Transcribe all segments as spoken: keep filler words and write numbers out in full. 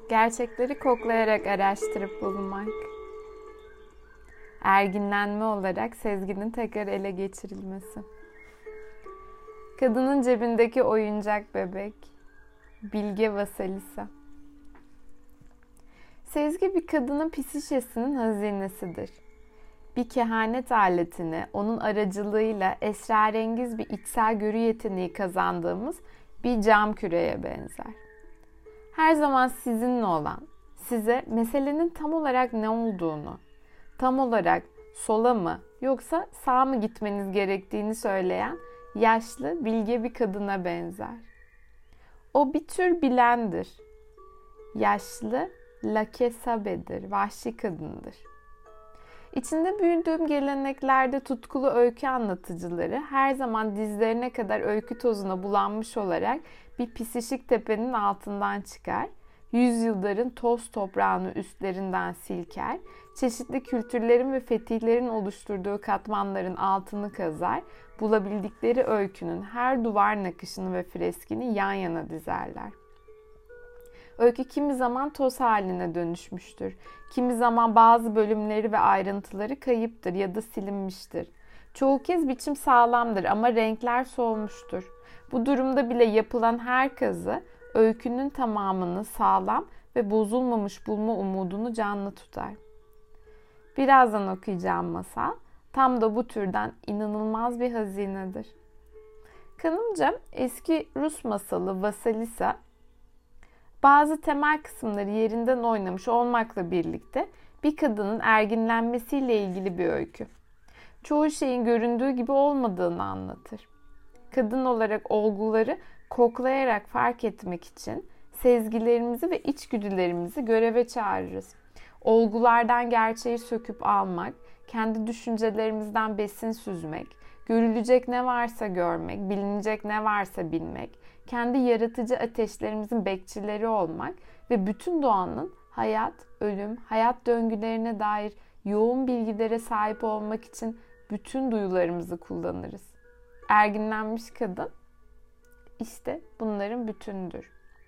Gerçekleri koklayarak araştırıp bulmak. Erginlenme olarak sezginin tekrar ele geçirilmesi. Kadının cebindeki oyuncak bebek. Bilge Vasilisa. Sezgi bir kadının psişesinin hazinesidir. Bir kehanet aletini onun aracılığıyla esrarengiz bir içsel görü yeteneği kazandığımız bir cam küreye benzer. Her zaman sizinle olan, size meselenin tam olarak ne olduğunu, tam olarak sola mı yoksa sağa mı gitmeniz gerektiğini söyleyen yaşlı, bilge bir kadına benzer. O bir tür bilendir. Yaşlı, lakesabedir, vahşi kadındır. İçinde büyüdüğüm geleneklerde tutkulu öykü anlatıcıları her zaman dizlerine kadar öykü tozuna bulanmış olarak bir pisişik tepenin altından çıkar, yüzyılların toz toprağını üstlerinden silker, çeşitli kültürlerin ve fetihlerin oluşturduğu katmanların altını kazar, bulabildikleri öykünün her duvar nakışını ve freskini yan yana dizerler. Öykü kimi zaman toz haline dönüşmüştür. Kimi zaman bazı bölümleri ve ayrıntıları kayıptır ya da silinmiştir. Çoğu kez biçim sağlamdır ama renkler solmuştur. Bu durumda bile yapılan her kazı öykünün tamamını sağlam ve bozulmamış bulma umudunu canlı tutar. Birazdan okuyacağım masal tam da bu türden inanılmaz bir hazinedir. Kanımca eski Rus masalı Vasilisa bazı temel kısımları yerinden oynamış olmakla birlikte bir kadının erginlenmesiyle ilgili bir öykü. Çoğu şeyin göründüğü gibi olmadığını anlatır. Kadın olarak olguları koklayarak fark etmek için sezgilerimizi ve içgüdülerimizi göreve çağırırız. Olgulardan gerçeği söküp almak, kendi düşüncelerimizden besin süzmek, görülecek ne varsa görmek, bilinecek ne varsa bilmek, kendi yaratıcı ateşlerimizin bekçileri olmak ve bütün doğanın hayat, ölüm, hayat döngülerine dair yoğun bilgilere sahip olmak için bütün duyularımızı kullanırız. Erginlenmiş kadın işte bunların bütünüdür.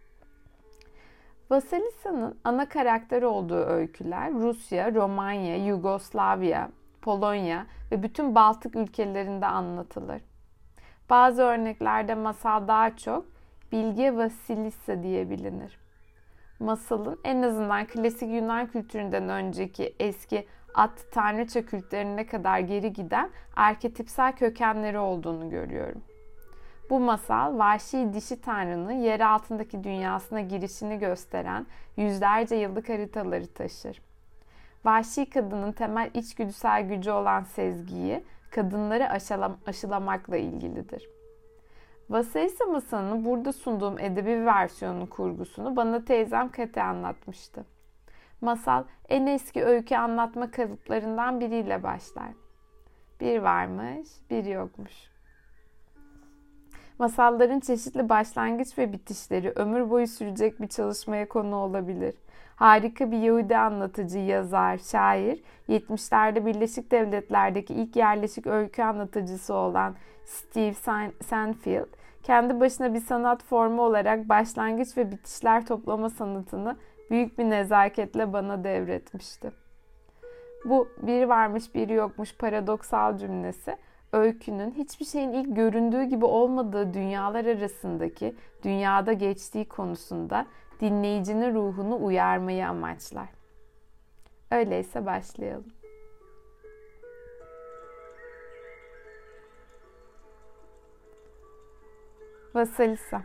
Vasilisa'nın ana karakter olduğu öyküler Rusya, Romanya, Yugoslavya, Polonya ve bütün Baltık ülkelerinde anlatılır. Bazı örneklerde masal daha çok Bilge Vasilisa diye bilinir. Masalın en azından klasik Yunan kültüründen önceki eski at tanrıça kültlerine kadar geri giden arketipsel kökenleri olduğunu görüyorum. Bu masal vahşi dişi tanrının yer altındaki dünyasına girişini gösteren yüzlerce yıllık haritaları taşır. Vahşi kadının temel içgüdüsel gücü olan sezgiyi kadınları aşılam- aşılamakla ilgilidir. Vasilisa masalının burada sunduğum edebi versiyonun kurgusunu bana teyzem Kate anlatmıştı. Masal en eski öykü anlatma kalıplarından biriyle başlar. Bir varmış, bir yokmuş. Masalların çeşitli başlangıç ve bitişleri ömür boyu sürecek bir çalışmaya konu olabilir. Harika bir Yahudi anlatıcı, yazar, şair, yetmişlerde Birleşik Devletler'deki ilk yerleşik öykü anlatıcısı olan Steve Sandfield, kendi başına bir sanat formu olarak başlangıç ve bitişler toplama sanatını büyük bir nezaketle bana devretmişti. Bu bir varmış bir yokmuş paradoksal cümlesi, öykünün hiçbir şeyin ilk göründüğü gibi olmadığı dünyalar arasındaki dünyada geçtiği konusunda dinleyicinin ruhunu uyarmayı amaçlar. Öyleyse başlayalım. Vasilisa.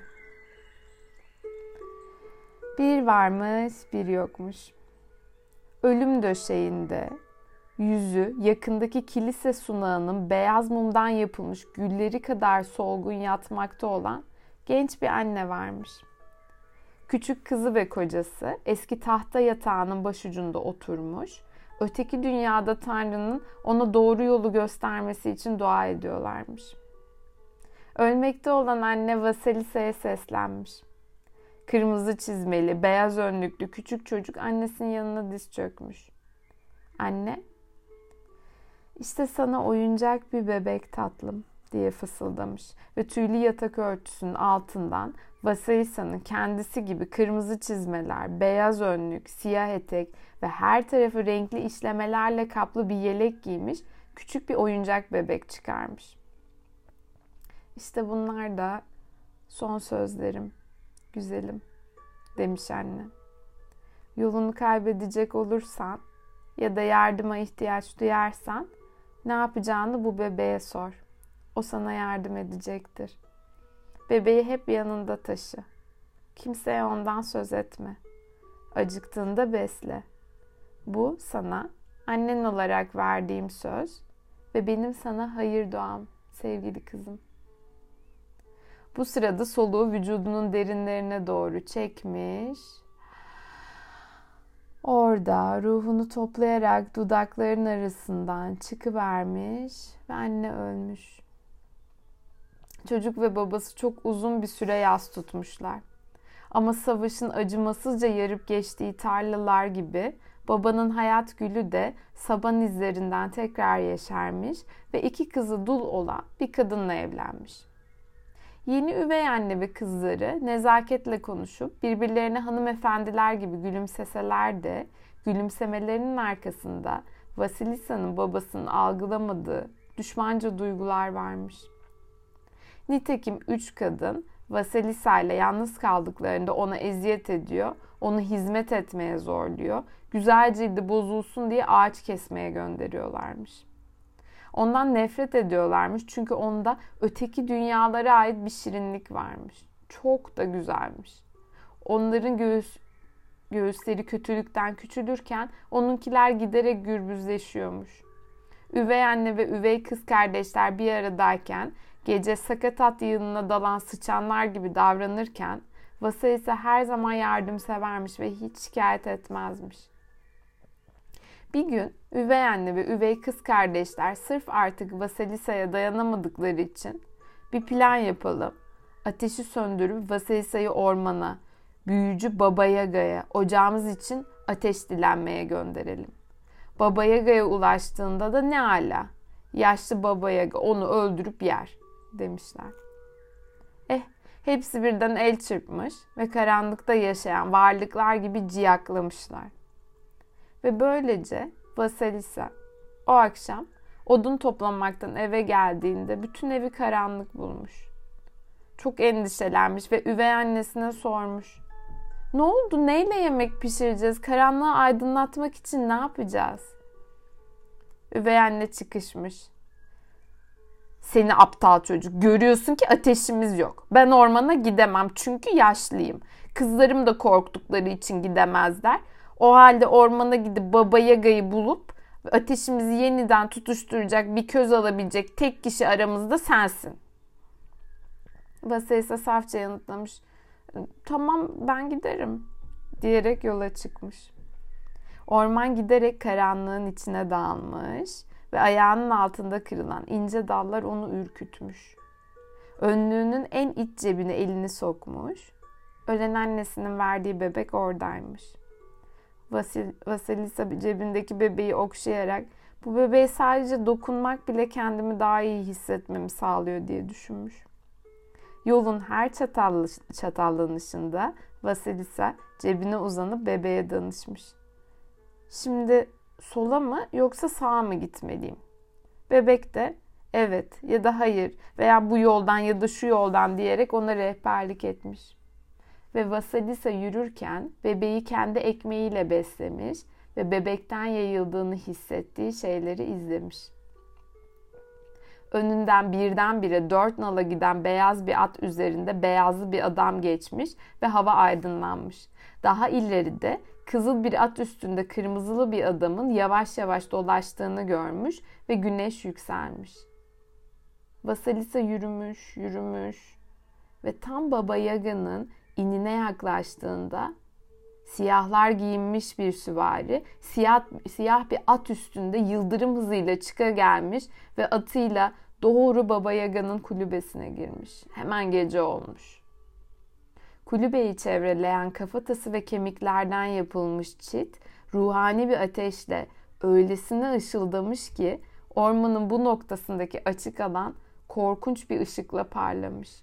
Bir varmış, bir yokmuş. Ölüm döşeğinde, yüzü yakındaki kilise sunağının beyaz mumdan yapılmış gülleri kadar solgun yatmakta olan genç bir anne varmış. Küçük kızı ve kocası eski tahta yatağının başucunda oturmuş, öteki dünyada Tanrı'nın ona doğru yolu göstermesi için dua ediyorlarmış. Ölmekte olan anne Vasilisa'ya seslenmiş. Kırmızı çizmeli, beyaz önlüklü küçük çocuk annesinin yanına diz çökmüş. Anne, işte sana oyuncak bir bebek tatlım. diye fısıldamış ve tüylü yatak örtüsünün altından Vasilisa'nın kendisi gibi kırmızı çizmeler, beyaz önlük, siyah etek ve her tarafı renkli işlemelerle kaplı bir yelek giymiş küçük bir oyuncak bebek çıkarmış. İşte bunlar da son sözlerim, güzelim, demiş anne. Yolunu kaybedecek olursan ya da yardıma ihtiyaç duyarsan ne yapacağını bu bebeğe sor. O sana yardım edecektir. Bebeği hep yanında taşı. Kimseye ondan söz etme. Acıktığında besle. Bu sana annen olarak verdiğim söz ve benim sana hayır duam sevgili kızım. Bu sırada soluğu vücudunun derinlerine doğru çekmiş. Orada ruhunu toplayarak dudakların arasından çıkıvermiş ve anne ölmüş. Çocuk ve babası çok uzun bir süre yas tutmuşlar. Ama savaşın acımasızca yarıp geçtiği tarlalar gibi babanın hayat gülü de saban izlerinden tekrar yeşermiş ve iki kızı dul olan bir kadınla evlenmiş. Yeni üvey anne ve kızları nezaketle konuşup birbirlerine hanımefendiler gibi gülümseseler de gülümsemelerinin arkasında Vasilisa'nın babasının algılamadığı düşmanca duygular varmış. Nitekim üç kadın Vasilisa ile yalnız kaldıklarında ona eziyet ediyor, onu hizmet etmeye zorluyor, güzel cildi bozulsun diye ağaç kesmeye gönderiyorlarmış. Ondan nefret ediyorlarmış çünkü onda öteki dünyalara ait bir şirinlik varmış. Çok da güzelmiş. Onların göğüs, göğüsleri kötülükten küçülürken onunkiler giderek gürbüzleşiyormuş. Üvey anne ve üvey kız kardeşler bir aradayken gece sakatat yığınına dalan sıçanlar gibi davranırken Vasilisa her zaman yardımsevermiş ve hiç şikayet etmezmiş. Bir gün üvey anne ve üvey kız kardeşler sırf artık Vasilisa'ya dayanamadıkları için bir plan yapalım. Ateşi söndürüp Vasilisa'yı ormana, büyücü Baba Yaga'ya, ocağımız için ateş dilenmeye gönderelim. Baba Yaga'ya ulaştığında da ne ala, yaşlı Baba Yaga onu öldürüp yer demişler. Eh, hepsi birden el çırpmış ve karanlıkta yaşayan varlıklar gibi ciyaklamışlar. Ve böylece Vasilisa o akşam odun toplamaktan eve geldiğinde bütün evi karanlık bulmuş. Çok endişelenmiş ve üvey annesine sormuş. Ne oldu? Neyle yemek pişireceğiz? Karanlığı aydınlatmak için ne yapacağız? Üvey anne çıkışmış. Seni aptal çocuk. Görüyorsun ki ateşimiz yok. Ben ormana gidemem çünkü yaşlıyım. Kızlarım da korktukları için gidemezler. O halde ormana gidip Baba Yaga'yı bulup ateşimizi yeniden tutuşturacak bir köz alabilecek tek kişi aramızda sensin. Vasilisa safça yanıtlamış. Tamam ben giderim diyerek yola çıkmış. Orman giderek karanlığın içine dalmış ve ayağının altında kırılan ince dallar onu ürkütmüş. Önlüğünün en iç cebine elini sokmuş. Ölen annesinin verdiği bebek oradaymış. Vasil, Vasilisa cebindeki bebeği okşayarak bu bebeğe sadece dokunmak bile kendimi daha iyi hissetmemi sağlıyor diye düşünmüş. Yolun her çatal, çatallanışında Vasilisa cebine uzanıp bebeğe danışmış. Şimdi sola mı yoksa sağa mı gitmeliyim? Bebek de evet ya da hayır veya bu yoldan ya da şu yoldan diyerek ona rehberlik etmiş. Ve Vasilisa yürürken bebeği kendi ekmeğiyle beslemiş ve bebekten yayıldığını hissettiği şeyleri izlemiş. Önünden birdenbire dört nala giden beyaz bir at üzerinde beyazlı bir adam geçmiş ve hava aydınlanmış. Daha ileride kızıl bir at üstünde kırmızılı bir adamın yavaş yavaş dolaştığını görmüş ve güneş yükselmiş. Vasilisa yürümüş, yürümüş ve tam Baba Yaga'nın inine yaklaştığında siyahlar giyinmiş bir süvari siyah, siyah bir at üstünde yıldırım hızıyla çıka gelmiş ve atıyla doğru Baba Yaga'nın kulübesine girmiş. Hemen gece olmuş. Kulübeyi çevreleyen kafatası ve kemiklerden yapılmış çit ruhani bir ateşle öylesine ışıldamış ki ormanın bu noktasındaki açık alan korkunç bir ışıkla parlamış.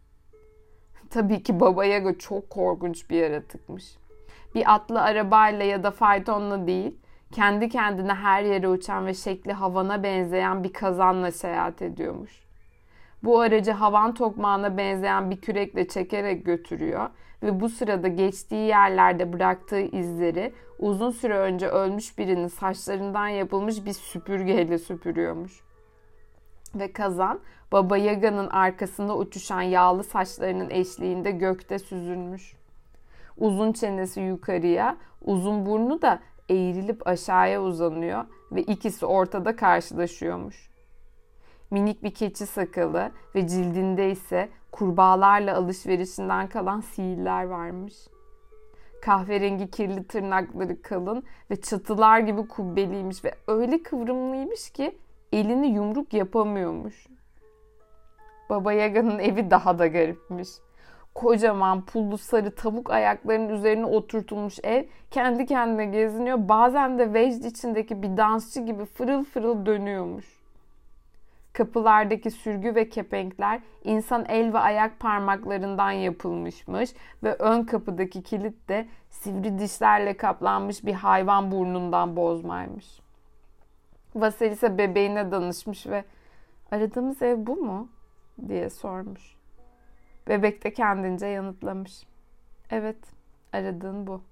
Tabii ki Baba Yaga çok korkunç bir yaratıkmış. Bir atlı arabayla ya da faytonla değil, kendi kendine her yere uçan ve şekli havana benzeyen bir kazanla seyahat ediyormuş. Bu aracı havan tokmağına benzeyen bir kürekle çekerek götürüyor ve bu sırada geçtiği yerlerde bıraktığı izleri uzun süre önce ölmüş birinin saçlarından yapılmış bir süpürgeyle süpürüyormuş. Ve kazan, Baba Yaga'nın arkasında uçuşan yağlı saçlarının eşliğinde gökte süzülmüş. Uzun çenesi yukarıya, uzun burnu da eğrilip aşağıya uzanıyor ve ikisi ortada karşılaşıyormuş. Minik bir keçi sakalı ve cildinde ise kurbağalarla alışverişinden kalan sihirler varmış. Kahverengi kirli tırnakları kalın ve çatılar gibi kubbeliymiş ve öyle kıvrımlıymış ki elini yumruk yapamıyormuş. Baba Yaga'nın evi daha da garipmiş. Kocaman pullu sarı tavuk ayaklarının üzerine oturtulmuş ev kendi kendine geziniyor. Bazen de vecd içindeki bir dansçı gibi fırıl fırıl dönüyormuş. Kapılardaki sürgü ve kepenkler insan el ve ayak parmaklarından yapılmışmış ve ön kapıdaki kilit de sivri dişlerle kaplanmış bir hayvan burnundan bozmaymış. Vasilisa bebeğine danışmış ve "Aradığımız ev bu mu?" diye sormuş. Bebek de kendince yanıtlamış. "Evet, aradığın bu."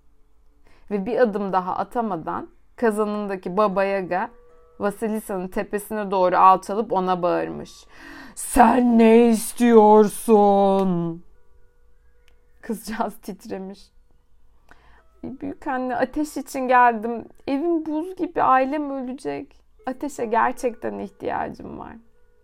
Ve bir adım daha atamadan kazanındaki Baba Yaga Vasilisa'nın tepesine doğru alçalıp ona bağırmış. "Sen ne istiyorsun?" Kızcağız titremiş. "Büyük anne, ateş için geldim. Evim buz gibi, ailem ölecek. Ateşe gerçekten ihtiyacım var."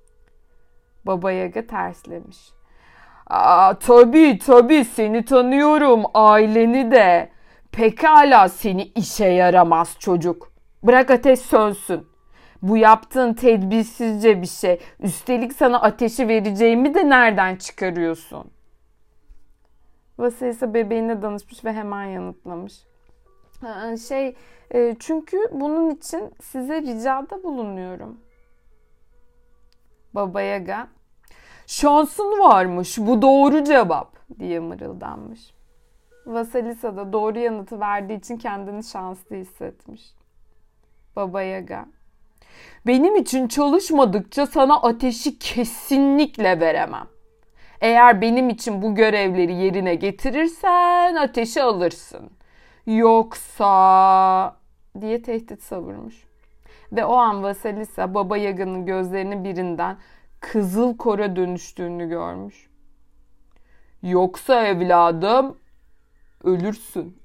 Baba Yaga terslemiş. "Aa, tabii tabii seni tanıyorum, aileni de. Pekala seni işe yaramaz çocuk. Bırak ateş sönsün. Bu yaptığın tedbirsizce bir şey. Üstelik sana ateşi vereceğimi de nereden çıkarıyorsun?" Vasilisa bebeğine danışmış ve hemen yanıtlamış. Şey, çünkü bunun için size ricada bulunuyorum." Baba Yaga, "Şansın varmış, bu doğru cevap," diye mırıldanmış. Vasilisa da doğru yanıtı verdiği için kendini şanslı hissetmiş. Baba Yaga, "Benim için çalışmadıkça sana ateşi kesinlikle veremem. Eğer benim için bu görevleri yerine getirirsen ateşi alırsın. Yoksa," diye tehdit savurmuş. Ve o an Vasilisa Baba Yaga'nın gözlerinin birinden kızıl kora dönüştüğünü görmüş. "Yoksa evladım ölürsün."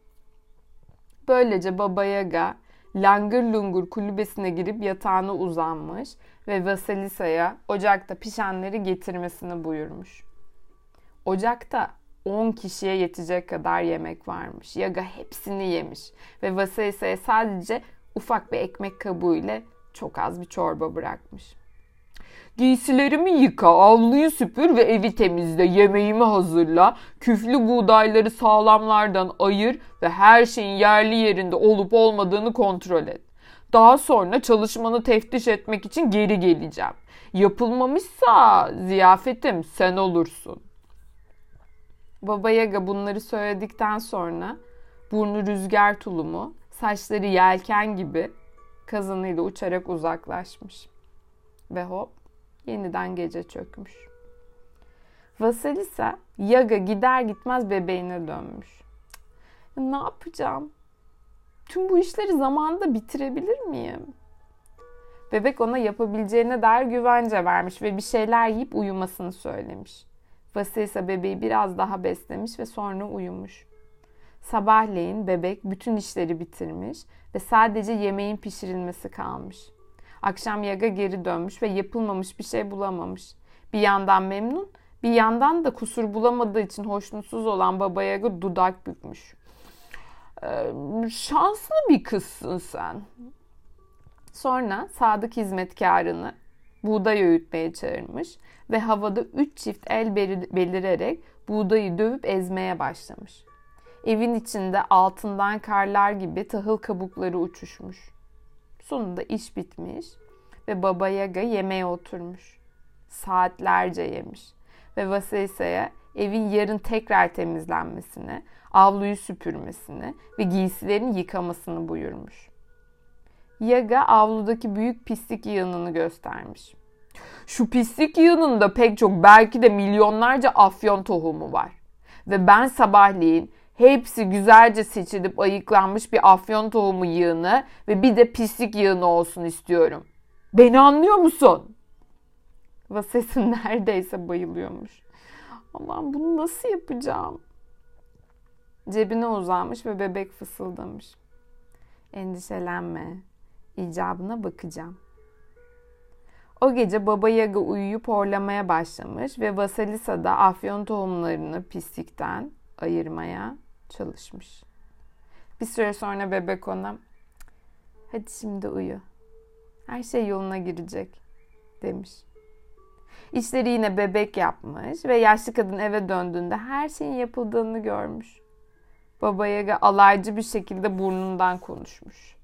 Böylece Baba Yaga langır lungur kulübesine girip yatağına uzanmış ve Vasilisa'ya ocakta pişenleri getirmesini buyurmuş. Ocakta on kişiye yetecek kadar yemek varmış. Yaga hepsini yemiş ve Vasilisa'ya sadece ufak bir ekmek kabuğu ile çok az bir çorba bırakmış. "Giysilerimi yıka, avluyu süpür ve evi temizle, yemeğimi hazırla, küflü buğdayları sağlamlardan ayır ve her şeyin yerli yerinde olup olmadığını kontrol et. Daha sonra çalışmanı teftiş etmek için geri geleceğim. Yapılmamışsa ziyafetim sen olursun." Baba Yaga bunları söyledikten sonra burnu rüzgar tulumu, saçları yelken gibi kazanıyla uçarak uzaklaşmış. Ve hop, yeniden gece çökmüş. Vasilisa Yaga gider gitmez bebeğine dönmüş. "Ne yapacağım? Tüm bu işleri zamanında bitirebilir miyim?" Bebek ona yapabileceğine dair güvence vermiş ve bir şeyler yiyip uyumasını söylemiş. Vasilisa bebeği biraz daha beslemiş ve sonra uyumuş. Sabahleyin bebek bütün işleri bitirmiş ve sadece yemeğin pişirilmesi kalmış. Akşam Yaga geri dönmüş ve yapılmamış bir şey bulamamış. Bir yandan memnun, bir yandan da kusur bulamadığı için hoşnutsuz olan Baba Yaga dudak bükmüş. Ee, "Şanslı bir kızsın sen." Sonra sadık hizmetkarını buğday öğütmeye çağırmış ve havada üç çift el belirerek buğdayı dövüp ezmeye başlamış. Evin içinde altından karlar gibi tahıl kabukları uçuşmuş. Sonunda iş bitmiş ve Baba Yaga yemeğe oturmuş. Saatlerce yemiş ve Vasilisa'ya evin yarın tekrar temizlenmesini, avluyu süpürmesini ve giysilerini yıkamasını buyurmuş. Yaga avludaki büyük pislik yığınını göstermiş. Şu pislik yığınında pek çok, belki de milyonlarca afyon tohumu var. Ve ben sabahleyin hepsi güzelce seçilip ayıklanmış bir afyon tohumu yığını ve bir de pislik yığını olsun istiyorum. Beni anlıyor musun? Vasilisa neredeyse bayılıyormuş. Aman bunu nasıl yapacağım? Cebine uzanmış ve bebek fısıldamış. Endişelenme, icabına bakacağım. O gece Baba Yaga uyuyup horlamaya başlamış ve Vasilisa da afyon tohumlarını pislikten ayırmaya çalışmış. Bir süre sonra bebek ona, hadi şimdi uyu, her şey yoluna girecek demiş. İşleri yine bebek yapmış ve yaşlı kadın eve döndüğünde her şeyin yapıldığını görmüş. Baba Yaga alaycı bir şekilde burnundan konuşmuş.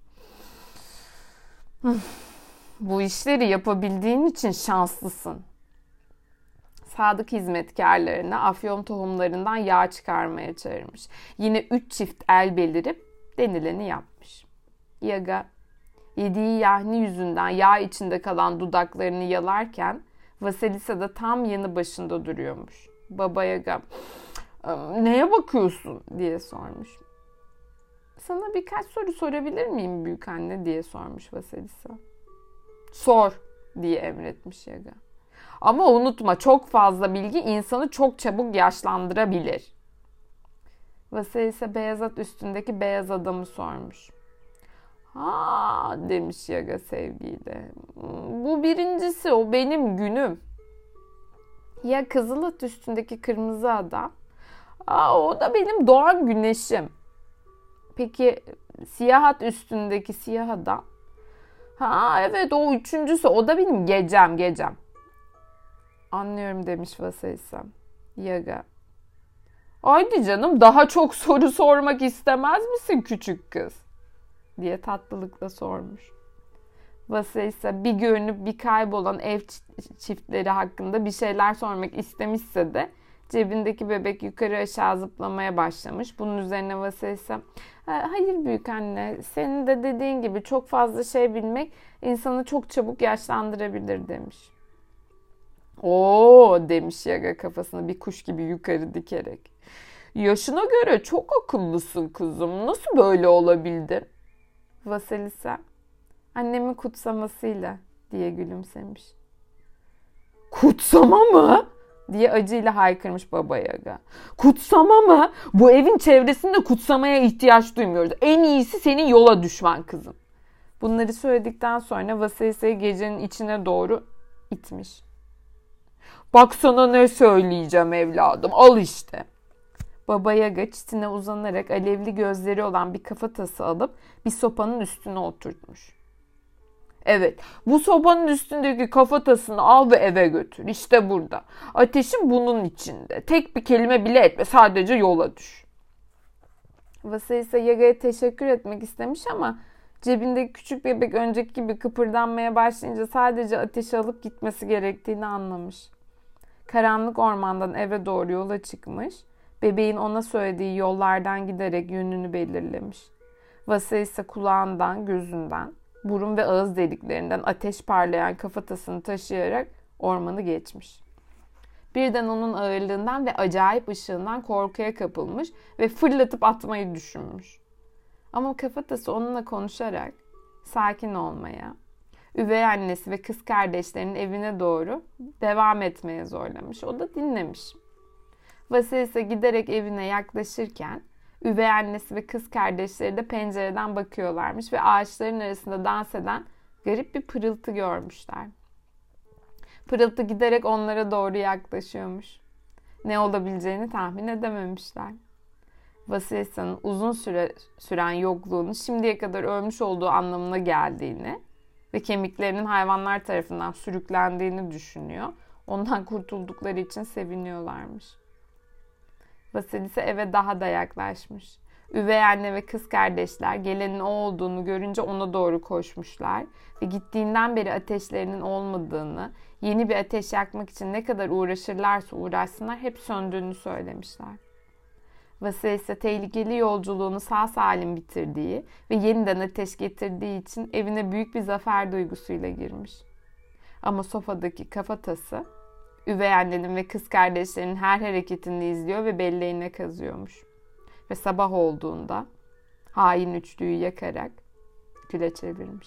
Bu işleri yapabildiğin için şanslısın. Sadık hizmetkarlarına afyon tohumlarından yağ çıkarmaya çağırmış. Yine üç çift el belirip denileni yapmış. Yaga yediği yahni yüzünden yağ içinde kalan dudaklarını yalarken Vasilisa da tam yanı başında duruyormuş. Baba Yaga, neye bakıyorsun diye sormuş. Sana birkaç soru sorabilir miyim büyük anne diye sormuş Vasilisa. Sor diye emretmiş Yaga. Ama unutma, çok fazla bilgi insanı çok çabuk yaşlandırabilir. Vasilisa beyaz at üstündeki beyaz adamı sormuş. Ha demiş Yaga sevgiyle. Bu birincisi, o benim günüm. Ya kızıl at üstündeki kırmızı adam? Aa, o da benim doğan güneşim. Peki siyah at üstündeki siyah adam? Ha evet, o üçüncüsü, o da benim gecem gecem. Anlıyorum demiş Vasilisa. Yaga, haydi canım, daha çok soru sormak istemez misin küçük kız? Diye tatlılıkla sormuş. Vasilisa bir görünüp bir kaybolan ev çiftleri hakkında bir şeyler sormak istemişse de cebindeki bebek yukarı aşağı zıplamaya başlamış. Bunun üzerine Vasilisa, hayır büyük anne, senin de dediğin gibi çok fazla şey bilmek insanı çok çabuk yaşlandırabilir demiş. Oo demiş Yaga kafasını bir kuş gibi yukarı dikerek. Yaşına göre çok akıllısın kızım. Nasıl böyle olabildin? Vasilisa, annemin kutsamasıyla diye gülümsemiş. Kutsama mı? Diye acıyla haykırmış Baba Yaga. Kutsama mı? Bu evin çevresinde kutsamaya ihtiyaç duymuyoruz. En iyisi senin yola düşman kızım. Bunları söyledikten sonra Vasilisa'yı gecenin içine doğru itmiş. Bak sana ne söyleyeceğim evladım, al işte. Baba Yaga çitine uzanarak alevli gözleri olan bir kafatası alıp bir sopanın üstüne oturtmuş. Evet, bu sopanın üstündeki kafatasını al ve eve götür. İşte burada. Ateşin bunun içinde. Tek bir kelime bile etme, sadece yola düş. Vasilisa Yaga'ya teşekkür etmek istemiş ama cebindeki küçük bebek önceki gibi kıpırdanmaya başlayınca sadece ateşi alıp gitmesi gerektiğini anlamış. Karanlık ormandan eve doğru yola çıkmış, bebeğin ona söylediği yollardan giderek yönünü belirlemiş. Vasilisa kulağından, gözünden, burun ve ağız deliklerinden ateş parlayan kafatasını taşıyarak ormanı geçmiş. Birden onun ağırlığından ve acayip ışığından korkuya kapılmış ve fırlatıp atmayı düşünmüş. Ama kafatası onunla konuşarak sakin olmaya, üvey annesi ve kız kardeşlerinin evine doğru devam etmeye zorlamış. O da dinlemiş. Vasilisa giderek evine yaklaşırken üvey annesi ve kız kardeşleri de pencereden bakıyorlarmış ve ağaçların arasında dans eden garip bir pırıltı görmüşler. Pırıltı giderek onlara doğru yaklaşıyormuş. Ne olabileceğini tahmin edememişler. Vasilisa'nın uzun süre süren yokluğunu şimdiye kadar ölmüş olduğu anlamına geldiğini ve kemiklerinin hayvanlar tarafından sürüklendiğini düşünüyor. Ondan kurtuldukları için seviniyorlarmış. Vasilisa eve daha da yaklaşmış. Üvey anne ve kız kardeşler gelenin o olduğunu görünce ona doğru koşmuşlar ve gittiğinden beri ateşlerinin olmadığını, yeni bir ateş yakmak için ne kadar uğraşırlarsa uğraşsınlar hep söndüğünü söylemişler. Vasile ise tehlikeli yolculuğunu sağ salim bitirdiği ve yeniden ateş getirdiği için evine büyük bir zafer duygusuyla girmiş. Ama sofadaki kafatası, üvey annenin ve kız kardeşlerinin her hareketini izliyor ve belleğine kazıyormuş. Ve sabah olduğunda hain üçlüyü yakarak küle çevirmiş.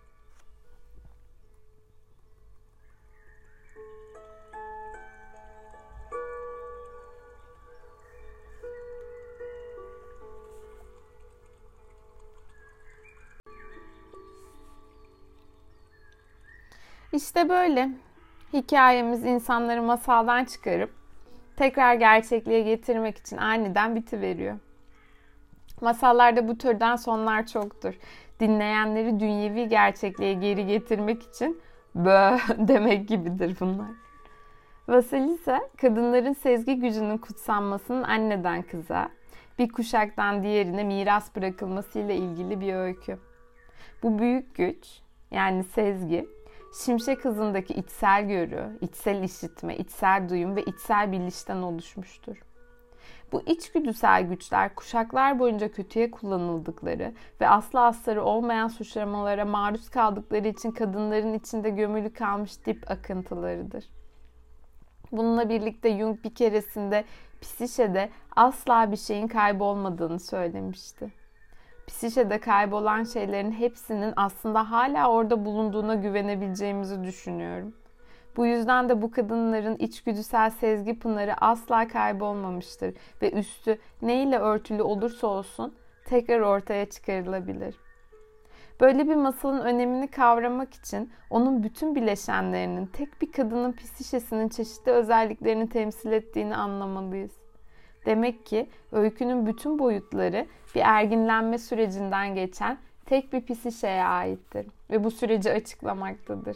İşte böyle. Hikayemiz insanları masaldan çıkarıp tekrar gerçekliğe getirmek için aniden bitiveriyor. Masallarda bu türden sonlar çoktur. Dinleyenleri dünyevi gerçekliğe geri getirmek için bö demek gibidir bunlar. Vasilisa, kadınların sezgi gücünün kutsanmasının anneden kıza, bir kuşaktan diğerine miras bırakılmasıyla ilgili bir öykü. Bu büyük güç, yani sezgi, Şimşek hızındaki içsel görü, içsel işitme, içsel duyum ve içsel bilişten oluşmuştur. Bu içgüdüsel güçler kuşaklar boyunca kötüye kullanıldıkları ve aslı astarı olmayan suçlamalara maruz kaldıkları için kadınların içinde gömülü kalmış dip akıntılarıdır. Bununla birlikte Jung bir keresinde psişede asla bir şeyin kaybolmadığını söylemişti. Psişede kaybolan şeylerin hepsinin aslında hala orada bulunduğuna güvenebileceğimizi düşünüyorum. Bu yüzden de bu kadınların içgüdüsel sezgi pınarı asla kaybolmamıştır ve üstü neyle örtülü olursa olsun tekrar ortaya çıkarılabilir. Böyle bir masalın önemini kavramak için onun bütün bileşenlerinin tek bir kadının psişesinin çeşitli özelliklerini temsil ettiğini anlamalıyız. Demek ki öykünün bütün boyutları bir erginlenme sürecinden geçen tek bir psişeye aittir ve bu süreci açıklamaktadır.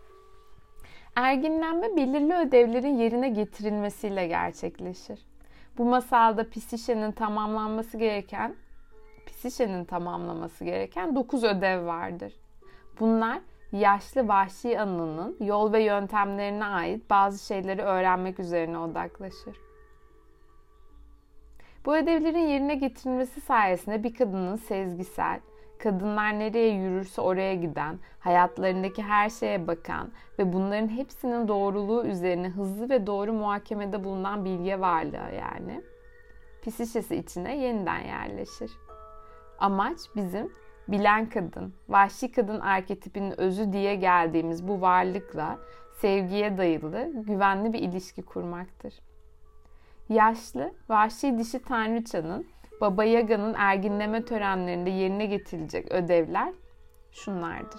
Erginlenme belirli ödevlerin yerine getirilmesiyle gerçekleşir. Bu masalda psişenin tamamlanması gereken, psişenin tamamlaması gereken dokuz ödev vardır. Bunlar yaşlı vahşi anının yol ve yöntemlerine ait bazı şeyleri öğrenmek üzerine odaklaşır. Bu ödevlerin yerine getirilmesi sayesinde bir kadının sezgisel, kadınlar nereye yürürse oraya giden, hayatlarındaki her şeye bakan ve bunların hepsinin doğruluğu üzerine hızlı ve doğru muhakemede bulunan bilge varlığı yani, psişesi içine yeniden yerleşir. Amaç bizim bilen kadın, vahşi kadın arketipinin özü diye geldiğimiz bu varlıkla sevgiye dayalı, güvenli bir ilişki kurmaktır. Yaşlı, vahşi dişi tanrıçanın Baba Yaga'nın erginleme törenlerinde yerine getirilecek ödevler şunlardır.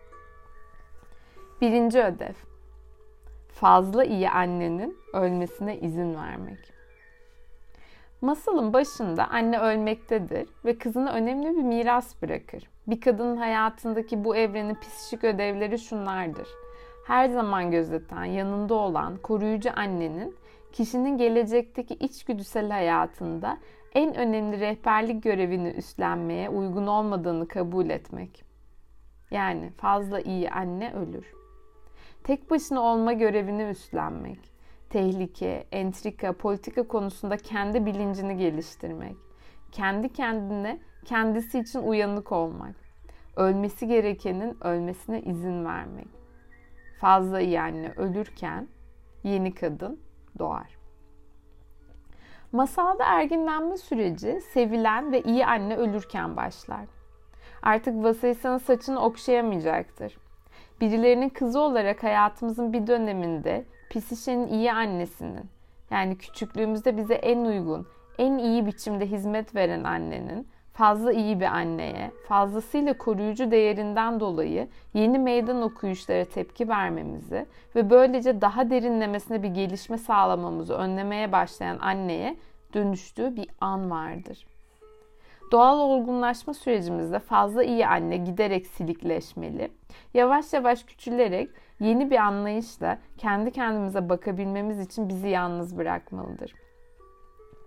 Birinci ödev, fazla iyi annenin ölmesine izin vermek. Masalın başında anne ölmektedir ve kızına önemli bir miras bırakır. Bir kadının hayatındaki bu evrenin psikik ödevleri şunlardır. Her zaman gözeten, yanında olan, koruyucu annenin kişinin gelecekteki içgüdüsel hayatında en önemli rehberlik görevini üstlenmeye uygun olmadığını kabul etmek. Yani fazla iyi anne ölür. Tek başına olma görevini üstlenmek. Tehlike, entrika, politika konusunda kendi bilincini geliştirmek. Kendi kendine, kendisi için uyanık olmak. Ölmesi gerekenin ölmesine izin vermek. Fazla iyi anne ölürken yeni kadın doğar. Masalda erginlenme süreci sevilen ve iyi anne ölürken başlar. Artık Vasilisa'nın saçını okşayamayacaktır. Birilerinin kızı olarak hayatımızın bir döneminde Psişe'nin iyi annesinin, yani küçüklüğümüzde bize en uygun, en iyi biçimde hizmet veren annenin fazla iyi bir anneye, fazlasıyla koruyucu değerinden dolayı yeni meydan okuyuşlara tepki vermemizi ve böylece daha derinlemesine bir gelişme sağlamamızı önlemeye başlayan anneye dönüştüğü bir an vardır. Doğal olgunlaşma sürecimizde fazla iyi anne giderek silikleşmeli, yavaş yavaş küçülerek yeni bir anlayışla kendi kendimize bakabilmemiz için bizi yalnız bırakmalıdır.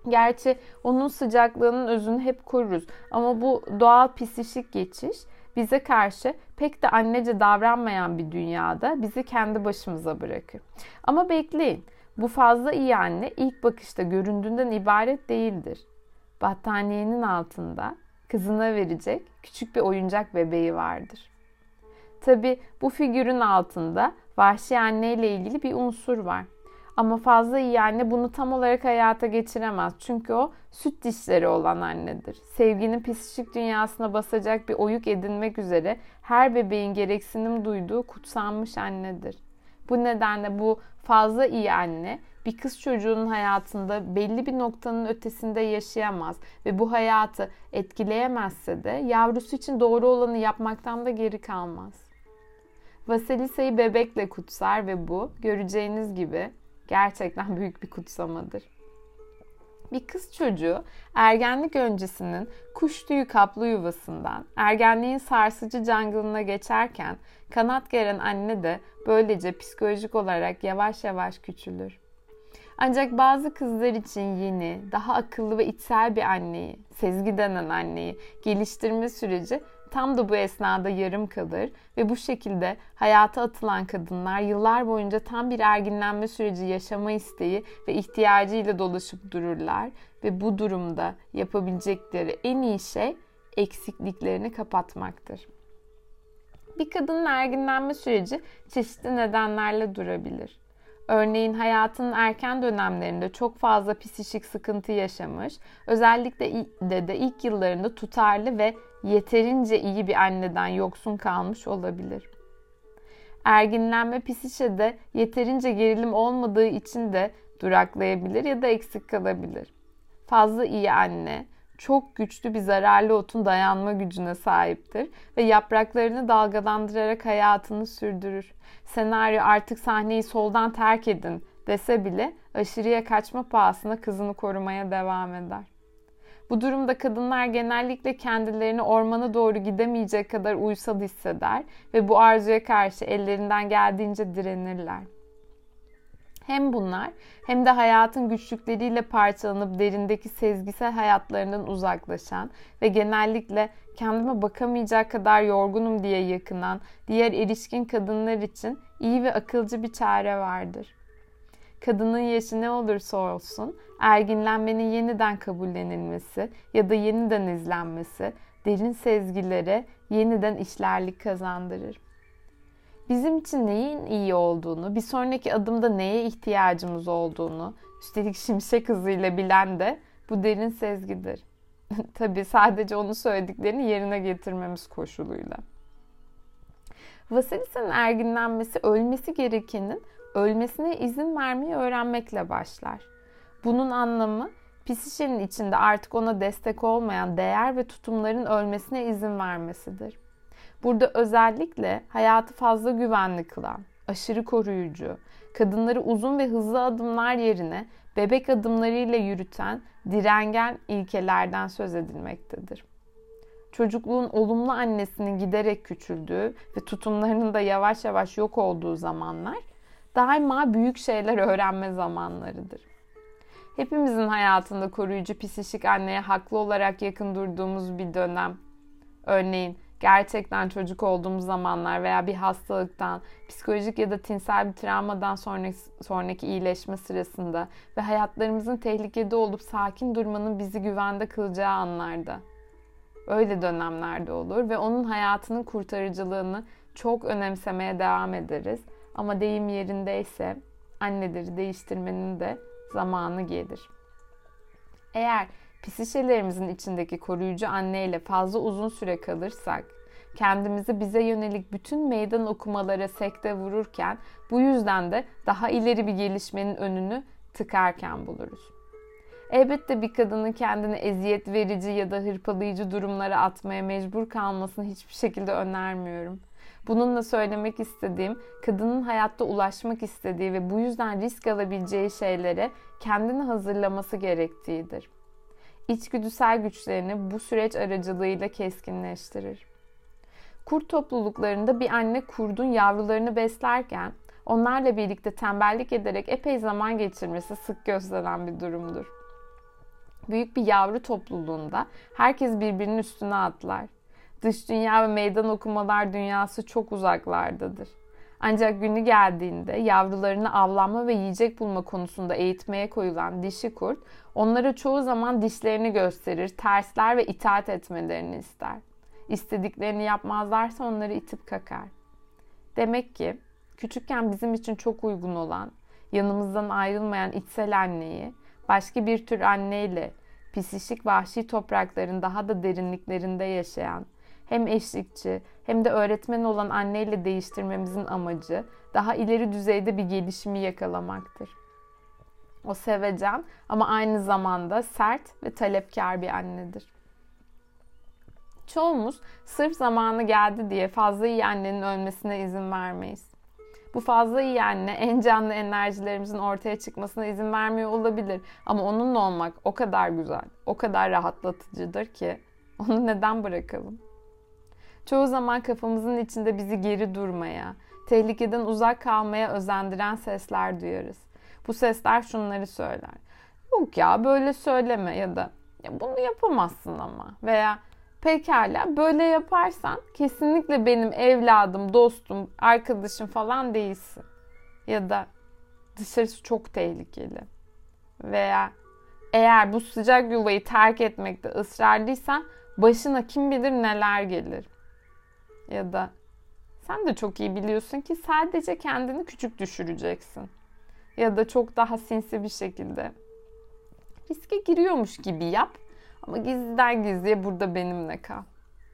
Gerçi onun sıcaklığının özünü hep koruruz ama bu doğal psişik geçiş bize karşı pek de annece davranmayan bir dünyada bizi kendi başımıza bırakır. Ama bekleyin, bu fazla iyi anne ilk bakışta göründüğünden ibaret değildir. Battaniyenin altında kızına verecek küçük bir oyuncak bebeği vardır. Tabii bu figürün altında vahşi anne ile ilgili bir unsur var. Ama fazla iyi anne bunu tam olarak hayata geçiremez. Çünkü o süt dişleri olan annedir. Sevginin psişik dünyasına basacak bir oyuk edinmek üzere her bebeğin gereksinim duyduğu kutsanmış annedir. Bu nedenle bu fazla iyi anne bir kız çocuğunun hayatında belli bir noktanın ötesinde yaşayamaz ve bu hayatı etkileyemezse de yavrusu için doğru olanı yapmaktan da geri kalmaz. Vasilisa'yı bebekle kutsar ve bu, göreceğiniz gibi, gerçekten büyük bir kutsamadır. Bir kız çocuğu ergenlik öncesinin kuş tüyü kaplı yuvasından ergenliğin sarsıcı jungle'ına geçerken kanat geren anne de böylece psikolojik olarak yavaş yavaş küçülür. Ancak bazı kızlar için yeni, daha akıllı ve içsel bir anneyi, sezgi denen anneyi geliştirme süreci tam da bu esnada yarım kalır ve bu şekilde hayata atılan kadınlar yıllar boyunca tam bir erginlenme süreci yaşama isteği ve ihtiyacıyla dolaşıp dururlar ve bu durumda yapabilecekleri en iyi şey eksikliklerini kapatmaktır. Bir kadının erginlenme süreci çeşitli nedenlerle durabilir. Örneğin hayatının erken dönemlerinde çok fazla psişik sıkıntı yaşamış, özellikle de, de ilk yıllarında tutarlı ve yeterince iyi bir anneden yoksun kalmış olabilir. Erginlenme psişede yeterince gerilim olmadığı için de duraklayabilir ya da eksik kalabilir. Fazla iyi anne, çok güçlü bir zararlı otun dayanma gücüne sahiptir ve yapraklarını dalgalandırarak hayatını sürdürür. Senaryo artık sahneyi soldan terk edin dese bile aşırıya kaçma pahasına kızını korumaya devam eder. Bu durumda kadınlar genellikle kendilerini ormana doğru gidemeyecek kadar uysal hisseder ve bu arzuya karşı ellerinden geldiğince direnirler. Hem bunlar hem de hayatın güçlükleriyle parçalanıp derindeki sezgisel hayatlarından uzaklaşan ve genellikle kendime bakamayacak kadar yorgunum diye yakınan diğer erişkin kadınlar için iyi ve akılcı bir çare vardır. Kadının yaşı ne olursa olsun erginlenmenin yeniden kabullenilmesi ya da yeniden izlenmesi derin sezgilere yeniden işlerlik kazandırır. Bizim için neyin iyi olduğunu, bir sonraki adımda neye ihtiyacımız olduğunu, üstelik şimşek hızıyla bilen de bu derin sezgidir. Tabii sadece onun söylediklerini yerine getirmemiz koşuluyla. Vasilisa'nın erginlenmesi ölmesi gerekenin ölmesine izin vermeyi öğrenmekle başlar. Bunun anlamı psişenin içinde artık ona destek olmayan değer ve tutumların ölmesine izin vermesidir. Burada özellikle hayatı fazla güvenli kılan, aşırı koruyucu, kadınları uzun ve hızlı adımlar yerine bebek adımlarıyla yürüten direngen ilkelerden söz edilmektedir. Çocukluğun olumlu annesinin giderek küçüldüğü ve tutumlarının da yavaş yavaş yok olduğu zamanlar daima büyük şeyler öğrenme zamanlarıdır. Hepimizin hayatında koruyucu psişik anneye haklı olarak yakın durduğumuz bir dönem, örneğin gerçekten çocuk olduğumuz zamanlar veya bir hastalıktan, psikolojik ya da tinsel bir travmadan sonraki, sonraki iyileşme sırasında ve hayatlarımızın tehlikede olup sakin durmanın bizi güvende kılacağı anlarda. Öyle dönemlerde olur ve onun hayatının kurtarıcılığını çok önemsemeye devam ederiz. Ama deyim yerindeyse anneleri değiştirmenin de zamanı gelir. Eğer psişelerimizin içindeki koruyucu anneyle fazla uzun süre kalırsak, kendimizi bize yönelik bütün meydan okumalara sekte vururken, bu yüzden de daha ileri bir gelişmenin önünü tıkarken buluruz. Elbette bir kadının kendini eziyet verici ya da hırpalayıcı durumlara atmaya mecbur kalmasını hiçbir şekilde önermiyorum. Bununla söylemek istediğim, kadının hayatta ulaşmak istediği ve bu yüzden risk alabileceği şeylere kendini hazırlaması gerektiğidir. İçgüdüsel güçlerini bu süreç aracılığıyla keskinleştirir. Kurt topluluklarında bir anne kurdun yavrularını beslerken onlarla birlikte tembellik ederek epey zaman geçirmesi sık gözlenen bir durumdur. Büyük bir yavru topluluğunda herkes birbirinin üstüne atlar. Dış dünya ve meydan okumalar dünyası çok uzaklardadır. Ancak günü geldiğinde yavrularını avlanma ve yiyecek bulma konusunda eğitmeye koyulan dişi kurt, onlara çoğu zaman dişlerini gösterir, tersler ve itaat etmelerini ister. İstediklerini yapmazlarsa onları itip kakar. Demek ki küçükken bizim için çok uygun olan, yanımızdan ayrılmayan içsel anneyi, başka bir tür anneyle pisişik vahşi toprakların daha da derinliklerinde yaşayan, hem eşlikçi hem de öğretmen olan anneyle değiştirmemizin amacı daha ileri düzeyde bir gelişimi yakalamaktır. O sevecen ama aynı zamanda sert ve talepkar bir annedir. Çoğumuz sırf zamanı geldi diye fazla iyi annenin ölmesine izin vermeyiz. Bu fazla iyi anne en canlı enerjilerimizin ortaya çıkmasına izin vermiyor olabilir. Ama onunla olmak o kadar güzel, o kadar rahatlatıcıdır ki onu neden bırakalım? Çoğu zaman kafamızın içinde bizi geri durmaya, tehlikeden uzak kalmaya özendiren sesler duyarız. Bu sesler şunları söyler. Yok ya böyle söyleme ya da ya bunu yapamazsın ama veya pekala böyle yaparsan kesinlikle benim evladım, dostum, arkadaşım falan değilsin. Ya da dışarısı çok tehlikeli. Veya eğer bu sıcak yuvayı terk etmekte ısrarlıysan başına kim bilir neler gelir. Ya da sen de çok iyi biliyorsun ki sadece kendini küçük düşüreceksin. Ya da çok daha sinsi bir şekilde riske giriyormuş gibi yap ama gizliden gizliye burada benimle kal.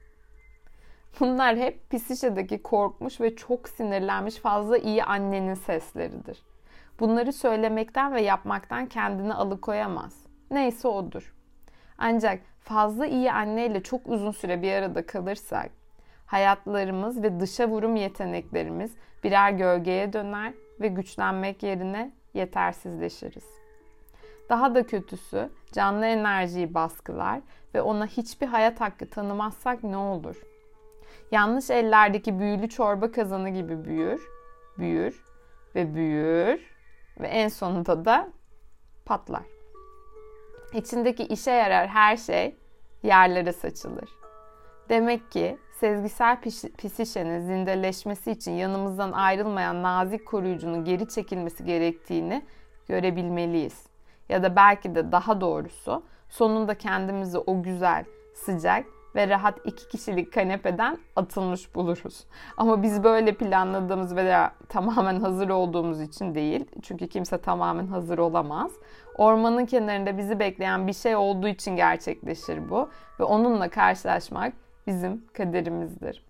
Bunlar hep psişedeki korkmuş ve çok sinirlenmiş fazla iyi annenin sesleridir. Bunları söylemekten ve yapmaktan kendini alıkoyamaz. Neyse odur. Ancak fazla iyi anneyle çok uzun süre bir arada kalırsak, hayatlarımız ve dışa vurum yeteneklerimiz birer gölgeye döner ve güçlenmek yerine yetersizleşiriz. Daha da kötüsü canlı enerjiyi baskılar ve ona hiçbir hayat hakkı tanımazsak ne olur? Yanlış ellerdeki büyülü çorba kazanı gibi büyür, büyür ve büyür ve en sonunda da patlar. İçindeki işe yarar her şey yerlere saçılır. Demek ki sezgisel psişenin zindeleşmesi için yanımızdan ayrılmayan nazik koruyucunun geri çekilmesi gerektiğini görebilmeliyiz. Ya da belki de daha doğrusu sonunda kendimizi o güzel, sıcak ve rahat iki kişilik kanepeden atılmış buluruz. Ama biz böyle planladığımız veya tamamen hazır olduğumuz için değil. Çünkü kimse tamamen hazır olamaz. Ormanın kenarında bizi bekleyen bir şey olduğu için gerçekleşir bu. Ve onunla karşılaşmak bizim kaderimizdir.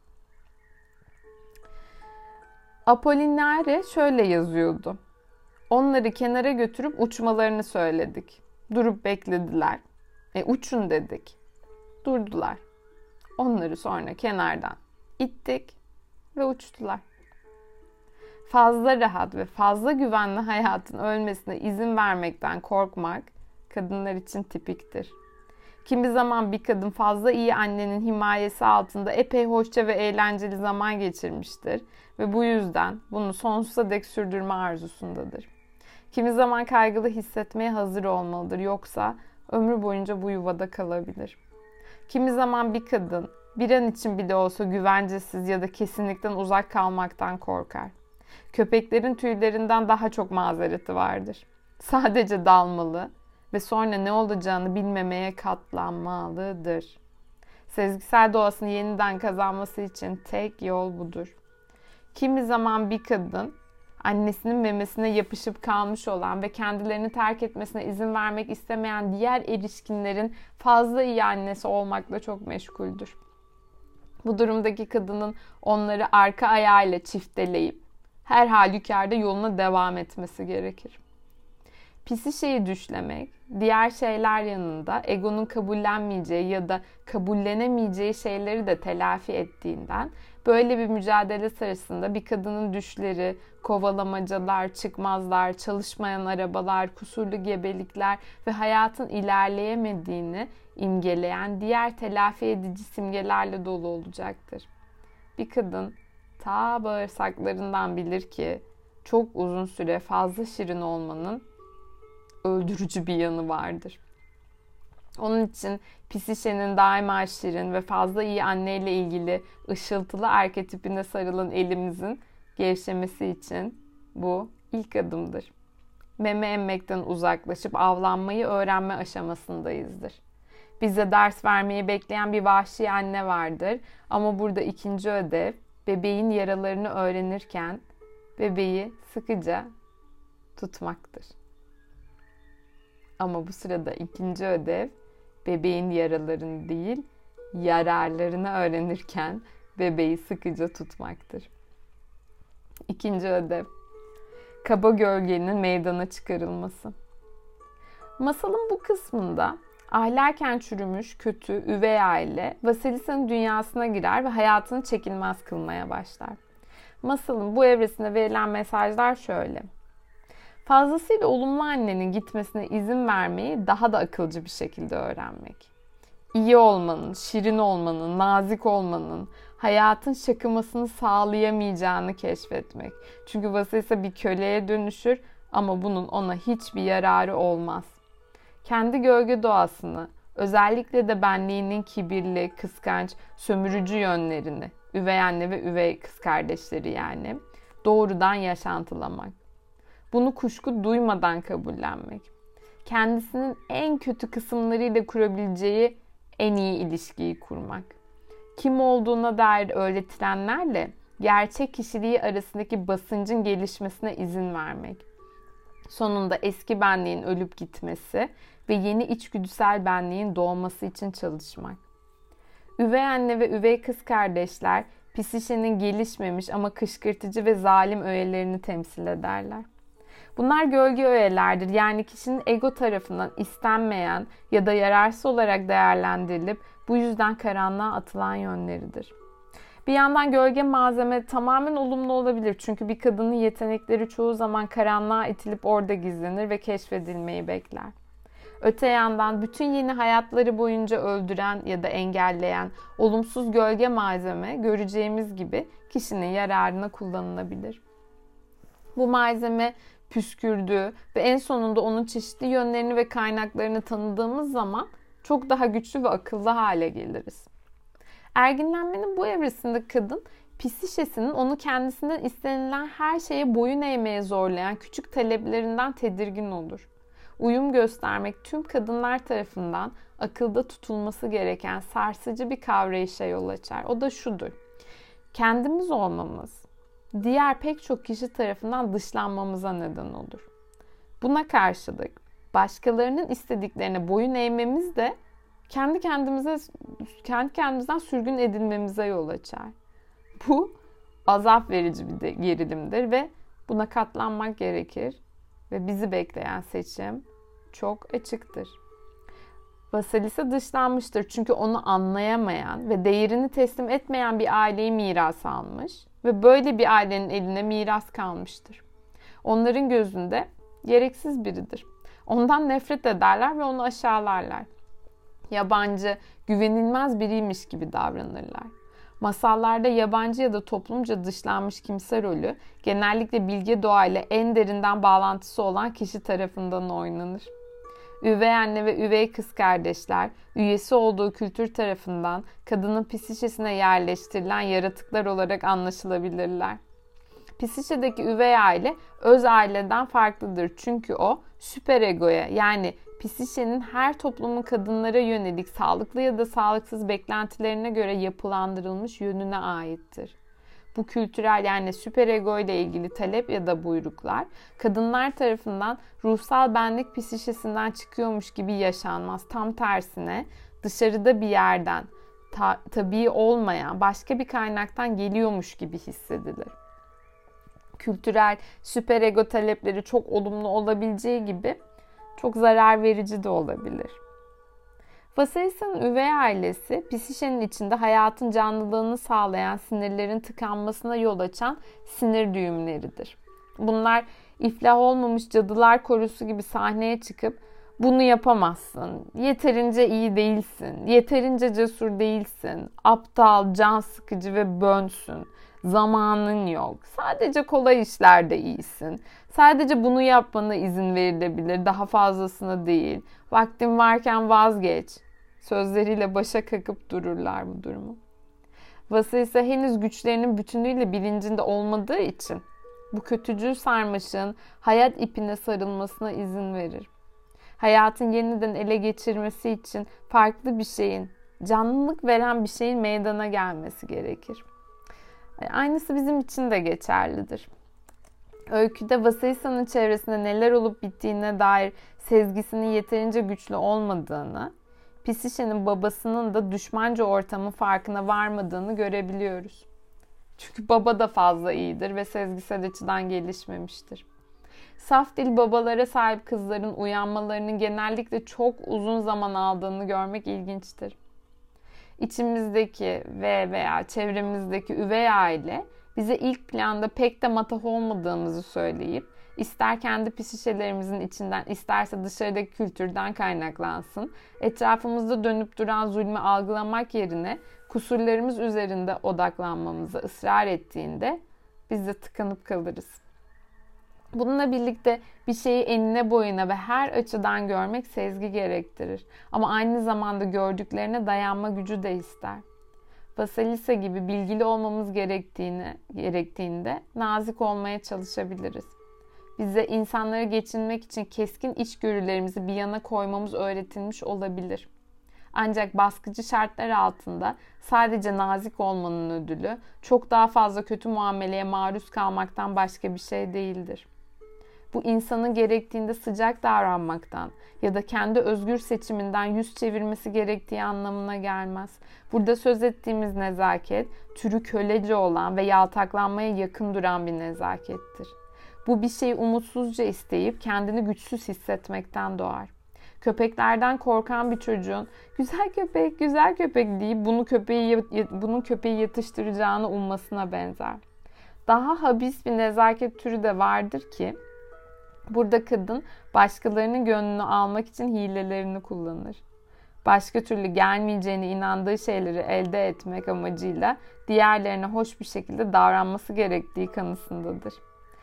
Apollinaire şöyle yazıyordu. Onları kenara götürüp uçmalarını söyledik. Durup beklediler. E uçun dedik. Durdular. Onları sonra kenardan ittik ve uçtular. Fazla rahat ve fazla güvenli hayatın ölmesine izin vermekten korkmak kadınlar için tipiktir. Kimi zaman bir kadın fazla iyi annenin himayesi altında epey hoşça ve eğlenceli zaman geçirmiştir ve bu yüzden bunu sonsuza dek sürdürme arzusundadır. Kimi zaman kaygılı hissetmeye hazır olmalıdır, yoksa ömrü boyunca bu yuvada kalabilir. Kimi zaman bir kadın bir an için bile olsa güvencesiz ya da kesinlikten uzak kalmaktan korkar. Köpeklerin tüylerinden daha çok mazereti vardır. Sadece dalmalı ve sonra ne olacağını bilmemeye katlanmalıdır. Sezgisel doğasını yeniden kazanması için tek yol budur. Kimi zaman bir kadın annesinin memesine yapışıp kalmış olan ve kendilerini terk etmesine izin vermek istemeyen diğer erişkinlerin fazla iyi annesi olmakla çok meşguldür. Bu durumdaki kadının onları arka ayağıyla çifteleyip her halükarda yoluna devam etmesi gerekir. Psişeyi düşlemek, diğer şeyler yanında egonun kabullenmeyeceği ya da kabullenemeyeceği şeyleri de telafi ettiğinden böyle bir mücadele sırasında bir kadının düşleri, kovalamacalar, çıkmazlar, çalışmayan arabalar, kusurlu gebelikler ve hayatın ilerleyemediğini imgeleyen diğer telafi edici simgelerle dolu olacaktır. Bir kadın ta bağırsaklarından bilir ki çok uzun süre fazla şirin olmanın öldürücü bir yanı vardır. Onun için Pisişe'nin daima şirin ve fazla iyi anneyle ilgili ışıltılı arketipine sarılan elimizin gevşemesi için bu ilk adımdır. Meme emmekten uzaklaşıp avlanmayı öğrenme aşamasındayızdır. Bize ders vermeyi bekleyen bir vahşi anne vardır ama burada ikinci ödev bebeğin yaralarını öğrenirken bebeği sıkıca tutmaktır. Ama bu sırada ikinci ödev bebeğin yaralarını değil, yararlarını öğrenirken bebeği sıkıca tutmaktır. İkinci ödev, kaba gölgenin meydana çıkarılması. Masalın bu kısmında ahlaken çürümüş kötü üvey aile Vasilisa'nın dünyasına girer ve hayatını çekilmez kılmaya başlar. Masalın bu evresinde verilen mesajlar şöyle. Fazlasıyla olumlu annenin gitmesine izin vermeyi daha da akılcı bir şekilde öğrenmek. İyi olmanın, şirin olmanın, nazik olmanın, hayatın şakımasını sağlayamayacağını keşfetmek. Çünkü Vasilisa bir köleye dönüşür ama bunun ona hiçbir yararı olmaz. Kendi gölge doğasını, özellikle de benliğinin kibirli, kıskanç, sömürücü yönlerini, üvey anne ve üvey kız kardeşleri yani, doğrudan yaşantılamak. Bunu kuşku duymadan kabullenmek. Kendisinin en kötü kısımlarıyla kurabileceği en iyi ilişkiyi kurmak. Kim olduğuna dair öğretilenlerle gerçek kişiliği arasındaki basıncın gelişmesine izin vermek. Sonunda eski benliğin ölüp gitmesi ve yeni içgüdüsel benliğin doğması için çalışmak. Üvey anne ve üvey kız kardeşler Pisişe'nin gelişmemiş ama kışkırtıcı ve zalim öğelerini temsil ederler. Bunlar gölge öğelerdir. Yani kişinin ego tarafından istenmeyen ya da yararsız olarak değerlendirilip bu yüzden karanlığa atılan yönleridir. Bir yandan gölge malzeme tamamen olumlu olabilir. Çünkü bir kadının yetenekleri çoğu zaman karanlığa itilip orada gizlenir ve keşfedilmeyi bekler. Öte yandan bütün yeni hayatları boyunca öldüren ya da engelleyen olumsuz gölge malzeme göreceğimiz gibi kişinin yararına kullanılabilir. Bu malzeme püskürdüğü ve en sonunda onun çeşitli yönlerini ve kaynaklarını tanıdığımız zaman çok daha güçlü ve akıllı hale geliriz. Erginlenmenin bu evresinde kadın Pisişesinin onu kendisinden istenilen her şeye boyun eğmeye zorlayan küçük taleplerinden tedirgin olur. Uyum göstermek tüm kadınlar tarafından akılda tutulması gereken sarsıcı bir kavrayışa yol açar. O da şudur. Kendimiz olmamız diğer pek çok kişi tarafından dışlanmamıza neden olur. Buna karşılık başkalarının istediklerine boyun eğmemiz de kendi kendimize kendi kendimizden sürgün edilmemize yol açar. Bu azap verici bir de gerilimdir ve buna katlanmak gerekir ve bizi bekleyen seçim çok açıktır. Vasilisa dışlanmıştır çünkü onu anlayamayan ve değerini teslim etmeyen bir aileyi miras almış ve böyle bir ailenin eline miras kalmıştır. Onların gözünde gereksiz biridir. Ondan nefret ederler ve onu aşağılarlar. Yabancı, güvenilmez biriymiş gibi davranırlar. Masallarda yabancı ya da toplumca dışlanmış kimse rolü genellikle bilge doğayla en derinden bağlantısı olan kişi tarafından oynanır. Üvey anne ve üvey kız kardeşler, üyesi olduğu kültür tarafından kadının psişesine yerleştirilen yaratıklar olarak anlaşılabilirler. Psişedeki üvey aile öz aileden farklıdır çünkü o süperegoya yani psişenin her toplumun kadınlara yönelik sağlıklı ya da sağlıksız beklentilerine göre yapılandırılmış yönüne aittir. Bu kültürel yani süperego ile ilgili talep ya da buyruklar kadınlar tarafından ruhsal benlik psişesinden çıkıyormuş gibi yaşanmaz. Tam tersine dışarıda bir yerden ta- tabii olmayan başka bir kaynaktan geliyormuş gibi hissedilir. Kültürel süperego talepleri çok olumlu olabileceği gibi çok zarar verici de olabilir. Vasilisa'nın üvey ailesi, psişenin içinde hayatın canlılığını sağlayan sinirlerin tıkanmasına yol açan sinir düğümleridir. Bunlar iflah olmamış cadılar korusu gibi sahneye çıkıp bunu yapamazsın, yeterince iyi değilsin, yeterince cesur değilsin, aptal, can sıkıcı ve bönsün, Zamanın yok. Sadece kolay işlerde iyisin. Sadece bunu yapmana izin verilebilir. Daha fazlasına değil. Vaktin varken vazgeç. Sözleriyle başa kakıp dururlar bu durumu. Vasa ise henüz güçlerinin bütünüyle bilincinde olmadığı için bu kötücül sarmaşığın hayat ipine sarılmasına izin verir. Hayatın yeniden ele geçirmesi için farklı bir şeyin, canlılık veren bir şeyin meydana gelmesi gerekir. Aynısı bizim için de geçerlidir. Öyküde Vasaisa'nın çevresinde neler olup bittiğine dair sezgisinin yeterince güçlü olmadığını, Pisişe'nin babasının da düşmanca ortamın farkına varmadığını görebiliyoruz. Çünkü baba da fazla iyidir ve sezgisel açıdan gelişmemiştir. Saf dil babalara sahip kızların uyanmalarının genellikle çok uzun zaman aldığını görmek ilginçtir. İçimizdeki ve veya çevremizdeki üvey aile bize ilk planda pek de matah olmadığımızı söyleyip ister kendi pişişelerimizin içinden isterse dışarıdaki kültürden kaynaklansın, etrafımızda dönüp duran zulmü algılamak yerine kusurlarımız üzerinde odaklanmamıza ısrar ettiğinde biz de tıkanıp kalırız. Bununla birlikte bir şeyi enine boyuna ve her açıdan görmek sezgi gerektirir. Ama aynı zamanda gördüklerine dayanma gücü de ister. Vasilisa gibi bilgili olmamız gerektiğini, gerektiğinde nazik olmaya çalışabiliriz. Bize insanları geçinmek için keskin içgörülerimizi bir yana koymamız öğretilmiş olabilir. Ancak baskıcı şartlar altında sadece nazik olmanın ödülü çok daha fazla kötü muameleye maruz kalmaktan başka bir şey değildir. Bu insanın gerektiğinde sıcak davranmaktan ya da kendi özgür seçiminden yüz çevirmesi gerektiği anlamına gelmez. Burada söz ettiğimiz nezaket, türü kölece olan ve yaltaklanmaya yakın duran bir nezakettir. Bu bir şeyi umutsuzca isteyip kendini güçsüz hissetmekten doğar. Köpeklerden korkan bir çocuğun güzel köpek, güzel köpek deyip bunu köpeği, bunun köpeği yatıştıracağını ummasına benzer. Daha habis bir nezaket türü de vardır ki burada kadın başkalarının gönlünü almak için hilelerini kullanır. Başka türlü gelmeyeceğine inandığı şeyleri elde etmek amacıyla diğerlerine hoş bir şekilde davranması gerektiği kanısındadır.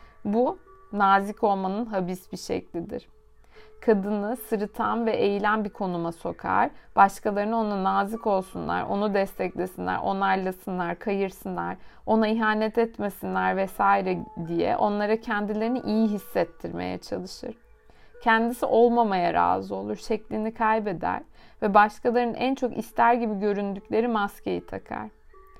Bu, nazik olmanın habis bir şeklidir. Kadını sırıtan ve eğilen bir konuma sokar, başkalarına ona nazik olsunlar, onu desteklesinler, onaylasınlar, kayırsınlar, ona ihanet etmesinler vesaire diye onlara kendilerini iyi hissettirmeye çalışır. Kendisi olmamaya razı olur, şeklini kaybeder ve başkalarının en çok ister gibi göründükleri maskeyi takar.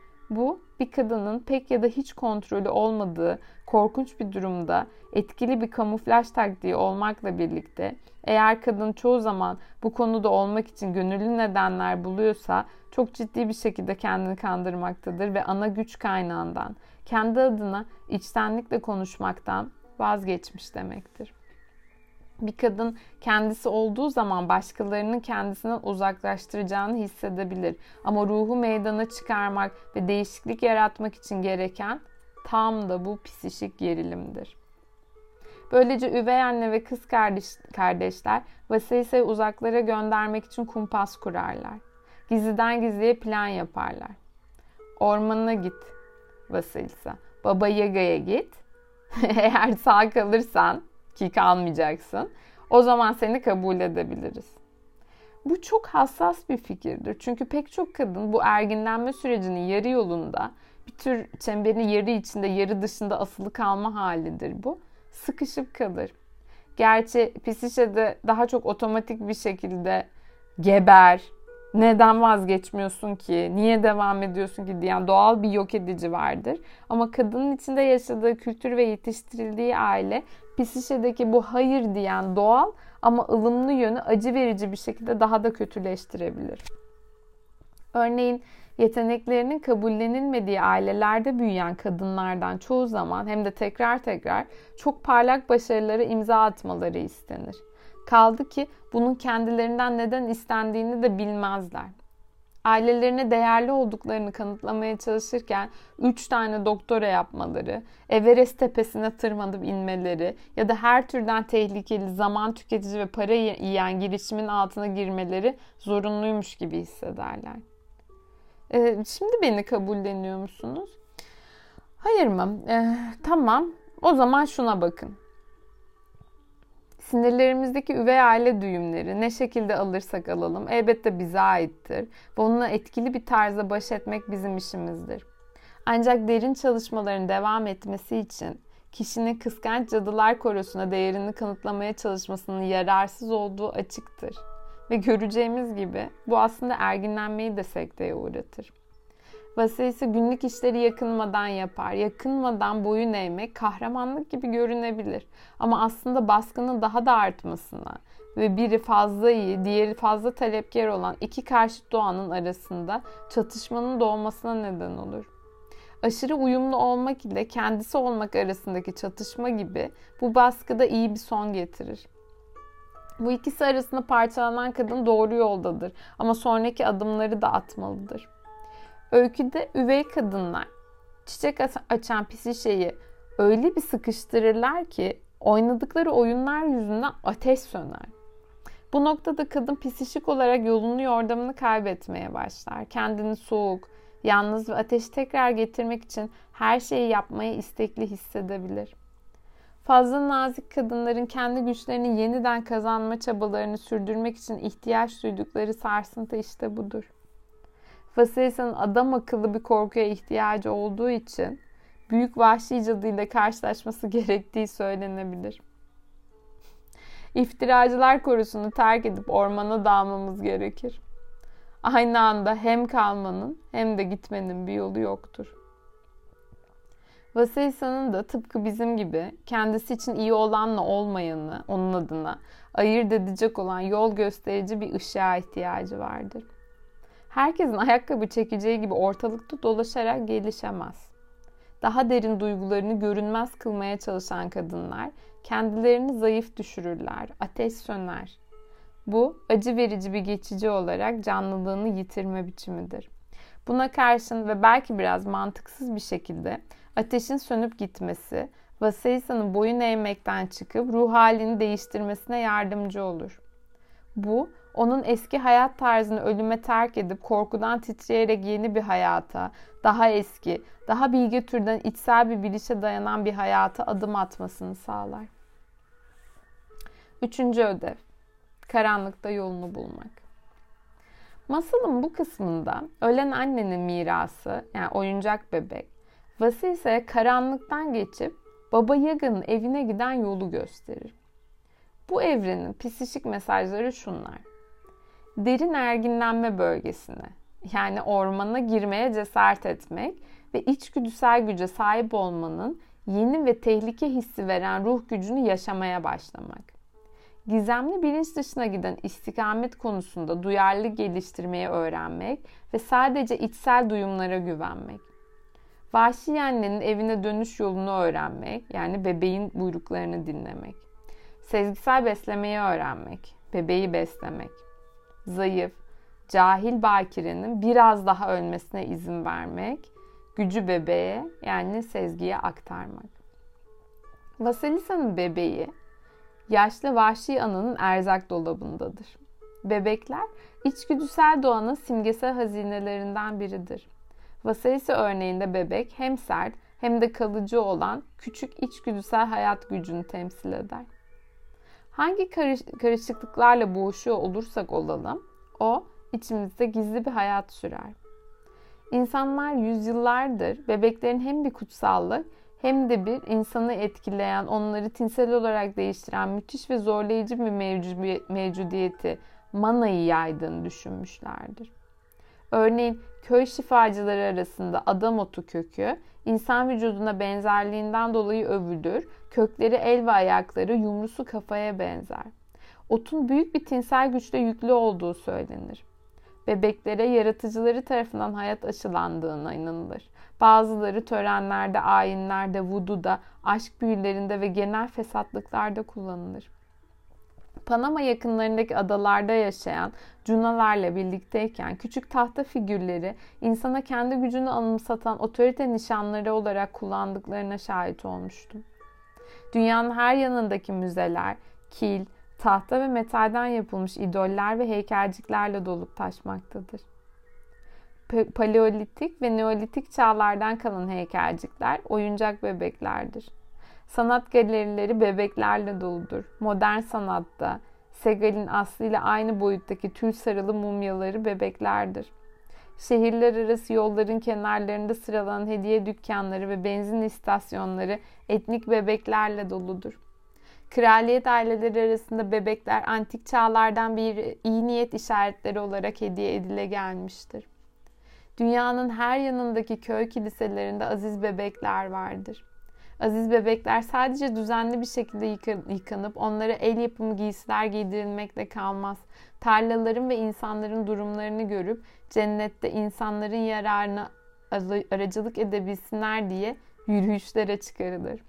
Bu, bir kadının pek ya da hiç kontrolü olmadığı korkunç bir durumda etkili bir kamuflaj taktiği olmakla birlikte eğer kadın çoğu zaman bu konuda olmak için gönüllü nedenler buluyorsa çok ciddi bir şekilde kendini kandırmaktadır ve ana güç kaynağından, kendi adına içtenlikle konuşmaktan vazgeçmiş demektir. Bir kadın kendisi olduğu zaman başkalarının kendisinden uzaklaştıracağını hissedebilir. Ama ruhu meydana çıkarmak ve değişiklik yaratmak için gereken tam da bu psişik gerilimdir. Böylece üvey anne ve kız kardeş, kardeşler Vasilisa'yı uzaklara göndermek için kumpas kurarlar. Gizliden gizliye plan yaparlar. Ormanına git Vasilisa. Baba Yaga'ya git. Eğer sağ kalırsan ki kalmayacaksın, o zaman seni kabul edebiliriz. Bu çok hassas bir fikirdir. Çünkü pek çok kadın bu erginlenme sürecinin yarı yolunda bir tür çemberin yarı içinde yarı dışında asılı kalma halidir bu. Sıkışıp kalır. Gerçi Pisişe'de daha çok otomatik bir şekilde geber, neden vazgeçmiyorsun ki, niye devam ediyorsun ki diyen doğal bir yok edici vardır. Ama kadının içinde yaşadığı kültür ve yetiştirildiği aile Pisişe'deki bu hayır diyen doğal ama ılımlı yönü acı verici bir şekilde daha da kötüleştirebilir. Örneğin yeteneklerinin kabullenilmediği ailelerde büyüyen kadınlardan çoğu zaman hem de tekrar tekrar çok parlak başarılara imza atmaları istenir. Kaldı ki bunun kendilerinden neden istendiğini de bilmezler. Ailelerine değerli olduklarını kanıtlamaya çalışırken üç tane doktora yapmaları, Everest tepesine tırmanıp inmeleri ya da her türden tehlikeli, zaman tüketici ve para yiyen girişimin altına girmeleri zorunluymuş gibi hissederler. Ee, şimdi beni kabulleniyor musunuz? Hayır mı? Ee, tamam. O zaman şuna bakın. Sinirlerimizdeki üvey aile düğümleri ne şekilde alırsak alalım elbette bize aittir ve onunla etkili bir tarzda baş etmek bizim işimizdir. Ancak derin çalışmaların devam etmesi için kişinin kıskanç cadılar korosuna değerini kanıtlamaya çalışmasının yararsız olduğu açıktır. Ve göreceğimiz gibi bu aslında erginlenmeyi de sekteye uğratır. Vasiyesi günlük işleri yakınmadan yapar. Yakınmadan boyun eğmek kahramanlık gibi görünebilir. Ama aslında baskının daha da artmasına ve biri fazla iyi, diğeri fazla talepkar olan iki karşıt doğanın arasında çatışmanın doğmasına neden olur. Aşırı uyumlu olmak ile kendisi olmak arasındaki çatışma gibi bu baskıda iyi bir son getirir. Bu ikisi arasında parçalanan kadın doğru yoldadır ama sonraki adımları da atmalıdır. Öyküde üvey kadınlar çiçek açan pisişeyi öyle bir sıkıştırırlar ki oynadıkları oyunlar yüzünden ateş söner. Bu noktada kadın pisişik olarak yolunu yordamını kaybetmeye başlar. Kendini soğuk, yalnız ve ateşi tekrar getirmek için her şeyi yapmaya istekli hissedebilir. Fazla nazik kadınların kendi güçlerini yeniden kazanma çabalarını sürdürmek için ihtiyaç duydukları sarsıntı işte budur. Vasilisa'nın adam akıllı bir korkuya ihtiyacı olduğu için büyük vahşi cadıyla karşılaşması gerektiği söylenebilir. İftiracılar korusunu terk edip ormana dalmamız gerekir. Aynı anda hem kalmanın hem de gitmenin bir yolu yoktur. Vasilisa'nın da tıpkı bizim gibi kendisi için iyi olanla olmayanı onun adına ayırt edecek olan yol gösterici bir ışığa ihtiyacı vardır. Herkesin ayakkabı çekeceği gibi ortalıkta dolaşarak gelişemez. Daha derin duygularını görünmez kılmaya çalışan kadınlar kendilerini zayıf düşürürler, ateş söner. Bu acı verici bir geçici olarak canlılığını yitirme biçimidir. Buna karşın ve belki biraz mantıksız bir şekilde ateşin sönüp gitmesi, Vasilisa'nın boyun eğmekten çıkıp ruh halini değiştirmesine yardımcı olur. Bu, onun eski hayat tarzını ölüme terk edip korkudan titreyerek yeni bir hayata, daha eski, daha bilge türden içsel bir bilişe dayanan bir hayata adım atmasını sağlar. Üçüncü ödev, karanlıkta yolunu bulmak. Masalın bu kısmında ölen annenin mirası, yani oyuncak bebek, Vasilisa'ya karanlıktan geçip Baba Yaga'nın evine giden yolu gösterir. Bu evrenin psişik mesajları şunlar. Derin erginlenme bölgesine, yani ormana girmeye cesaret etmek ve içgüdüsel güce sahip olmanın yeni ve tehlike hissi veren ruh gücünü yaşamaya başlamak. Gizemli bilinç dışına giden istikamet konusunda duyarlılık geliştirmeyi öğrenmek ve sadece içsel duyumlara güvenmek. Vahşi annenin evine dönüş yolunu öğrenmek, yani bebeğin buyruklarını dinlemek. Sezgisel beslemeyi öğrenmek, bebeği beslemek. Zayıf, cahil bakirenin biraz daha ölmesine izin vermek, gücü bebeğe, yani sezgiye aktarmak. Vasilisa'nın bebeği, yaşlı vahşi ananın erzak dolabındadır. Bebekler, içgüdüsel doğanın simgesel hazinelerinden biridir. Vasilisa örneğinde bebek hem sert hem de kalıcı olan küçük içgüdüsel hayat gücünü temsil eder. Hangi karış- karışıklıklarla boğuşuyor olursak olalım, o içimizde gizli bir hayat sürer. İnsanlar yüzyıllardır bebeklerin hem bir kutsallık hem de bir insanı etkileyen, onları tinsel olarak değiştiren müthiş ve zorlayıcı bir mevcudiyeti, mevcudiyeti manayı yaydığını düşünmüşlerdir. Örneğin köy şifacıları arasında adam otu kökü, insan vücuduna benzerliğinden dolayı övülür, kökleri el ve ayakları yumrusu kafaya benzer. Otun büyük bir tinsel güçle yüklü olduğu söylenir. Bebeklere yaratıcıları tarafından hayat aşılandığına inanılır. Bazıları törenlerde, ayinlerde, vududa, aşk büyülerinde ve genel fesatlıklarda kullanılır. Panama yakınlarındaki adalarda yaşayan cunalarla birlikteyken küçük tahta figürleri insana kendi gücünü anımsatan otorite nişanları olarak kullandıklarına şahit olmuştum. Dünyanın her yanındaki müzeler, kil, tahta ve metalden yapılmış idoller ve heykelciklerle dolup taşmaktadır. Paleolitik ve Neolitik çağlardan kalan heykelcikler oyuncak bebeklerdir. Sanat galerileri bebeklerle doludur. Modern sanatta Segal'in aslıyla aynı boyuttaki tül sarılı mumyaları bebeklerdir. Şehirler arası yolların kenarlarında sıralanan hediye dükkanları ve benzin istasyonları etnik bebeklerle doludur. Kraliyet aileleri arasında bebekler antik çağlardan bir iyi niyet işaretleri olarak hediye edile gelmiştir. Dünyanın her yanındaki köy kiliselerinde aziz bebekler vardır. Aziz bebekler sadece düzenli bir şekilde yıkanıp onlara el yapımı giysiler giydirilmekle kalmaz. Tarlaların ve insanların durumlarını görüp cennette insanların yararına aracılık edebilsinler diye yürüyüşlere çıkarılır.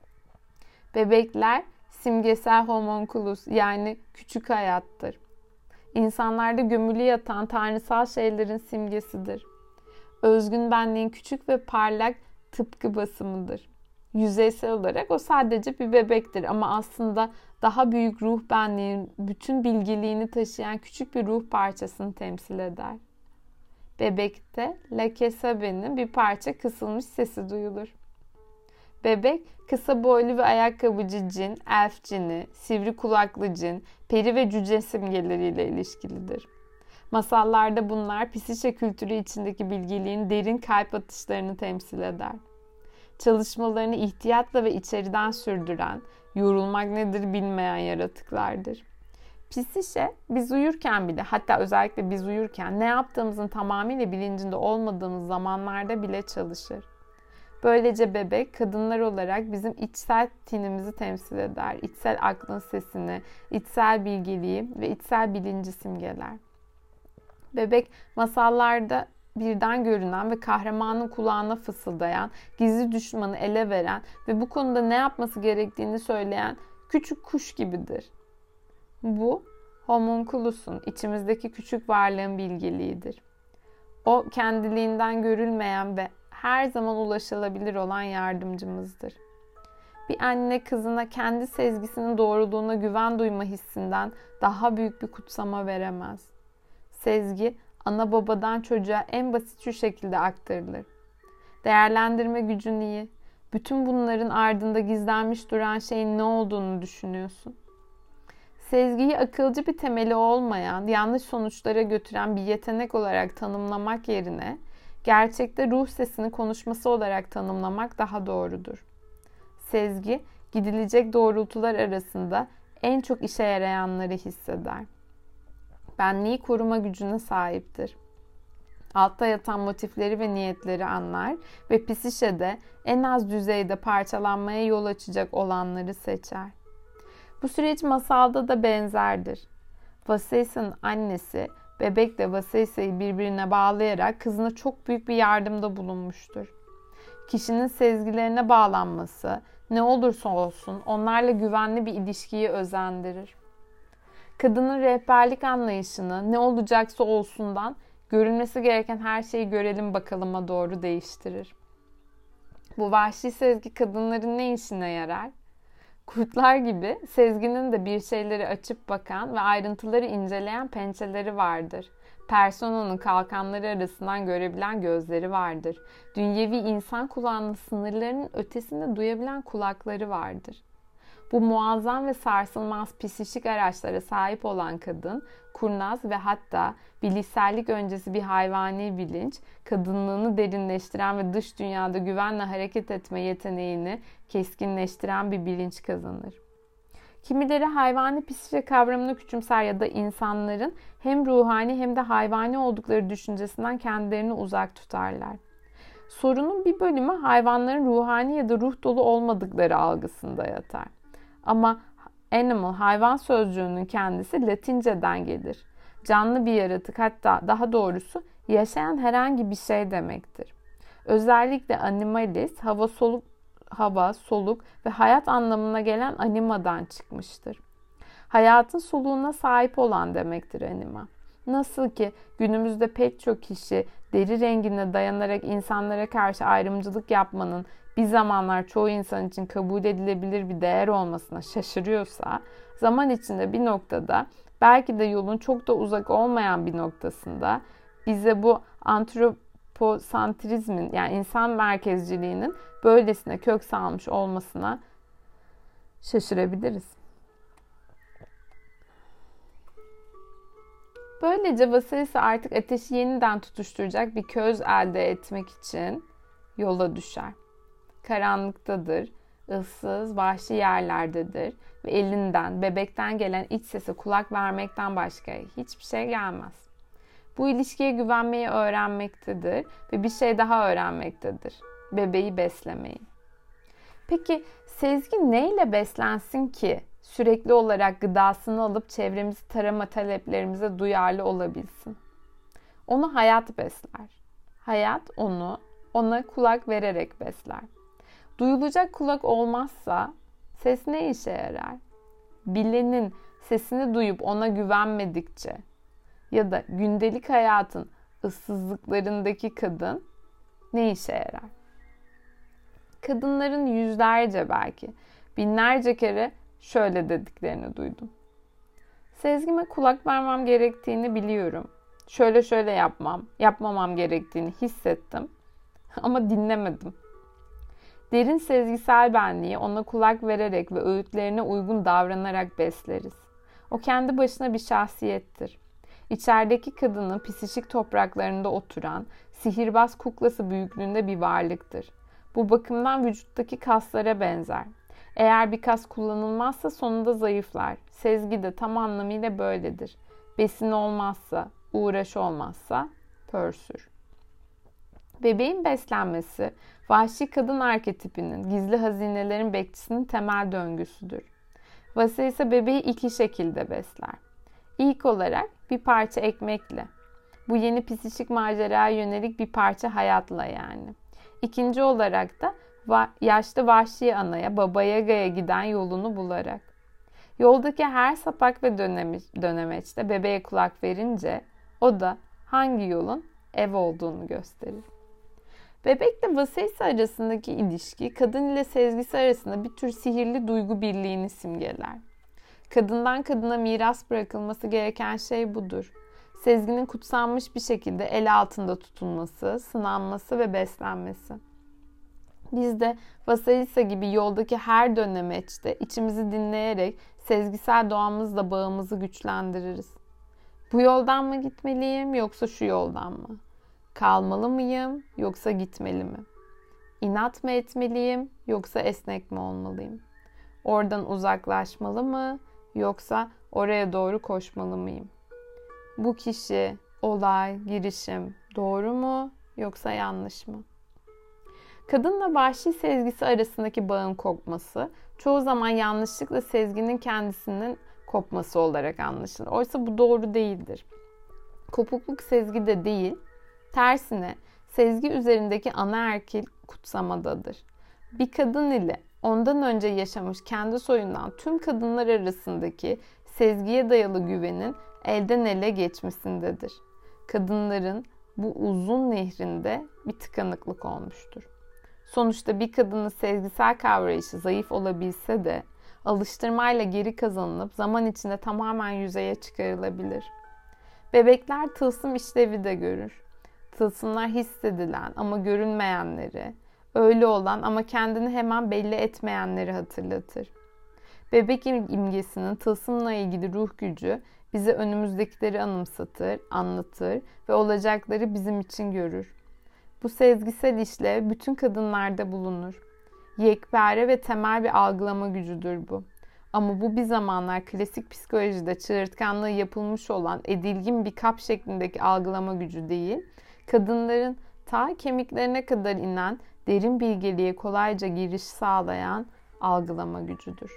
Bebekler simgesel homunculus yani küçük hayattır. İnsanlarda gömülü yatan tanrısal şeylerin simgesidir. Özgün benliğin küçük ve parlak tıpkı basımıdır. Yüzeysel olarak o sadece bir bebektir ama aslında daha büyük ruh benliğin bütün bilgiliğini taşıyan küçük bir ruh parçasını temsil eder. Bebekte La Kesabe'nin bir parça kısılmış sesi duyulur. Bebek, kısa boylu ve ayakkabıcı cin, elf cini, sivri kulaklı cin, peri ve cüce simgeleriyle ilişkilidir. Masallarda bunlar Pisişe kültürü içindeki bilgiliğin derin kalp atışlarını temsil eder. Çalışmalarını ihtiyatla ve içeriden sürdüren, yorulmak nedir bilmeyen yaratıklardır. Pisişe, biz uyurken bile, hatta özellikle biz uyurken ne yaptığımızın tamamıyla bilincinde olmadığımız zamanlarda bile çalışır. Böylece bebek, kadınlar olarak bizim içsel tinimizi temsil eder, içsel aklın sesini, içsel bilgeliği ve içsel bilinci simgeler. Bebek, masallarda birden görünen ve kahramanın kulağına fısıldayan, gizli düşmanı ele veren ve bu konuda ne yapması gerektiğini söyleyen küçük kuş gibidir. Bu, homunculus'un, içimizdeki küçük varlığın bilgeliğidir. O, kendiliğinden görülmeyen ve her zaman ulaşılabilir olan yardımcımızdır. Bir anne kızına kendi sezgisinin doğruluğuna güven duyma hissinden daha büyük bir kutsama veremez. Sezgi, ana babadan çocuğa en basit şu şekilde aktarılır. Değerlendirme gücün iyi. Bütün bunların ardında gizlenmiş duran şeyin ne olduğunu düşünüyorsun. Sezgiyi akılcı bir temeli olmayan, yanlış sonuçlara götüren bir yetenek olarak tanımlamak yerine, gerçekte ruh sesini konuşması olarak tanımlamak daha doğrudur. Sezgi, gidilecek doğrultular arasında en çok işe yarayanları hisseder. Benliği koruma gücüne sahiptir. Altta yatan motifleri ve niyetleri anlar ve Pisişe'de en az düzeyde parçalanmaya yol açacak olanları seçer. Bu süreç masalda da benzerdir. Vaseisa'nın annesi bebekle Vaseisa'yı birbirine bağlayarak kızına çok büyük bir yardımda bulunmuştur. Kişinin sezgilerine bağlanması, ne olursa olsun onlarla güvenli bir ilişkiyi özendirir. Kadının rehberlik anlayışını ne olacaksa olsundan görülmesi gereken her şeyi görelim bakalıma doğru değiştirir. Bu vahşi sezgi kadınların ne işine yarar? Kurtlar gibi sezginin de bir şeyleri açıp bakan ve ayrıntıları inceleyen pençeleri vardır. Persona'nın kalkanları arasından görebilen gözleri vardır. Dünyevi insan kulağının sınırlarının ötesinde duyabilen kulakları vardır. Bu muazzam ve sarsılmaz psikik araçlara sahip olan kadın, kurnaz ve hatta bilişsellik öncesi bir hayvani bilinç, kadınlığını derinleştiren ve dış dünyada güvenle hareket etme yeteneğini keskinleştiren bir bilinç kazanır. Kimileri hayvani psişe kavramını küçümser ya da insanların hem ruhani hem de hayvani oldukları düşüncesinden kendilerini uzak tutarlar. Sorunun bir bölümü hayvanların ruhani ya da ruh dolu olmadıkları algısında yatar. Ama animal, hayvan sözcüğünün kendisi Latinceden gelir. Canlı bir yaratık, hatta daha doğrusu yaşayan herhangi bir şey demektir. Özellikle animalis, hava, soluk, hava, soluk ve hayat anlamına gelen animadan çıkmıştır. Hayatın soluğuna sahip olan demektir anima. Nasıl ki günümüzde pek çok kişi deri rengine dayanarak insanlara karşı ayrımcılık yapmanın bir zamanlar çoğu insan için kabul edilebilir bir değer olmasına şaşırıyorsa, zaman içinde bir noktada, belki de yolun çok da uzak olmayan bir noktasında bize bu antroposantrizmin yani insan merkezciliğinin böylesine kök salmış olmasına şaşırabiliriz. Böylece Vasilisa artık ateşi yeniden tutuşturacak bir köz elde etmek için yola düşer. Karanlıktadır, ıssız, vahşi yerlerdedir ve elinden, bebekten gelen iç sese kulak vermekten başka hiçbir şey gelmez. Bu ilişkiye güvenmeyi öğrenmektedir ve bir şey daha öğrenmektedir. Bebeği beslemeyi. Peki Sezgi neyle beslensin ki sürekli olarak gıdasını alıp çevremizi tarama taleplerimize duyarlı olabilsin? Onu hayat besler. Hayat onu, ona kulak vererek besler. Duyulacak kulak olmazsa ses ne işe yarar? Bilenin sesini duyup ona güvenmedikçe ya da gündelik hayatın ıssızlıklarındaki kadın ne işe yarar? Kadınların yüzlerce belki binlerce kere şöyle dediklerini duydum. Sezgime kulak vermem gerektiğini biliyorum. Şöyle şöyle yapmam, yapmamam gerektiğini hissettim ama dinlemedim. Derin sezgisel benliği ona kulak vererek ve öğütlerine uygun davranarak besleriz. O kendi başına bir şahsiyettir. İçerideki kadının psişik topraklarında oturan, sihirbaz kuklası büyüklüğünde bir varlıktır. Bu bakımdan vücuttaki kaslara benzer. Eğer bir kas kullanılmazsa sonunda zayıflar. Sezgi de tam anlamıyla böyledir. Besin olmazsa, uğraş olmazsa pörsür. Bebeğin beslenmesi, vahşi kadın arketipinin, gizli hazinelerin bekçisinin temel döngüsüdür. Vasilisa bebeği iki şekilde besler. İlk olarak bir parça ekmekle. Bu yeni psişik maceraya yönelik bir parça hayatla yani. İkinci olarak da yaşlı vahşi anaya, Baba Yaga'ya giden yolunu bularak. Yoldaki her sapak ve dönemeçte bebeğe kulak verince o da hangi yolun ev olduğunu gösterir. Bebekle Vasilisa arasındaki ilişki, kadın ile sezgisi arasında bir tür sihirli duygu birliğini simgeler. Kadından kadına miras bırakılması gereken şey budur. Sezginin kutsanmış bir şekilde el altında tutulması, sınanması ve beslenmesi. Biz de Vasilisa gibi yoldaki her dönemeçte içimizi dinleyerek sezgisel doğamızla bağımızı güçlendiririz. Bu yoldan mı gitmeliyim yoksa şu yoldan mı? Kalmalı mıyım yoksa gitmeli mi? İnat mı etmeliyim yoksa esnek mi olmalıyım? Oradan uzaklaşmalı mı yoksa oraya doğru koşmalı mıyım? Bu kişi, olay, girişim doğru mu yoksa yanlış mı? Kadınla vahşi sezgisi arasındaki bağın kopması çoğu zaman yanlışlıkla sezginin kendisinin kopması olarak anlaşılır. Oysa bu doğru değildir. Kopukluk sezgi de değil, tersine sezgi üzerindeki anaerkil kutsamadadır. Bir kadın ile ondan önce yaşamış kendi soyundan tüm kadınlar arasındaki sezgiye dayalı güvenin elden ele geçmesindedir. Kadınların bu uzun nehrinde bir tıkanıklık olmuştur. Sonuçta bir kadının sezgisel kavrayışı zayıf olabilse de alıştırmayla geri kazanılıp zaman içinde tamamen yüzeye çıkarılabilir. Bebekler tılsım işlevi de görür. Tılsımlar hissedilen ama görünmeyenleri, öyle olan ama kendini hemen belli etmeyenleri hatırlatır. Bebek imgesinin tılsımla ilgili ruh gücü bize önümüzdekileri anımsatır, anlatır ve olacakları bizim için görür. Bu sezgisel işlev bütün kadınlarda bulunur. Yekpare ve temel bir algılama gücüdür bu. Ama bu bir zamanlar klasik psikolojide çığırtkanlığı yapılmış olan edilgin bir kap şeklindeki algılama gücü değil, kadınların ta kemiklerine kadar inen derin bilgeliğe kolayca giriş sağlayan algılama gücüdür.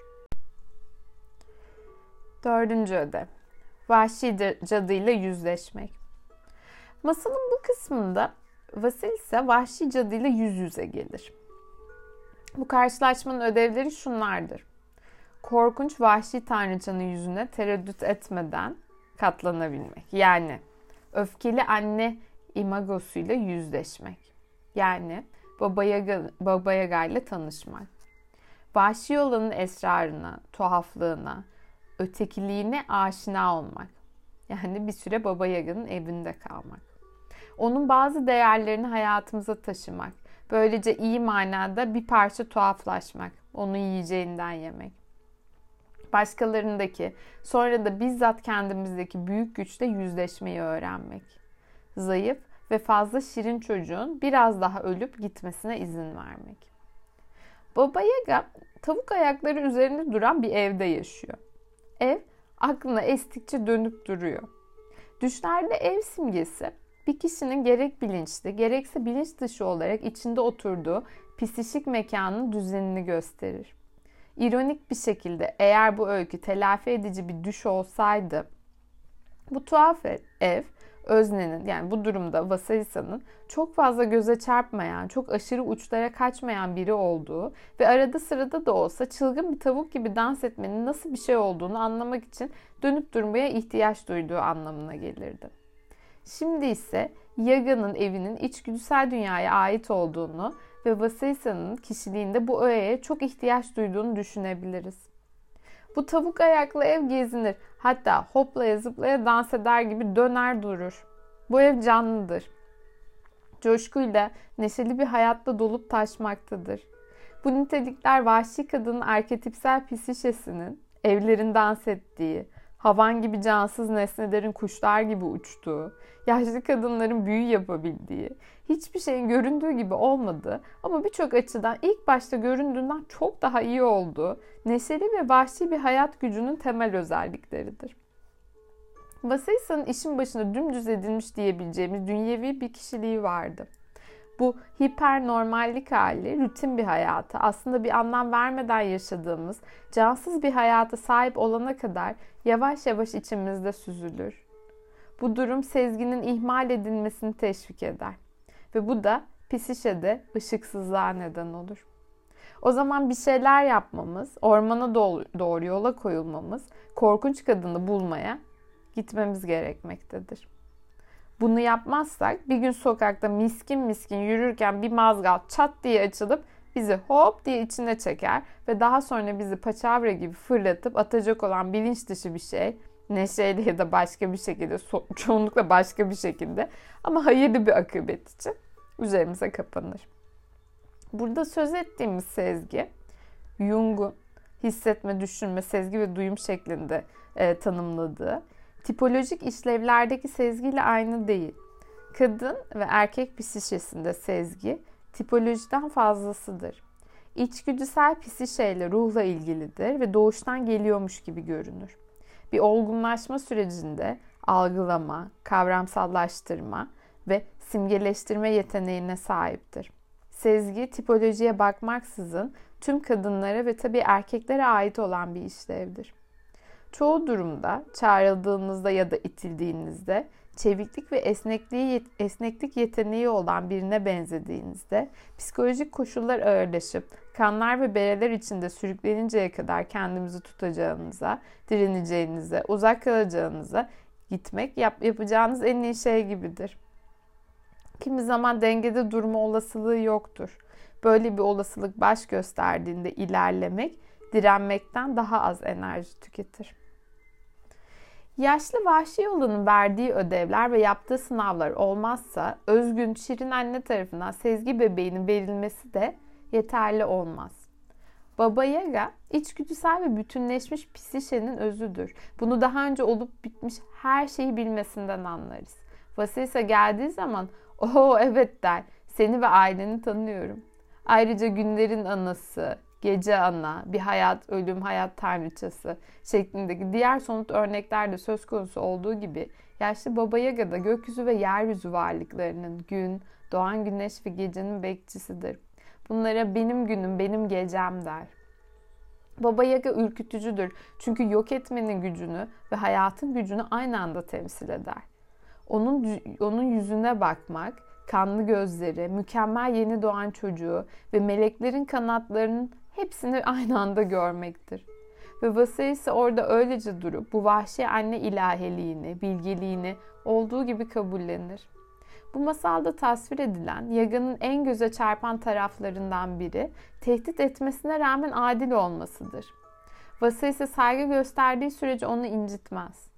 Dördüncü ödev. Vahşi cadıyla yüzleşmek. Masalın bu kısmında Vasilisa vahşi cadıyla yüz yüze gelir. Bu karşılaşmanın ödevleri şunlardır. Korkunç vahşi tanrıçanın yüzüne tereddüt etmeden katlanabilmek. Yani öfkeli anne imagosuyla yüzleşmek. Yani Baba Yaga, Baba Yaga ile tanışmak. Vahşi olanın esrarına, tuhaflığına, ötekiliğine aşina olmak. Yani bir süre Baba Yaga'nın evinde kalmak. Onun bazı değerlerini hayatımıza taşımak. Böylece iyi manada bir parça tuhaflaşmak. Onun yiyeceğinden yemek. Başkalarındaki, sonra da bizzat kendimizdeki büyük güçle yüzleşmeyi öğrenmek. Zayıf ve fazla şirin çocuğun biraz daha ölüp gitmesine izin vermek. Baba Yaga tavuk ayakları üzerinde duran bir evde yaşıyor. Ev aklına estikçe dönüp duruyor. Düşlerde ev simgesi bir kişinin gerek bilinçli gerekse bilinç dışı olarak içinde oturduğu psişik mekanın düzenini gösterir. İronik bir şekilde eğer bu öykü telafi edici bir düş olsaydı, bu tuhaf ev, öznenin yani bu durumda Vasarisa'nın çok fazla göze çarpmayan, çok aşırı uçlara kaçmayan biri olduğu ve arada sırada da olsa çılgın bir tavuk gibi dans etmenin nasıl bir şey olduğunu anlamak için dönüp durmaya ihtiyaç duyduğu anlamına gelirdi. Şimdi ise Yaga'nın evinin içgüdüsel dünyaya ait olduğunu ve Vasarisa'nın kişiliğinde bu öğeye çok ihtiyaç duyduğunu düşünebiliriz. Bu tavuk ayaklı ev gezinir. Hatta hoplaya zıplaya dans eder gibi döner durur. Bu ev canlıdır. Coşkuyla, neşeli bir hayatla dolup taşmaktadır. Bu nitelikler vahşi kadının arketipsel psişesinin evlerin dans ettiği, havan gibi cansız nesnelerin kuşlar gibi uçtuğu, yaşlı kadınların büyü yapabildiği, hiçbir şeyin göründüğü gibi olmadığı ama birçok açıdan ilk başta göründüğünden çok daha iyi olduğu, neşeli ve vahşi bir hayat gücünün temel özellikleridir. Vasarisa'nın işin başına dümdüz edilmiş diyebileceğimiz dünyevi bir kişiliği vardı. Bu hipernormallik hali, rutin bir hayatı, aslında bir anlam vermeden yaşadığımız, cansız bir hayata sahip olana kadar yavaş yavaş içimizde süzülür. Bu durum sezginin ihmal edilmesini teşvik eder. Ve bu da psişede ışıksızlığa neden olur. O zaman bir şeyler yapmamız, ormana doğru yola koyulmamız, korkunç kadını bulmaya gitmemiz gerekmektedir. Bunu yapmazsak bir gün sokakta miskin miskin yürürken bir mazgal çat diye açılıp bizi hop diye içine çeker ve daha sonra bizi paçavra gibi fırlatıp atacak olan bilinç dışı bir şey, neşeyle ya da başka bir şekilde, çoğunlukla başka bir şekilde ama hayırlı bir akıbet için üzerimize kapanır. Burada söz ettiğimiz sezgi, Jung'un hissetme, düşünme, sezgi ve duyum şeklinde e, tanımladığı tipolojik işlevlerdeki sezgiyle aynı değil. Kadın ve erkek psişesinde sezgi tipolojiden fazlasıdır. İçgüdüsel psişeyle ruhla ilgilidir ve doğuştan geliyormuş gibi görünür. Bir olgunlaşma sürecinde algılama, kavramsallaştırma ve simgeleştirme yeteneğine sahiptir. Sezgi, tipolojiye bakmaksızın tüm kadınlara ve tabii erkeklere ait olan bir işlevdir. Çoğu durumda çağrıldığınızda ya da itildiğinizde, çeviklik ve esnekliği, esneklik yeteneği olan birine benzediğinizde, psikolojik koşullar ağırlaşıp kanlar ve bereler içinde sürükleninceye kadar kendimizi tutacağınıza, direneceğinize, uzak kalacağınıza gitmek yap, yapacağınız en iyi şey gibidir. Kimi zaman dengede durma olasılığı yoktur. Böyle bir olasılık baş gösterdiğinde ilerlemek, direnmekten daha az enerji tüketir. Yaşlı vahşi olanın verdiği ödevler ve yaptığı sınavlar olmazsa özgün, şirin anne tarafından sezgi bebeğinin verilmesi de yeterli olmaz. Baba Yaga, içgüdüsel ve bütünleşmiş psişenin özüdür. Bunu daha önce olup bitmiş her şeyi bilmesinden anlarız. Vasarisa geldiği zaman, "Oho evet" der, "seni ve aileni tanıyorum." Ayrıca günlerin anası, gece ana, bir hayat, ölüm, hayat tanrıçası şeklindeki diğer somut örneklerde söz konusu olduğu gibi yaşlı Baba Yaga da gökyüzü ve yeryüzü varlıklarının gün, doğan güneş ve gecenin bekçisidir. Bunlara benim günüm, benim gecem der. Baba Yaga ürkütücüdür çünkü yok etmenin gücünü ve hayatın gücünü aynı anda temsil eder. Onun, onun yüzüne bakmak, kanlı gözleri, mükemmel yeni doğan çocuğu ve meleklerin kanatlarının hepsini aynı anda görmektir. Ve Vasarisa orada öylece durup bu vahşi anne ilahiliğini, bilgeliğini olduğu gibi kabullenir. Bu masalda tasvir edilen Yaga'nın en göze çarpan taraflarından biri tehdit etmesine rağmen adil olmasıdır. Vasarisa saygı gösterdiği sürece onu incitmez.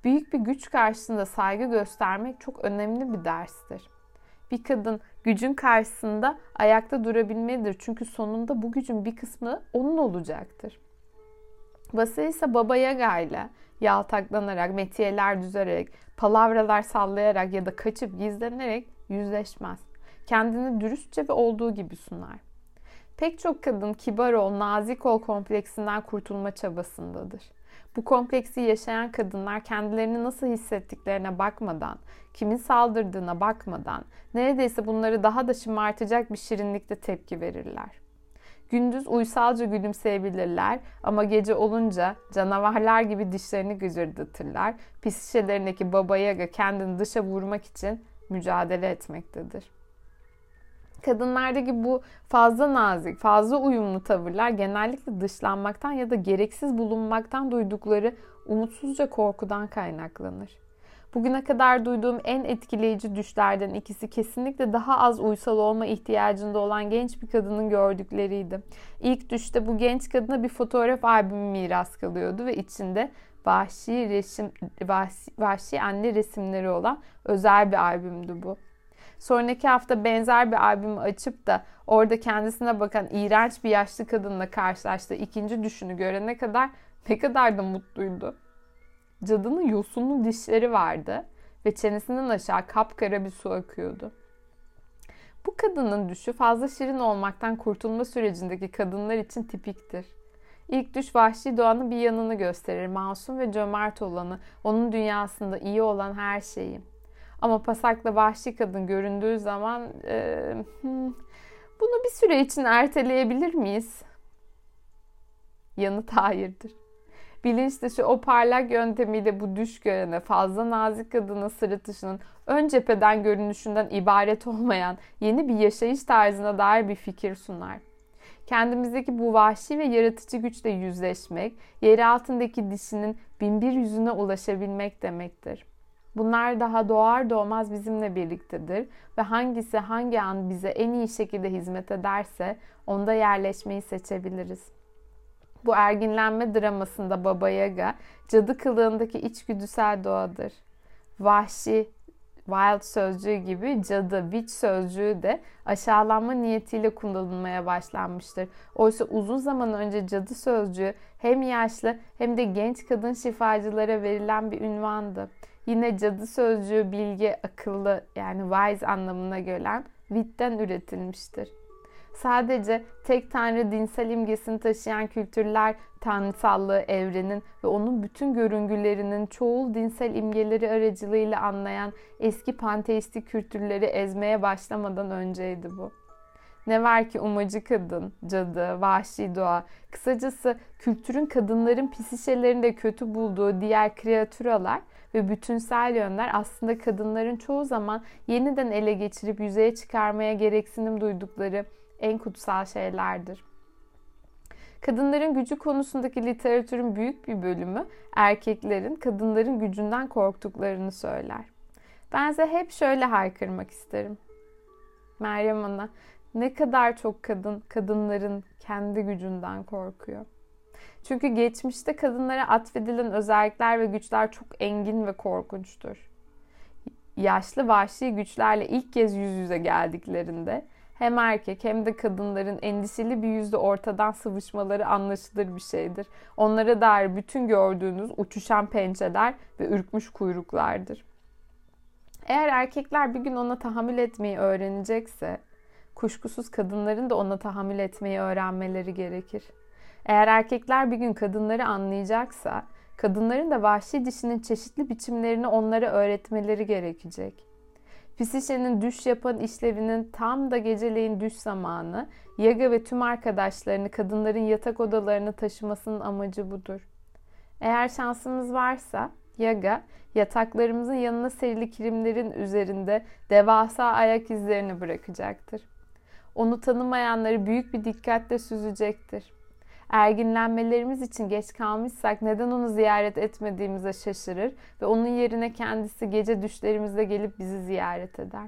Büyük bir güç karşısında saygı göstermek çok önemli bir derstir. Bir kadın gücün karşısında ayakta durabilmelidir. Çünkü sonunda bu gücün bir kısmı onun olacaktır. Vasilisa Baba Yaga ile yaltaklanarak, metiyeler düzerek, palavralar sallayarak ya da kaçıp gizlenerek yüzleşmez. Kendini dürüstçe ve olduğu gibi sunar. Pek çok kadın kibar ol, nazik ol kompleksinden kurtulma çabasındadır. Bu kompleksi yaşayan kadınlar kendilerini nasıl hissettiklerine bakmadan, kimin saldırdığına bakmadan, neredeyse bunları daha da şımartacak bir şirinlikte tepki verirler. Gündüz uysalca gülümseyebilirler ama gece olunca canavarlar gibi dişlerini gıcırdatırlar. Pis şişelerindeki Baba Yaga kendini dışa vurmak için mücadele etmektedir. Kadınlardaki bu fazla nazik, fazla uyumlu tavırlar genellikle dışlanmaktan ya da gereksiz bulunmaktan duydukları umutsuzca korkudan kaynaklanır. Bugüne kadar duyduğum en etkileyici düşlerden ikisi kesinlikle daha az uysal olma ihtiyacında olan genç bir kadının gördükleriydi. İlk düşte bu genç kadına bir fotoğraf albümü miras kalıyordu ve içinde vahşi, resim, vahşi, vahşi anne resimleri olan özel bir albümdü bu. Sonraki hafta benzer bir albümü açıp da orada kendisine bakan iğrenç bir yaşlı kadınla karşılaştığı ikinci düşünü görene kadar ne kadar da mutluydu. Cadının yosunlu dişleri vardı ve çenesinden aşağı kapkara bir su akıyordu. Bu kadının düşü fazla şirin olmaktan kurtulma sürecindeki kadınlar için tipiktir. İlk düş vahşi doğanın bir yanını gösterir, masum ve cömert olanı, onun dünyasında iyi olan her şeyi. Ama pasakla vahşi kadın göründüğü zaman e, hmm, bunu bir süre için erteleyebilir miyiz? Yanıt hayırdır. Bilinç dışı o parlak yöntemiyle bu düş görene fazla nazik kadının sırıtışının ön cepheden görünüşünden ibaret olmayan yeni bir yaşayış tarzına dair bir fikir sunar. Kendimizdeki bu vahşi ve yaratıcı güçle yüzleşmek, yeri altındaki dişinin binbir yüzüne ulaşabilmek demektir. Bunlar daha doğar doğmaz bizimle birliktedir ve hangisi hangi an bize en iyi şekilde hizmet ederse onda yerleşmeyi seçebiliriz. Bu erginlenme dramasında Baba Yaga, cadı kılığındaki içgüdüsel doğadır. Vahşi, wild sözcüğü gibi cadı, witch sözcüğü de aşağılanma niyetiyle kullanılmaya başlanmıştır. Oysa uzun zaman önce cadı sözcüğü hem yaşlı hem de genç kadın şifacılara verilen bir ünvandı. Yine cadı sözcüğü bilge, akıllı yani wise anlamına gelen wit'ten üretilmiştir. Sadece tek tanrı dinsel imgesini taşıyan kültürler tanrısallığı evrenin ve onun bütün görüngülerinin çoğul dinsel imgeleri aracılığıyla anlayan eski panteistik kültürleri ezmeye başlamadan önceydi bu. Ne var ki umacı kadın, cadı, vahşi doğa, kısacası kültürün kadınların pisişelerinde kötü bulduğu diğer kreatüralar ve bütünsel yönler aslında kadınların çoğu zaman yeniden ele geçirip yüzeye çıkarmaya gereksinim duydukları en kutsal şeylerdir. Kadınların gücü konusundaki literatürün büyük bir bölümü erkeklerin kadınların gücünden korktuklarını söyler. Bense hep şöyle haykırmak isterim. Meryem Ana, ne kadar çok kadın kadınların kendi gücünden korkuyor. Çünkü geçmişte kadınlara atfedilen özellikler ve güçler çok engin ve korkunçtur. Yaşlı vahşi güçlerle ilk kez yüz yüze geldiklerinde hem erkek hem de kadınların endişeli bir yüzle ortadan sıvışmaları anlaşılır bir şeydir. Onlara dair bütün gördüğünüz uçuşan pençeler ve ürkmüş kuyruklardır. Eğer erkekler bir gün ona tahammül etmeyi öğrenecekse, kuşkusuz kadınların da ona tahammül etmeyi öğrenmeleri gerekir. Eğer erkekler bir gün kadınları anlayacaksa, kadınların da vahşi dişinin çeşitli biçimlerini onlara öğretmeleri gerekecek. Pisişe'nin düş yapan işlevinin tam da geceleyin düş zamanı, Yaga ve tüm arkadaşlarını kadınların yatak odalarına taşımasının amacı budur. Eğer şansımız varsa, Yaga, yataklarımızın yanına serili kilimlerin üzerinde devasa ayak izlerini bırakacaktır. Onu tanımayanları büyük bir dikkatle süzecektir. Erginlenmelerimiz için geç kalmışsak neden onu ziyaret etmediğimize şaşırır ve onun yerine kendisi gece düşlerimizde gelip bizi ziyaret eder.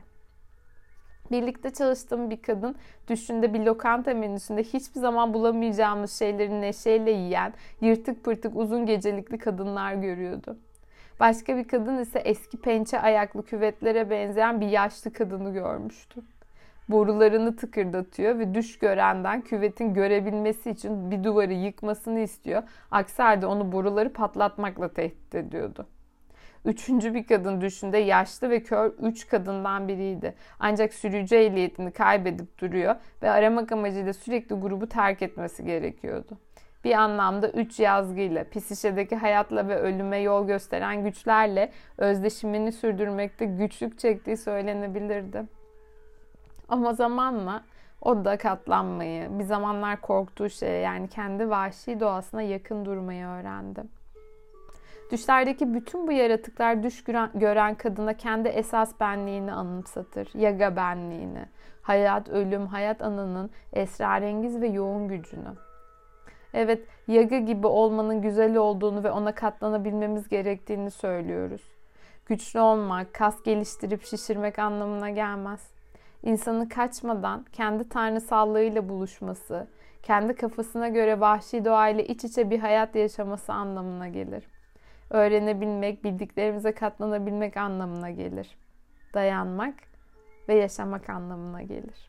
Birlikte çalıştığım bir kadın düşünde bir lokanta menüsünde hiçbir zaman bulamayacağımız şeyleri neşeyle yiyen, yırtık pırtık uzun gecelikli kadınlar görüyordu. Başka bir kadın ise eski pençe ayaklı küvetlere benzeyen bir yaşlı kadını görmüştü. Borularını tıkırdatıyor ve düş görenden küvetin görebilmesi için bir duvarı yıkmasını istiyor. Aksi halde onu boruları patlatmakla tehdit ediyordu. Üçüncü bir kadın düşünde yaşlı ve kör üç kadından biriydi. Ancak sürücü ehliyetini kaybedip duruyor ve aramak amacıyla sürekli grubu terk etmesi gerekiyordu. Bir anlamda üç yazgıyla, Pisişe'deki hayatla ve ölüme yol gösteren güçlerle özdeşimini sürdürmekte güçlük çektiği söylenebilirdi. Ama zamanla o da katlanmayı, bir zamanlar korktuğu şeye yani kendi vahşi doğasına yakın durmayı öğrendi. Düşlerdeki bütün bu yaratıklar düş gören kadına kendi esas benliğini anımsatır. Yaga benliğini. Hayat, ölüm, hayat anının esrarengiz ve yoğun gücünü. Evet, Yaga gibi olmanın güzel olduğunu ve ona katlanabilmemiz gerektiğini söylüyoruz. Güçlü olmak, kas geliştirip şişirmek anlamına gelmez. İnsanın kaçmadan kendi tanrısallığıyla buluşması, kendi kafasına göre vahşi doğayla iç içe bir hayat yaşaması anlamına gelir. Öğrenebilmek, bildiklerimize katlanabilmek anlamına gelir. Dayanmak ve yaşamak anlamına gelir.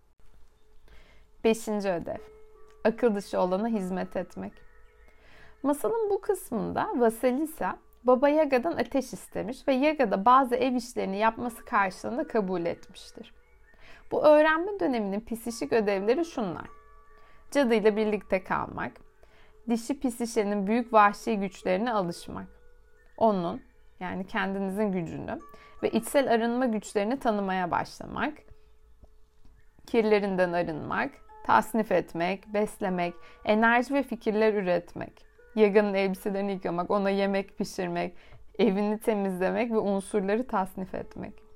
Beşinci ödev. Akıl dışı olana hizmet etmek. Masalın bu kısmında Vasilisa, Baba Yaga'dan ateş istemiş ve Yaga da bazı ev işlerini yapması karşılığında kabul etmiştir. Bu öğrenme döneminin psişik ödevleri şunlar. Cadıyla birlikte kalmak, dişi pisişenin büyük vahşi güçlerine alışmak, onun yani kendinizin gücünü ve içsel arınma güçlerini tanımaya başlamak, kirlerinden arınmak, tasnif etmek, beslemek, enerji ve fikirler üretmek, Yaga'nın elbiselerini yıkamak, ona yemek pişirmek, evini temizlemek ve unsurları tasnif etmek.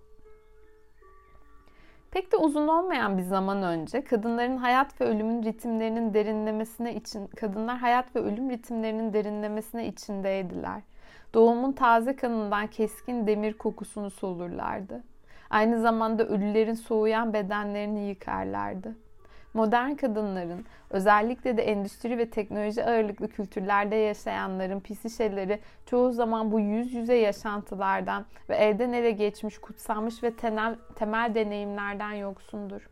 Pek de uzun olmayan bir zaman önce kadınların hayat ve ölümün ritimlerinin derinlemesine için kadınlar hayat ve ölüm ritimlerinin derinlemesine içindeydiler. Doğumun taze kanından keskin demir kokusunu solurlardı. Aynı zamanda ölülerin soğuyan bedenlerini yıkarlardı. Modern kadınların, özellikle de endüstri ve teknoloji ağırlıklı kültürlerde yaşayanların pisişeleri çoğu zaman bu yüz yüze yaşantılardan ve elden ele geçmiş, kutsanmış ve temel, temel deneyimlerden yoksundur.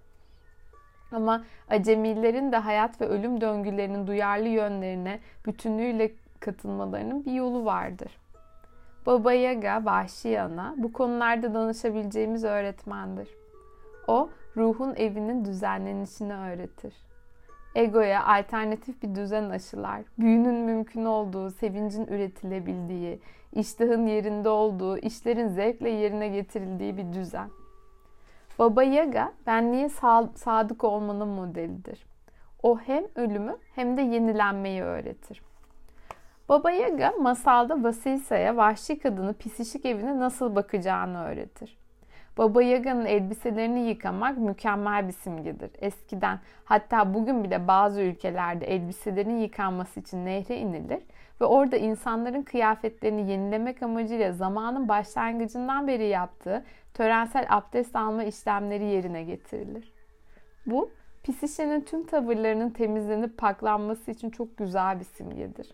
Ama acemilerin de hayat ve ölüm döngülerinin duyarlı yönlerine bütünlüğüyle katılmalarının bir yolu vardır. Baba Yaga, vahşi ana, bu konularda danışabileceğimiz öğretmendir. O, ruhun evinin düzenlenişini öğretir. Egoya alternatif bir düzen aşılar. Büyünün mümkün olduğu, sevincin üretilebildiği, iştahın yerinde olduğu, işlerin zevkle yerine getirildiği bir düzen. Baba Yaga, benliğe sadık olmanın modelidir. O hem ölümü hem de yenilenmeyi öğretir. Baba Yaga, masalda Vasilisa'ya vahşi kadını pisişik evine nasıl bakacağını öğretir. Baba Yaga'nın elbiselerini yıkamak mükemmel bir simgedir. Eskiden, hatta bugün bile bazı ülkelerde elbiselerin yıkanması için nehre inilir ve orada insanların kıyafetlerini yenilemek amacıyla zamanın başlangıcından beri yaptığı törensel abdest alma işlemleri yerine getirilir. Bu, pisişenin tüm tavırlarının temizlenip paklanması için çok güzel bir simgedir.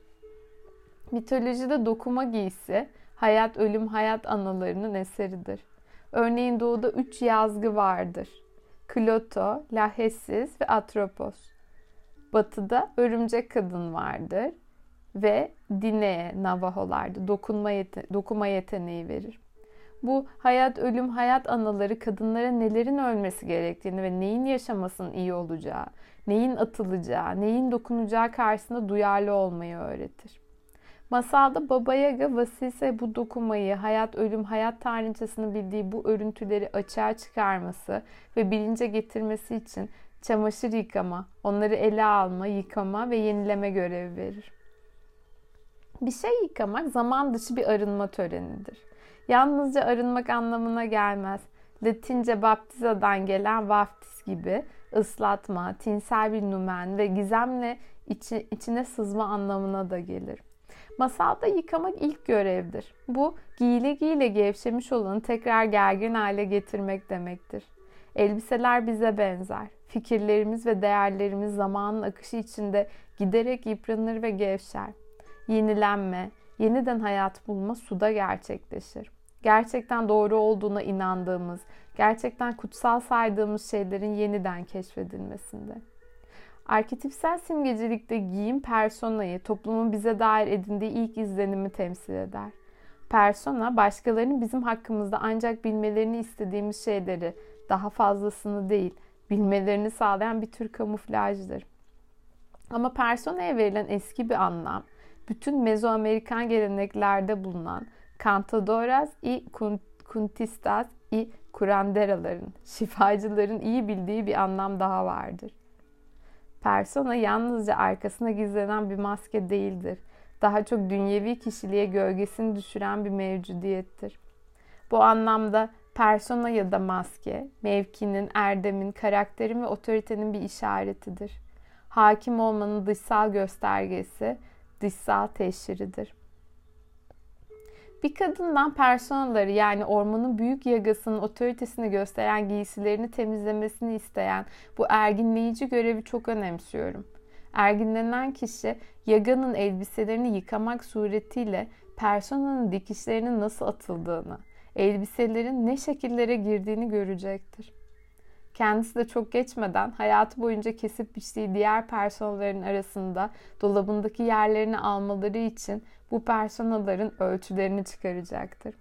Mitolojide dokuma giysi, hayat, ölüm, hayat analarının eseridir. Örneğin doğuda üç yazgı vardır. Kloto, Lachesis ve Atropos. Batıda örümcek kadın vardır ve Dine, Navaholardır. Dokunma, yete- dokuma yeteneği verir. Bu hayat, ölüm, hayat anaları kadınlara nelerin ölmesi gerektiğini ve neyin yaşamasının iyi olacağı, neyin atılacağı, neyin dokunacağı karşısında duyarlı olmayı öğretir. Masalda Baba Yaga, Vasilisa bu dokunmayı, hayat, ölüm, hayat tanrıçasının bildiği bu örüntüleri açığa çıkarması ve bilince getirmesi için çamaşır yıkama, onları ele alma, yıkama ve yenileme görevi verir. Bir şey yıkamak zaman dışı bir arınma törenidir. Yalnızca arınmak anlamına gelmez. Latince baptizadan gelen vaftiz gibi ıslatma, tinsel bir numen ve gizemle içi, içine sızma anlamına da gelir. Masalda yıkamak ilk görevdir. Bu, giyile giyile gevşemiş olanı tekrar gergin hale getirmek demektir. Elbiseler bize benzer. Fikirlerimiz ve değerlerimiz zamanın akışı içinde giderek yıpranır ve gevşer. Yenilenme, Yeniden hayat bulma suda gerçekleşir. Gerçekten doğru olduğuna inandığımız, gerçekten kutsal saydığımız şeylerin yeniden keşfedilmesinde. Arketipsel simgecilikte giyim personayı, toplumun bize dair edindiği ilk izlenimi temsil eder. Persona, başkalarının bizim hakkımızda ancak bilmelerini istediğimiz şeyleri, daha fazlasını değil, bilmelerini sağlayan bir tür kamuflajdır. Ama personaya verilen eski bir anlam, bütün Mezoamerikan geleneklerde bulunan cantadoras y contistas y curanderaların, şifacıların iyi bildiği bir anlam daha vardır. Persona yalnızca arkasına gizlenen bir maske değildir. Daha çok dünyevi kişiliğe gölgesini düşüren bir mevcudiyettir. Bu anlamda persona ya da maske, mevkinin, erdemin, karakterin ve otoritenin bir işaretidir. Hakim olmanın dışsal göstergesi, dışsal teşhiridir. Bir kadından personaları yani ormanın büyük yagasının otoritesini gösteren giysilerini temizlemesini isteyen bu erginleyici görevi çok önemsiyorum. Erginlenen kişi yaganın elbiselerini yıkamak suretiyle personanın dikişlerinin nasıl atıldığını, elbiselerin ne şekillere girdiğini görecektir. Kendisi de çok geçmeden hayatı boyunca kesip biçtiği diğer personaların arasında dolabındaki yerlerini almaları için bu personaların ölçülerini çıkaracaktır.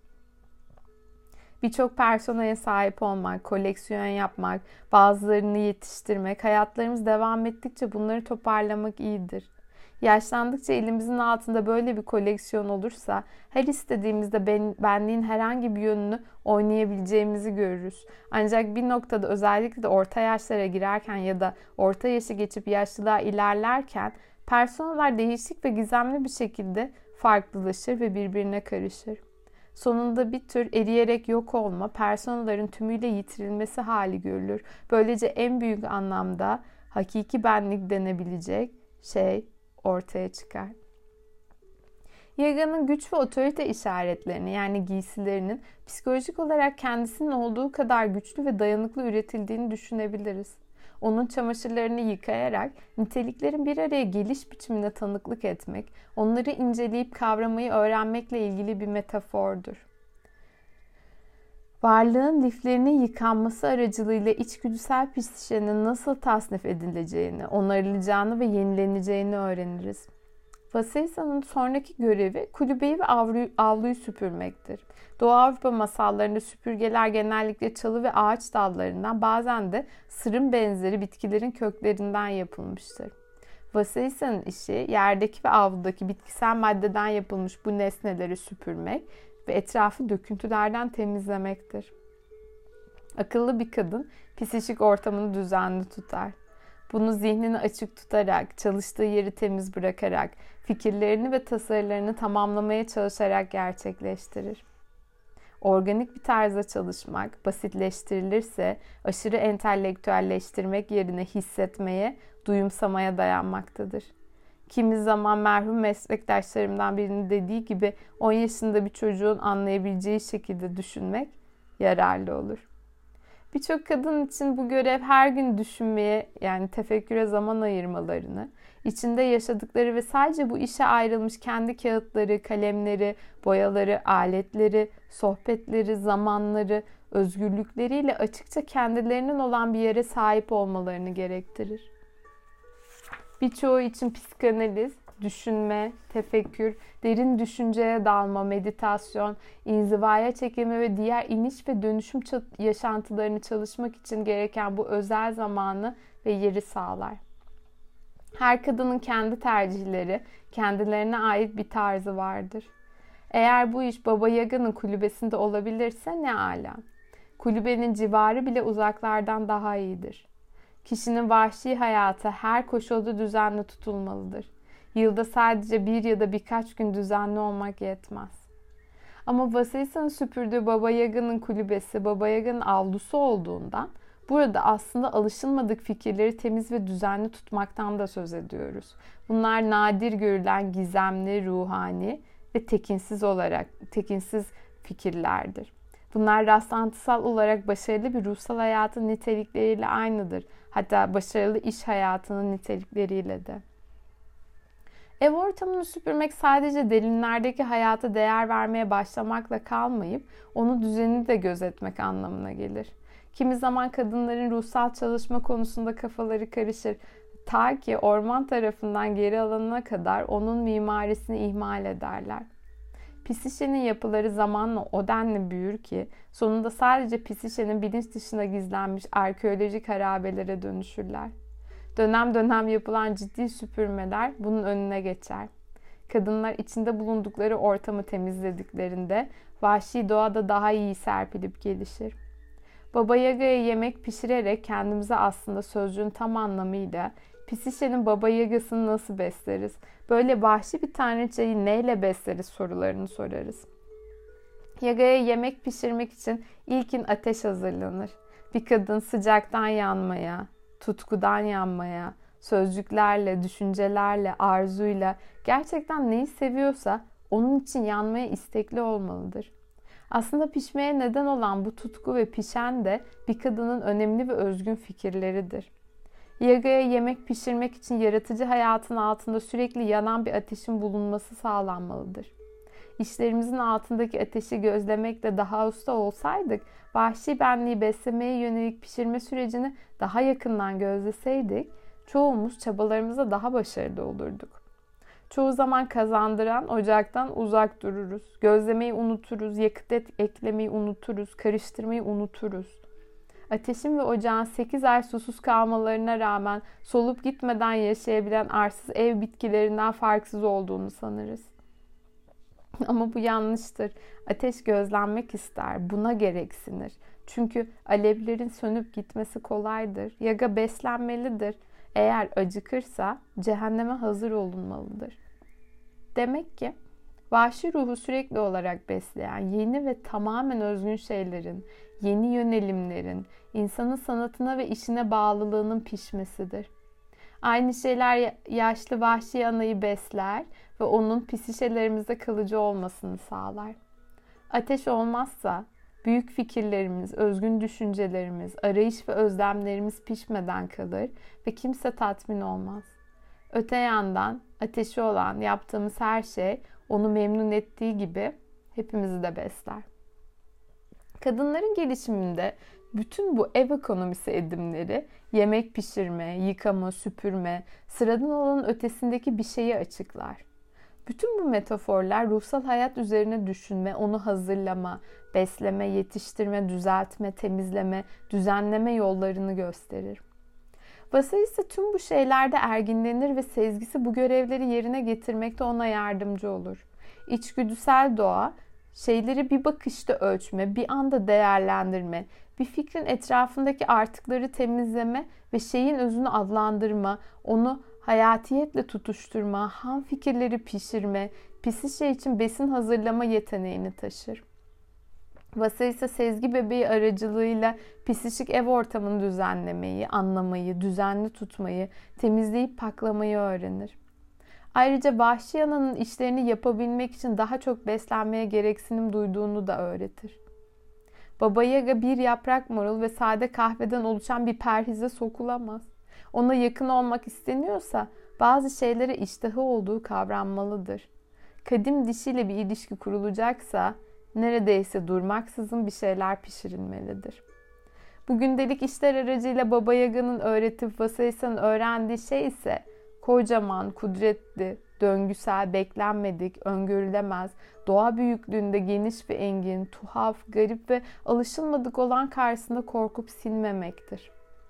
Birçok personaya sahip olmak, koleksiyon yapmak, bazılarını yetiştirmek, hayatlarımız devam ettikçe bunları toparlamak iyidir. Yaşlandıkça elimizin altında böyle bir koleksiyon olursa her istediğimizde ben, benliğin herhangi bir yönünü oynayabileceğimizi görürüz. Ancak bir noktada özellikle de orta yaşlara girerken ya da orta yaşı geçip yaşlılığa ilerlerken personalar değişik ve gizemli bir şekilde farklılaşır ve birbirine karışır. Sonunda bir tür eriyerek yok olma, personaların tümüyle yitirilmesi hali görülür. Böylece en büyük anlamda hakiki benlik denebilecek şey ortaya çıkar. Yaga'nın güç ve otorite işaretlerini yani giysilerinin psikolojik olarak kendisinin olduğu kadar güçlü ve dayanıklı üretildiğini düşünebiliriz. Onun çamaşırlarını yıkayarak niteliklerin bir araya geliş biçimine tanıklık etmek, onları inceleyip kavramayı öğrenmekle ilgili bir metafordur. Varlığın liflerinin yıkanması aracılığıyla içgüdüsel psişenin nasıl tasnif edileceğini, onarılacağını ve yenileneceğini öğreniriz. Vaseisa'nın sonraki görevi kulübeyi ve avluyu, avluyu süpürmektir. Doğu Avrupa masallarında süpürgeler genellikle çalı ve ağaç dallarından, bazen de sırım benzeri bitkilerin köklerinden yapılmıştır. Vaseisa'nın işi yerdeki ve avludaki bitkisel maddeden yapılmış bu nesneleri süpürmek ve etrafı döküntülerden temizlemektir. Akıllı bir kadın psikik ortamını düzenli tutar. Bunu zihnini açık tutarak, çalıştığı yeri temiz bırakarak, fikirlerini ve tasarılarını tamamlamaya çalışarak gerçekleştirir. Organik bir tarzda çalışmak, basitleştirilirse aşırı entelektüelleştirmek yerine hissetmeye, duyumsamaya dayanmaktadır. Kimi zaman merhum meslektaşlarımdan birinin dediği gibi on yaşında bir çocuğun anlayabileceği şekilde düşünmek yararlı olur. Birçok kadın için bu görev her gün düşünmeye yani tefekküre zaman ayırmalarını, içinde yaşadıkları ve sadece bu işe ayrılmış kendi kağıtları, kalemleri, boyaları, aletleri, sohbetleri, zamanları, özgürlükleriyle açıkça kendilerinin olan bir yere sahip olmalarını gerektirir. Birçoğu için psikanaliz, düşünme, tefekkür, derin düşünceye dalma, meditasyon, inzivaya çekilme ve diğer iniş ve dönüşüm yaşantılarını çalışmak için gereken bu özel zamanı ve yeri sağlar. Her kadının kendi tercihleri, kendilerine ait bir tarzı vardır. Eğer bu iş Baba Yaga'nın kulübesinde olabilirse ne âlâ. Kulübenin civarı bile uzaklardan daha iyidir. Kişinin vahşi hayatı her koşulda düzenli tutulmalıdır. Yılda sadece bir ya da birkaç gün düzenli olmak yetmez. Ama Vaseisa'nın süpürdüğü Baba Yaga'nın kulübesi, Baba Yaga'nın avlusu olduğundan burada aslında alışılmadık fikirleri temiz ve düzenli tutmaktan da söz ediyoruz. Bunlar nadir görülen gizemli, ruhani ve tekinsiz olarak tekinsiz fikirlerdir. Bunlar rastlantısal olarak başarılı bir ruhsal hayatın nitelikleriyle aynıdır. Hatta başarılı iş hayatının nitelikleriyle de. Ev ortamını süpürmek sadece derinlerdeki hayata değer vermeye başlamakla kalmayıp onu düzenini de gözetmek anlamına gelir. Kimi zaman kadınların ruhsal çalışma konusunda kafaları karışır. Ta ki orman tarafından geri alınana kadar onun mimarisini ihmal ederler. Pis şişenin yapıları zamanla o denli büyür ki sonunda sadece pis şişenin bilinç dışına gizlenmiş arkeolojik harabelere dönüşürler. Dönem dönem yapılan ciddi süpürmeler bunun önüne geçer. Kadınlar içinde bulundukları ortamı temizlediklerinde vahşi doğa da daha iyi serpilip gelişir. Baba Yaga'ya yemek pişirerek kendimize aslında sözcüğün tam anlamıyla pis şişenin Baba Yaga'sını nasıl besleriz, böyle vahşi bir tanrıçayı neyle besleriz sorularını sorarız. Yaga'ya yemek pişirmek için ilkin ateş hazırlanır. Bir kadın sıcaktan yanmaya, tutkudan yanmaya, sözcüklerle, düşüncelerle, arzuyla gerçekten neyi seviyorsa onun için yanmaya istekli olmalıdır. Aslında pişmeye neden olan bu tutku ve pişen de bir kadının önemli ve özgün fikirleridir. Yaga'ya yemek pişirmek için yaratıcı hayatın altında sürekli yanan bir ateşin bulunması sağlanmalıdır. İşlerimizin altındaki ateşi gözlemekle daha usta olsaydık, vahşi benliği beslemeye yönelik pişirme sürecini daha yakından gözleseydik, çoğumuz çabalarımıza daha başarılı olurduk. Çoğu zaman kazandıran ocaktan uzak dururuz. Gözlemeyi unuturuz, yakıt eklemeyi unuturuz, karıştırmayı unuturuz. Ateşin ve ocağın sekiz ay susuz kalmalarına rağmen solup gitmeden yaşayabilen arsız ev bitkilerinden farksız olduğunu sanırız. Ama bu yanlıştır. Ateş gözlenmek ister, buna gereksinir. Çünkü alevlerin sönüp gitmesi kolaydır. Yaga beslenmelidir. Eğer acıkırsa cehenneme hazır olunmalıdır. Demek ki vahşi ruhu sürekli olarak besleyen yeni ve tamamen özgün şeylerin, yeni yönelimlerin, insanın sanatına ve işine bağlılığının pişmesidir. Aynı şeyler yaşlı vahşi anayı besler ve onun psişelerimizde kalıcı olmasını sağlar. Ateş olmazsa büyük fikirlerimiz, özgün düşüncelerimiz, arayış ve özlemlerimiz pişmeden kalır ve kimse tatmin olmaz. Öte yandan ateşi olan yaptığımız her şey onu memnun ettiği gibi hepimizi de besler. Kadınların gelişiminde bütün bu ev ekonomisi edimleri yemek pişirme, yıkama, süpürme, sıradan olanın ötesindeki bir şeyi açıklar. Bütün bu metaforlar ruhsal hayat üzerine düşünme, onu hazırlama, besleme, yetiştirme, düzeltme, temizleme, düzenleme yollarını gösterir. Vasai ise tüm bu şeylerde erginlenir ve sezgisi bu görevleri yerine getirmekte ona yardımcı olur. İçgüdüsel doğa, şeyleri bir bakışta ölçme, bir anda değerlendirme, bir fikrin etrafındaki artıkları temizleme ve şeyin özünü adlandırma, onu hayatiyetle tutuşturma, ham fikirleri pişirme, pisi şey için besin hazırlama yeteneğini taşır. Vasai ise sezgi bebeği aracılığıyla psişik ev ortamını düzenlemeyi, anlamayı, düzenli tutmayı, temizleyip paklamayı öğrenir. Ayrıca vahşi ananın işlerini yapabilmek için daha çok beslenmeye gereksinim duyduğunu da öğretir. Baba Yaga bir yaprak marul ve sade kahveden oluşan bir perhize sokulamaz. Ona yakın olmak isteniyorsa bazı şeylere iştahı olduğu kavranmalıdır. Kadim dişiyle bir ilişki kurulacaksa neredeyse durmaksızın bir şeyler pişirilmelidir. Bu gündelik işler aracıyla Baba Yaga'nın öğretip Vasaisa'nın öğrendiği şey ise kocaman, kudretli, döngüsel, beklenmedik, öngörülemez, doğa büyüklüğünde geniş ve engin, tuhaf, garip ve alışılmadık olan karşısında korkup sinmemektir.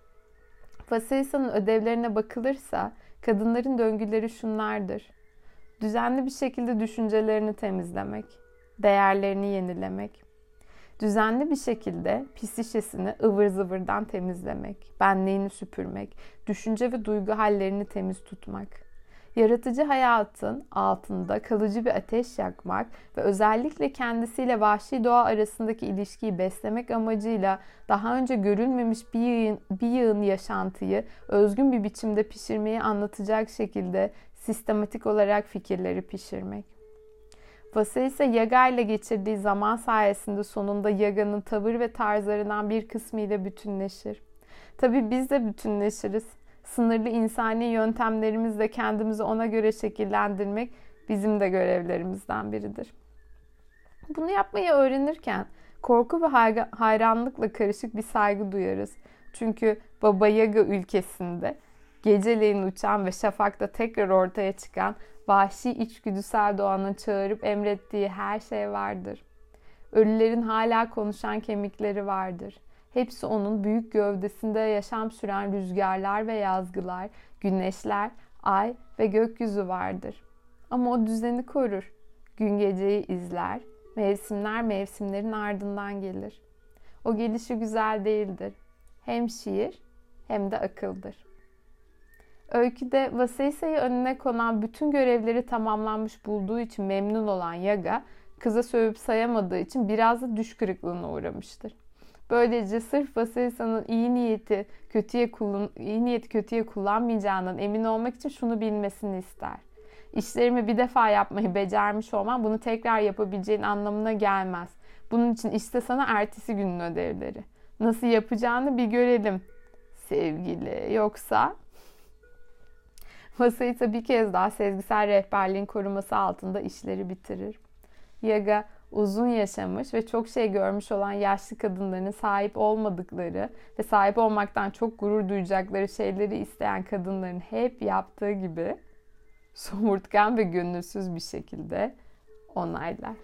Vasaisa'nın ödevlerine bakılırsa kadınların döngüleri şunlardır. Düzenli bir şekilde düşüncelerini temizlemek, değerlerini yenilemek, düzenli bir şekilde pis şişesini ıvır zıvırdan temizlemek, benliğini süpürmek, düşünce ve duygu hallerini temiz tutmak, yaratıcı hayatın altında kalıcı bir ateş yakmak ve özellikle kendisiyle vahşi doğa arasındaki ilişkiyi beslemek amacıyla daha önce görülmemiş bir yığın, bir yığın yaşantıyı özgün bir biçimde pişirmeyi anlatacak şekilde sistematik olarak fikirleri pişirmek. Vasai ise Yaga ile geçirdiği zaman sayesinde sonunda Yaga'nın tavır ve tarzlarından bir kısmı ile bütünleşir. Tabii biz de bütünleşiriz. Sınırlı insani yöntemlerimizle kendimizi ona göre şekillendirmek bizim de görevlerimizden biridir. Bunu yapmayı öğrenirken korku ve hayranlıkla karışık bir saygı duyarız. Çünkü Baba Yaga ülkesinde geceleyin uçan ve şafakta tekrar ortaya çıkan vahşi içgüdüsel doğanın çağırıp emrettiği her şey vardır. Ölülerin hala konuşan kemikleri vardır. Hepsi onun büyük gövdesinde yaşam süren rüzgarlar ve yazgılar, güneşler, ay ve gökyüzü vardır. Ama o düzeni korur. Gün geceyi izler, mevsimler mevsimlerin ardından gelir. O gelişi güzel değildir. Hem şiir hem de akıldır. Öyküde Vaseisa'yı önüne konan bütün görevleri tamamlanmış bulduğu için memnun olan Yaga, kıza sövüp sayamadığı için biraz da düş kırıklığına uğramıştır. Böylece sırf Vaseisa'nın iyi niyeti kötüye kullan iyi niyeti kötüye kullanmayacağından emin olmak için şunu bilmesini ister. İşlerimi bir defa yapmayı becermiş olmam bunu tekrar yapabileceğin anlamına gelmez. Bunun için işte sana ertesi günün ödevleri. Nasıl yapacağını bir görelim sevgili. Yoksa Vaseisa bir kez daha sezgisel rehberliğin koruması altında işleri bitirir. Yaga uzun yaşamış ve çok şey görmüş olan yaşlı kadınların sahip olmadıkları ve sahip olmaktan çok gurur duyacakları şeyleri isteyen kadınların hep yaptığı gibi somurtkan ve gönülsüz bir şekilde onaylar.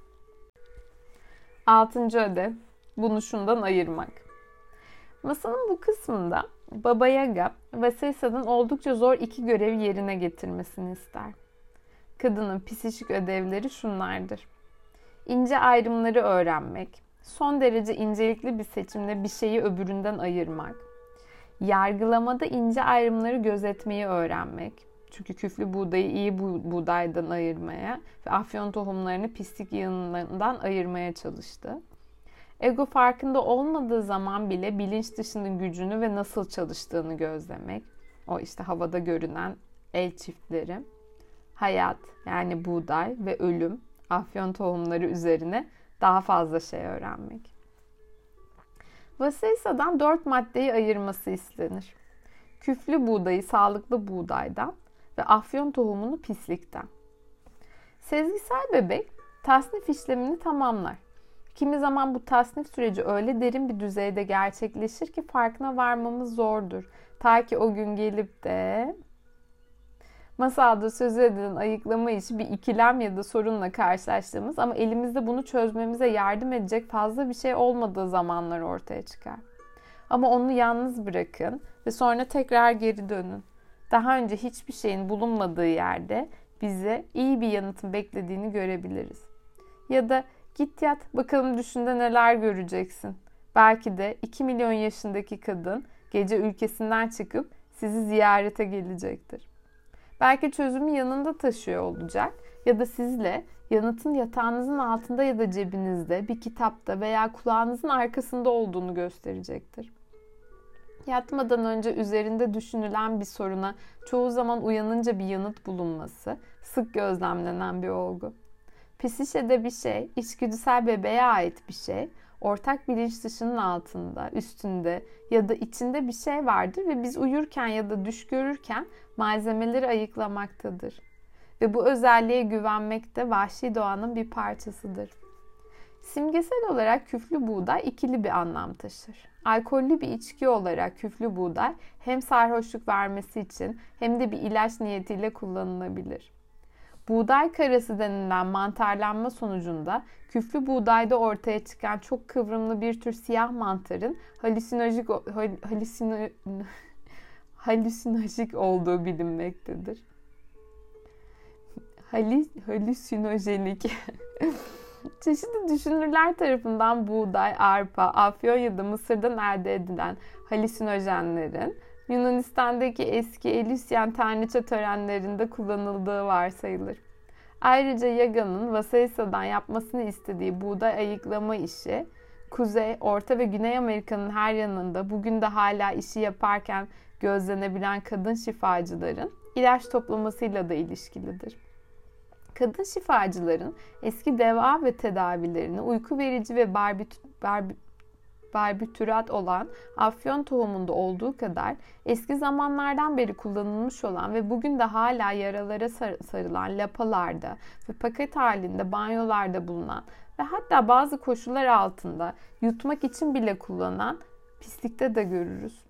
Altıncı ödev, bunu şundan ayırmak. Masanın bu kısmında Baba Yaga, Vaseisa'nın oldukça zor iki görevi yerine getirmesini ister. Kadının psikik ödevleri şunlardır. İnce ayrımları öğrenmek, son derece incelikli bir seçimle bir şeyi öbüründen ayırmak, yargılamada ince ayrımları gözetmeyi öğrenmek, çünkü küflü buğdayı iyi buğdaydan ayırmaya ve afyon tohumlarını pislik yığınından ayırmaya çalıştı. Ego farkında olmadığı zaman bile bilinç dışının gücünü ve nasıl çalıştığını gözlemek, o işte havada görünen el çiftleri, hayat yani buğday ve ölüm, afyon tohumları üzerine daha fazla şey öğrenmek. Vaseisa'dan dört maddeyi ayırması istenir. Küflü buğdayı sağlıklı buğdaydan ve afyon tohumunu pislikten. Sezgisel bebek tasnif işlemini tamamlar. Kimi zaman bu tasnif süreci öyle derin bir düzeyde gerçekleşir ki farkına varmamız zordur. Ta ki o gün gelip de masalda sözü edilen ayıklama işi bir ikilem ya da sorunla karşılaştığımız ama elimizde bunu çözmemize yardım edecek fazla bir şey olmadığı zamanlar ortaya çıkar. Ama onu yalnız bırakın ve sonra tekrar geri dönün. Daha önce hiçbir şeyin bulunmadığı yerde bize iyi bir yanıtın beklediğini görebiliriz. Ya da git yat bakalım düşünde neler göreceksin. Belki de iki milyon yaşındaki kadın gece ülkesinden çıkıp sizi ziyarete gelecektir. Belki çözümü yanında taşıyor olacak ya da sizle yanıtın yatağınızın altında ya da cebinizde, bir kitapta veya kulağınızın arkasında olduğunu gösterecektir. Yatmadan önce üzerinde düşünülen bir soruna çoğu zaman uyanınca bir yanıt bulunması sık gözlemlenen bir olgu. Psişede bir şey, içgüdüsel bebeğe ait bir şey, ortak bilinç dışının altında, üstünde ya da içinde bir şey vardır ve biz uyurken ya da düş görürken malzemeleri ayıklamaktadır. Ve bu özelliğe güvenmek de vahşi doğanın bir parçasıdır. Simgesel olarak küflü buğday ikili bir anlam taşır. Alkollü bir içki olarak küflü buğday hem sarhoşluk vermesi için hem de bir ilaç niyetiyle kullanılabilir. Buğday karası denilen mantarlanma sonucunda küflü buğdayda ortaya çıkan çok kıvrımlı bir tür siyah mantarın halüsinojik, halüsino, halüsinojik olduğu bilinmektedir. Halüsinojenik. Çeşitli düşünürler tarafından buğday, arpa, afyon ya da mısırdan elde edilen halüsinojenlerin Yunanistan'daki eski Elüsyen tanrıça törenlerinde kullanıldığı varsayılır. Ayrıca Yaga'nın Vaseisa'dan yapmasını istediği buğday ayıklama işi, Kuzey, Orta ve Güney Amerika'nın her yanında bugün de hala işi yaparken gözlenebilen kadın şifacıların ilaç toplamasıyla da ilişkilidir. Kadın şifacıların eski deva ve tedavilerini uyku verici ve barbit, barbi, barbiturat olan afyon tohumunda olduğu kadar eski zamanlardan beri kullanılmış olan ve bugün de hala yaralara sarılan lapalarda ve paket halinde banyolarda bulunan ve hatta bazı koşullar altında yutmak için bile kullanılan pislikte de görürüz.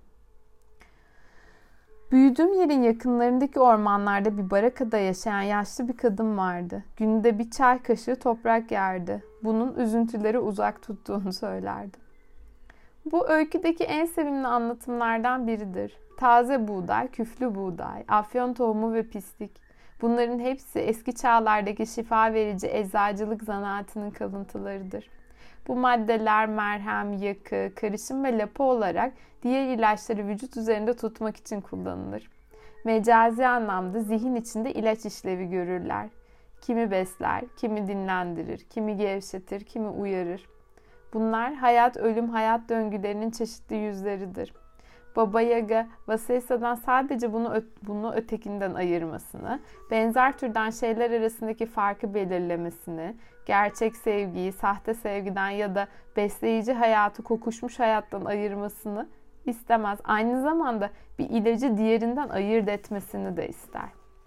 Büyüdüğüm yerin yakınlarındaki ormanlarda bir barakada yaşayan yaşlı bir kadın vardı. Günde bir çay kaşığı toprak yerdi. Bunun üzüntüleri uzak tuttuğunu söylerdi. Bu öyküdeki en sevimli anlatımlardan biridir. Taze buğday, küflü buğday, afyon tohumu ve pislik. Bunların hepsi eski çağlardaki şifa verici eczacılık zanaatinin kalıntılarıdır. Bu maddeler merhem, yakı, karışım ve lapa olarak diğer ilaçları vücut üzerinde tutmak için kullanılır. Mecazi anlamda zihin içinde ilaç işlevi görürler. Kimi besler, kimi dinlendirir, kimi gevşetir, kimi uyarır. Bunlar hayat, ölüm, hayat döngülerinin çeşitli yüzleridir. Baba Yaga, Vaseisa'dan sadece bunu, bunu ötekinden ayırmasını, benzer türden şeyler arasındaki farkı belirlemesini, gerçek sevgiyi sahte sevgiden ya da besleyici hayatı kokuşmuş hayattan ayırmasını istemez. Aynı zamanda bir ilacı diğerinden ayırt etmesini de ister.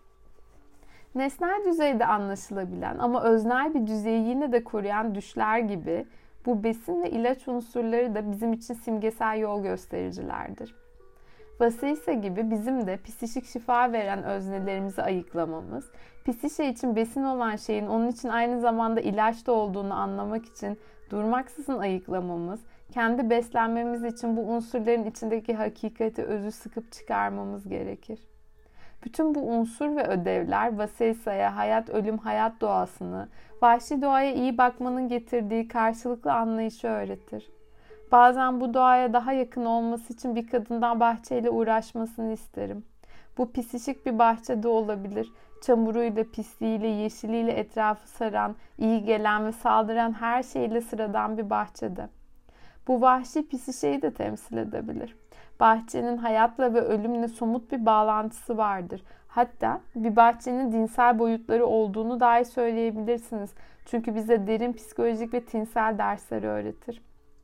Nesnel düzeyde anlaşılabilen ama öznel bir düzeyi yine de koruyan düşler gibi bu besin ve ilaç unsurları da bizim için simgesel yol göstericilerdir. Vaseisa gibi bizim de psişik şifa veren öznelerimizi ayıklamamız, psişe için besin olan şeyin onun için aynı zamanda ilaç da olduğunu anlamak için durmaksızın ayıklamamız, kendi beslenmemiz için bu unsurların içindeki hakikati, özü sıkıp çıkarmamız gerekir. Bütün bu unsur ve ödevler Vaseisa'ya hayat, ölüm, hayat doğasını, vahşi doğaya iyi bakmanın getirdiği karşılıklı anlayışı öğretir. Bazen bu doğaya daha yakın olması için bir kadından bahçeyle uğraşmasını isterim. Bu psişik bir bahçede olabilir. Çamuruyla, pisliğiyle, yeşiliyle etrafı saran, iyi gelen ve saldıran her şeyle sıradan bir bahçede. Bu vahşi psişeyi de temsil edebilir. Bahçenin hayatla ve ölümle somut bir bağlantısı vardır. Hatta bir bahçenin dinsel boyutları olduğunu dahi söyleyebilirsiniz. Çünkü bize derin psikolojik ve tinsel dersleri öğretir.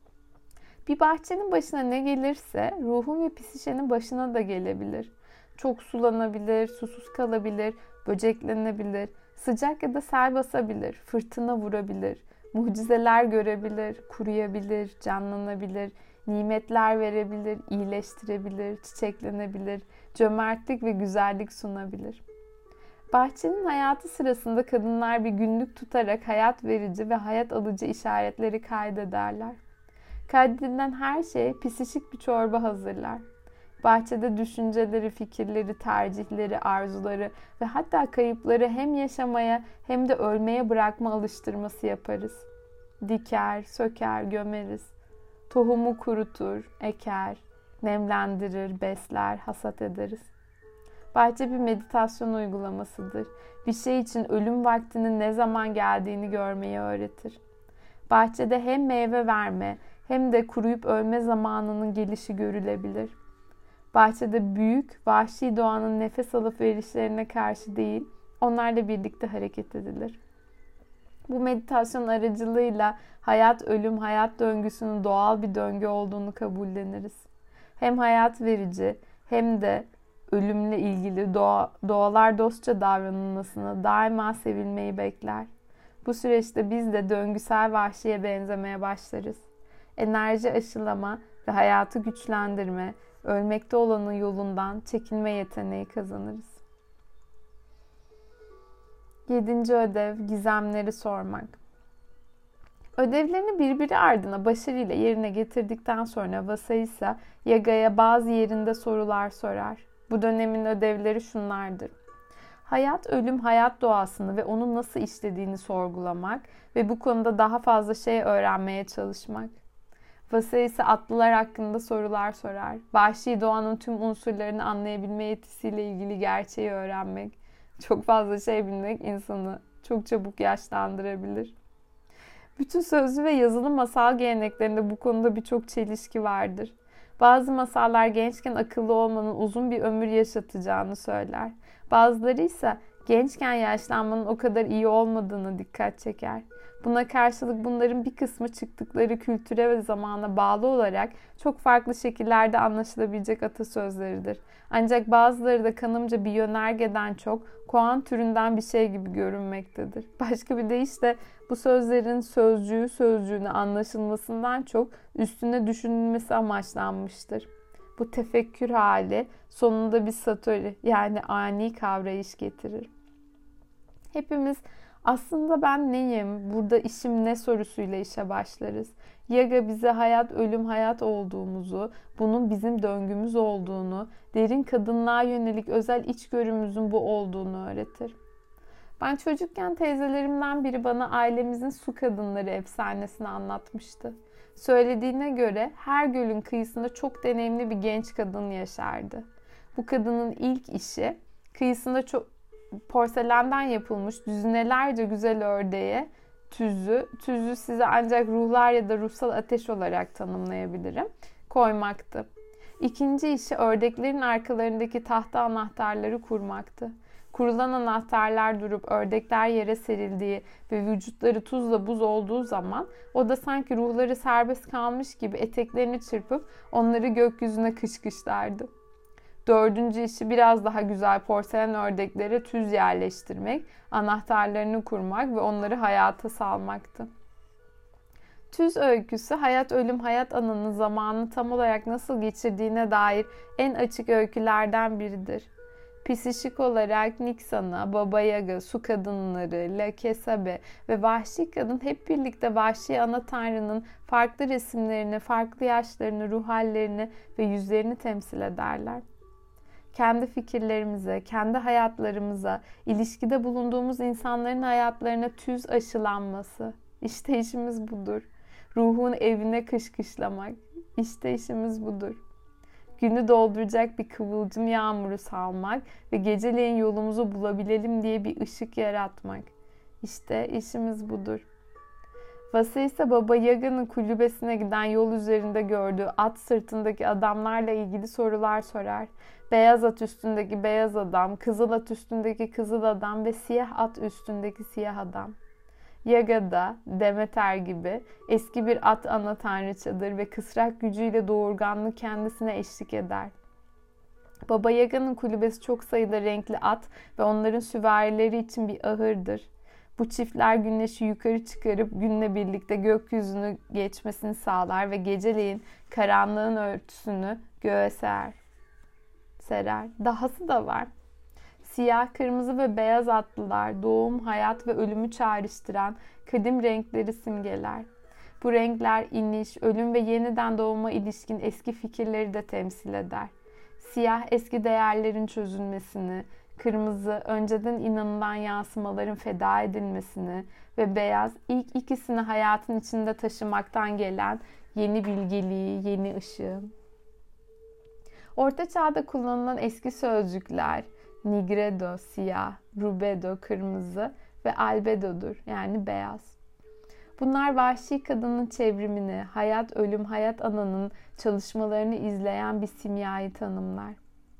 Bir bahçenin başına ne gelirse ruhun ve psişenin başına da gelebilir. Çok sulanabilir, susuz kalabilir, böceklenebilir, sıcak ya da sel basabilir, fırtına vurabilir, mucizeler görebilir, kuruyabilir, canlanabilir, nimetler verebilir, iyileştirebilir, çiçeklenebilir, cömertlik ve güzellik sunabilir. Bahçenin hayatı sırasında kadınlar bir günlük tutarak hayat verici ve hayat alıcı işaretleri kaydederler. Kaydedilen her şey psişik bir çorba hazırlar. Bahçede düşünceleri, fikirleri, tercihleri, arzuları ve hatta kayıpları hem yaşamaya hem de ölmeye bırakma alıştırması yaparız. Diker, söker, gömeriz. Tohumu kurutur, eker, nemlendirir, besler, hasat ederiz. Bahçe bir meditasyon uygulamasıdır. Bir şey için ölüm vaktinin ne zaman geldiğini görmeyi öğretir. Bahçede hem meyve verme hem de kuruyup ölme zamanının gelişi görülebilir. Bahçede büyük, vahşi doğanın nefes alıp verişlerine karşı değil, onlarla birlikte hareket edilir. Bu meditasyon aracılığıyla hayat, ölüm, hayat döngüsünün doğal bir döngü olduğunu kabulleniriz. Hem hayat verici hem de ölümle ilgili doğa, doğalar dostça davranılmasını, daima sevilmeyi bekler. Bu süreçte biz de döngüsel vahşiye benzemeye başlarız. Enerji aşılama ve hayatı güçlendirme, ölmekte olanın yolundan çekilme yeteneği kazanırız. Yedinci ödev, gizemleri sormak. Ödevlerini birbiri ardına başarıyla yerine getirdikten sonra Vaseisa, Yaga'ya bazı yerinde sorular sorar. Bu dönemin ödevleri şunlardır. Hayat, ölüm, hayat doğasını ve onun nasıl işlediğini sorgulamak ve bu konuda daha fazla şey öğrenmeye çalışmak. Vaseisa atlılar hakkında sorular sorar. Vahşi doğanın tüm unsurlarını anlayabilme yetisiyle ilgili gerçeği öğrenmek. Çok fazla şey bilmek insanı çok çabuk yaşlandırabilir. Bütün sözlü ve yazılı masal geleneklerinde bu konuda birçok çelişki vardır. Bazı masallar gençken akıllı olmanın uzun bir ömür yaşatacağını söyler. Bazıları ise Gençken yaşlanmanın o kadar iyi olmadığını dikkat çeker. Buna karşılık bunların bir kısmı çıktıkları kültüre ve zamana bağlı olarak çok farklı şekillerde anlaşılabilecek atasözleridir. Ancak bazıları da kanımca bir yönergeden çok koan türünden bir şey gibi görünmektedir. Başka bir deyişle bu sözlerin sözcüğü sözcüğüne anlaşılmasından çok üstüne düşünülmesi amaçlanmıştır. Bu tefekkür hali sonunda bir satori yani ani kavrayış getirir. Hepimiz aslında ben neyim, burada işim ne sorusuyla işe başlarız. Yaga bize hayat, ölüm, hayat olduğumuzu, bunun bizim döngümüz olduğunu, derin kadınlığa yönelik özel içgörümüzün bu olduğunu öğretir. Ben çocukken teyzelerimden biri bana ailemizin su kadınları efsanesini anlatmıştı. Söylediğine göre her gölün kıyısında çok deneyimli bir genç kadın yaşardı. Bu kadının ilk işi kıyısında çok porselenden yapılmış düzinelerce güzel ördeğe tüzü, tüzü size ancak ruhlar ya da ruhsal ateş olarak tanımlayabilirim, koymaktı. İkinci işi ördeklerin arkalarındaki tahta anahtarları kurmaktı. Kurulan anahtarlar durup ördekler yere serildiği ve vücutları tuzla buz olduğu zaman o da sanki ruhları serbest kalmış gibi eteklerini çırpıp onları gökyüzüne kışkışlardı. Dördüncü işi biraz daha güzel porselen ördeklere tüz yerleştirmek, anahtarlarını kurmak ve onları hayata salmaktı. Tüz öyküsü hayat ölüm hayat ananın zamanını tam olarak nasıl geçirdiğine dair en açık öykülerden biridir. Psişik olarak Niksana, Baba Yaga, su kadınları, La Kesabe ve vahşi kadın hep birlikte vahşi ana tanrının farklı resimlerini, farklı yaşlarını, ruh hallerini ve yüzlerini temsil ederler. Kendi fikirlerimize, kendi hayatlarımıza, ilişkide bulunduğumuz insanların hayatlarına tüz aşılanması. İşte işimiz budur. Ruhun evine kışkışlamak. İşte işimiz budur. Günü dolduracak bir kıvılcım yağmuru salmak ve geceleyin yolumuzu bulabilelim diye bir ışık yaratmak. İşte işimiz budur. Vasa ise Baba Yaga'nın kulübesine giden yol üzerinde gördüğü at sırtındaki adamlarla ilgili sorular sorar. Beyaz at üstündeki beyaz adam, kızıl at üstündeki kızıl adam ve siyah at üstündeki siyah adam. Yaga da Demeter gibi eski bir at ana tanrıçadır ve kısrak gücüyle doğurganlık kendisine eşlik eder. Baba Yaga'nın kulübesi çok sayıda renkli at ve onların süvarileri için bir ahırdır. Bu çiftler güneşi yukarı çıkarıp günle birlikte gökyüzünü geçmesini sağlar ve geceleyin karanlığın örtüsünü göğe serer. serer. Dahası da var. Siyah, kırmızı ve beyaz atlılar doğum, hayat ve ölümü çağrıştıran kadim renkleri simgeler. Bu renkler iniş, ölüm ve yeniden doğuma ilişkin eski fikirleri de temsil eder. Siyah eski değerlerin çözülmesini, kırmızı önceden inanılan yansımaların feda edilmesini ve beyaz ilk ikisini hayatın içinde taşımaktan gelen yeni bilgeliği, yeni ışığı. Orta Çağ'da kullanılan eski sözcükler nigredo, siyah, rubedo, kırmızı ve albedo'dur yani beyaz. Bunlar vahşi kadının çevrimini, hayat, ölüm, hayat ananın çalışmalarını izleyen bir simyayı tanımlar.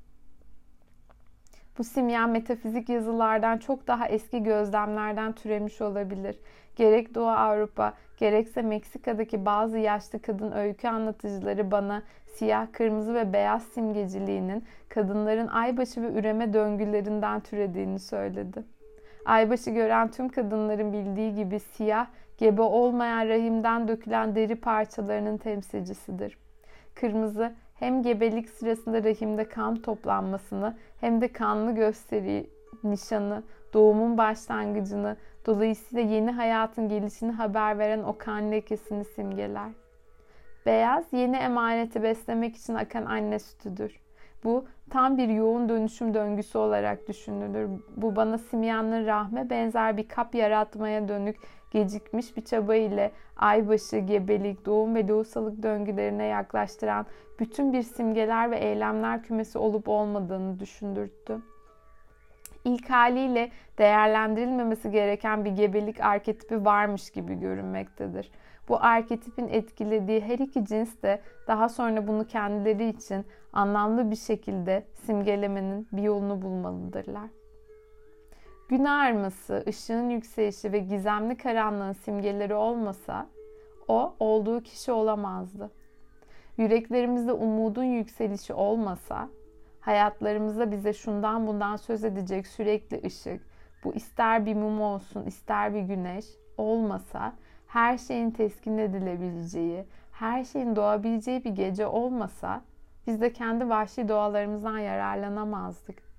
Bu simya metafizik yazılardan çok daha eski gözlemlerden türemiş olabilir. Gerek Doğu Avrupa, gerekse Meksika'daki bazı yaşlı kadın öykü anlatıcıları bana siyah, kırmızı ve beyaz simgeciliğinin kadınların aybaşı ve üreme döngülerinden türediğini söyledi. Aybaşı gören tüm kadınların bildiği gibi siyah, gebe olmayan rahimden dökülen deri parçalarının temsilcisidir. Kırmızı, hem gebelik sırasında rahimde kan toplanmasını hem de kanlı gösteri, nişanı, doğumun başlangıcını, dolayısıyla yeni hayatın gelişini haber veren o kan lekesini simgeler. Beyaz, yeni emaneti beslemek için akan anne sütüdür. Bu tam bir yoğun dönüşüm döngüsü olarak düşünülür. Bu bana simyanın rahme benzer bir kap yaratmaya dönük gecikmiş bir çaba ile aybaşı, gebelik, doğum ve lohusalık döngülerine yaklaştıran bütün bir simgeler ve eylemler kümesi olup olmadığını düşündürttü. İlk haliyle değerlendirilmemesi gereken bir gebelik arketipi varmış gibi görünmektedir. Bu arketipin etkilediği her iki cins de daha sonra bunu kendileri için anlamlı bir şekilde simgelemenin bir yolunu bulmalıdırlar. Gün ağarması, ışığın yükselişi ve gizemli karanlığın simgeleri olmasa o olduğu kişi olamazdı. Yüreklerimizde umudun yükselişi olmasa, hayatlarımızda bize şundan bundan söz edecek sürekli ışık, bu ister bir mum olsun, ister bir güneş olmasa, her şeyin teskin edilebileceği, her şeyin doğabileceği bir gece olmasa, biz de kendi vahşi doğalarımızdan yararlanamazdık.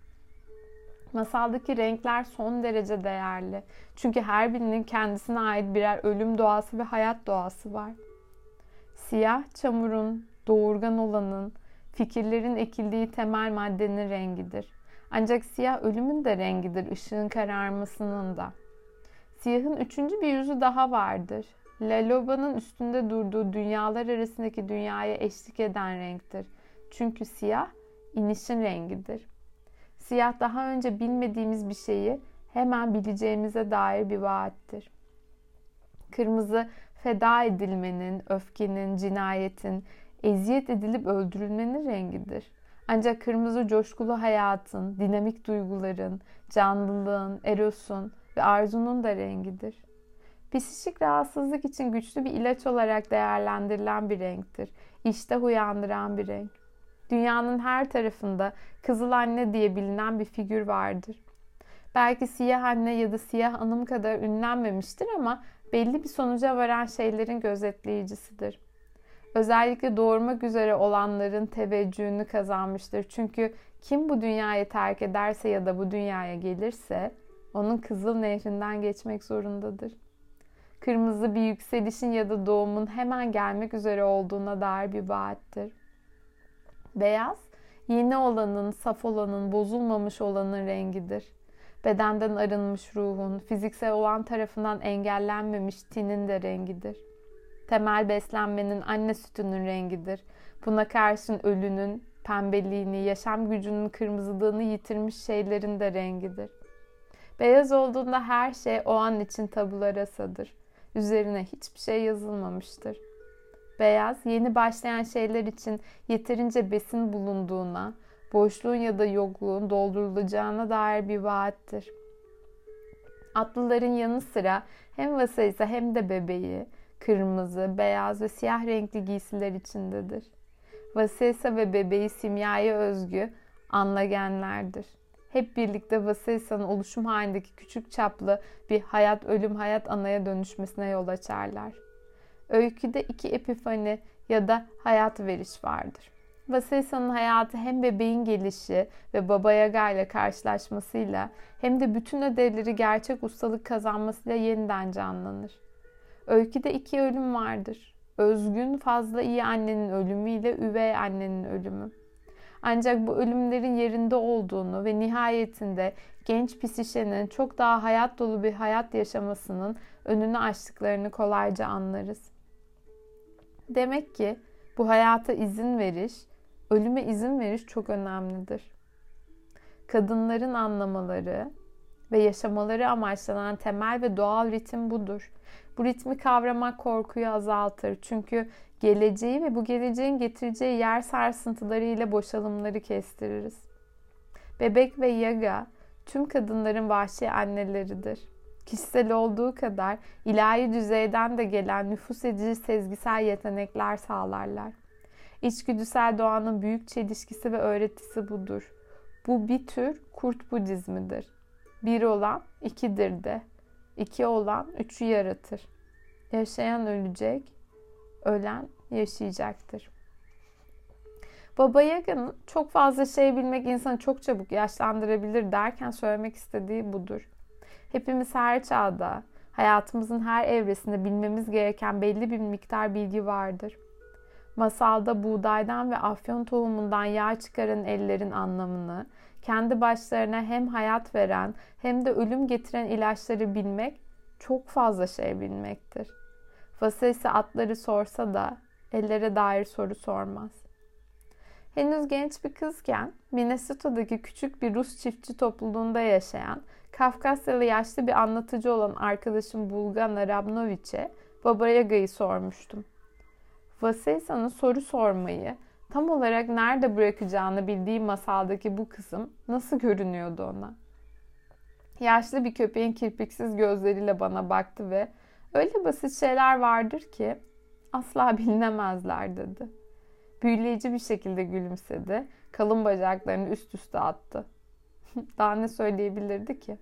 Masaldaki renkler son derece değerli. Çünkü her birinin kendisine ait birer ölüm doğası ve hayat doğası var. Siyah çamurun, doğurgan olanın, fikirlerin ekildiği temel maddenin rengidir. Ancak siyah ölümün de rengidir, ışığın kararmasının da. Siyahın üçüncü bir yüzü daha vardır. Laloba'nın üstünde durduğu dünyalar arasındaki dünyaya eşlik eden renktir. Çünkü siyah, inişin rengidir. Siyah daha önce bilmediğimiz bir şeyi hemen bileceğimize dair bir vaattir. Kırmızı, feda edilmenin, öfkenin, cinayetin, eziyet edilip öldürülmenin rengidir. Ancak kırmızı coşkulu hayatın, dinamik duyguların, canlılığın, erosun ve arzunun da rengidir. Psikik rahatsızlık için güçlü bir ilaç olarak değerlendirilen bir renktir. İştah uyandıran bir renk. Dünyanın her tarafında Kızıl Anne diye bilinen bir figür vardır. Belki Siyah Anne ya da Siyah Hanım kadar ünlenmemiştir ama belli bir sonuca varan şeylerin gözetleyicisidir. Özellikle doğurmak üzere olanların teveccühünü kazanmıştır. Çünkü kim bu dünyayı terk ederse ya da bu dünyaya gelirse onun Kızıl Nehri'nden geçmek zorundadır. Kırmızı bir yükselişin ya da doğumun hemen gelmek üzere olduğuna dair bir vaattir. Beyaz, yeni olanın, saf olanın, bozulmamış olanın rengidir. Bedenden arınmış ruhun, fiziksel olan tarafından engellenmemiş tinin de rengidir. Temel beslenmenin anne sütünün rengidir. Buna karşın ölünün, pembeliğini, yaşam gücünün kırmızılığını yitirmiş şeylerin de rengidir. Beyaz olduğunda her şey o an için tabula rasadır. Üzerine hiçbir şey yazılmamıştır. Beyaz, yeni başlayan şeyler için yeterince besin bulunduğuna, boşluğun ya da yokluğun doldurulacağına dair bir vaattir. Atlıların yanı sıra hem vasaysa hem de bebeği, kırmızı, beyaz ve siyah renkli giysiler içindedir. Vasaysa ve bebeği simyaya özgü anlagenlerdir. Hep birlikte Vasaysa'nın oluşum halindeki küçük çaplı bir hayat ölüm hayat anaya dönüşmesine yol açarlar. Öyküde iki epifani ya da hayat veriş vardır. Vasaysa'nın hayatı hem bebeğin gelişi ve Baba Yaga ile karşılaşmasıyla hem de bütün ödevleri gerçek ustalık kazanmasıyla yeniden canlanır. Öyküde iki ölüm vardır. Özgün fazla iyi annenin ölümüyle üvey annenin ölümü. Ancak bu ölümlerin yerinde olduğunu ve nihayetinde genç Psişe'nin çok daha hayat dolu bir hayat yaşamasının önünü açtıklarını kolayca anlarız. Demek ki bu hayata izin veriş, ölüme izin veriş çok önemlidir. Kadınların anlamaları ve yaşamaları amaçlanan temel ve doğal ritim budur. Bu ritmi kavramak korkuyu azaltır. Çünkü geleceği ve bu geleceğin getireceği yer sarsıntıları ile boşalımları kestiririz. Bebek ve Yaga tüm kadınların vahşi anneleridir. Kişisel olduğu kadar ilahi düzeyden de gelen nüfuz edici sezgisel yetenekler sağlarlar. İçgüdüsel doğanın büyük çelişkisi ve öğretisi budur. Bu bir tür kurt Budizmidir. Bir olan ikidir de. İki olan üçü yaratır. Yaşayan ölecek, ölen yaşayacaktır. Baba Yaga'nın çok fazla şey bilmek insanı çok çabuk yaşlandırabilir derken söylemek istediği budur. Hepimiz her çağda, hayatımızın her evresinde bilmemiz gereken belli bir miktar bilgi vardır. Masalda buğdaydan ve afyon tohumundan yağ çıkaran ellerin anlamını, kendi başlarına hem hayat veren hem de ölüm getiren ilaçları bilmek çok fazla şey bilmektir. Vasaysa atları sorsa da ellere dair soru sormaz. Henüz genç bir kızken Minnesota'daki küçük bir Rus çiftçi topluluğunda yaşayan Kafkasyalı yaşlı bir anlatıcı olan arkadaşım Bulgana Rabnoviç'e Baba Yaga'yı sormuştum. Vasaysa'nın soru sormayı tam olarak nerede bırakacağını bildiği masaldaki bu kısım nasıl görünüyordu ona? Yaşlı bir köpeğin kirpiksiz gözleriyle bana baktı ve öyle basit şeyler vardır ki asla bilinemezler dedi. Büyüleyici bir şekilde gülümsedi. Kalın bacaklarını üst üste attı. Daha ne söyleyebilirdi ki?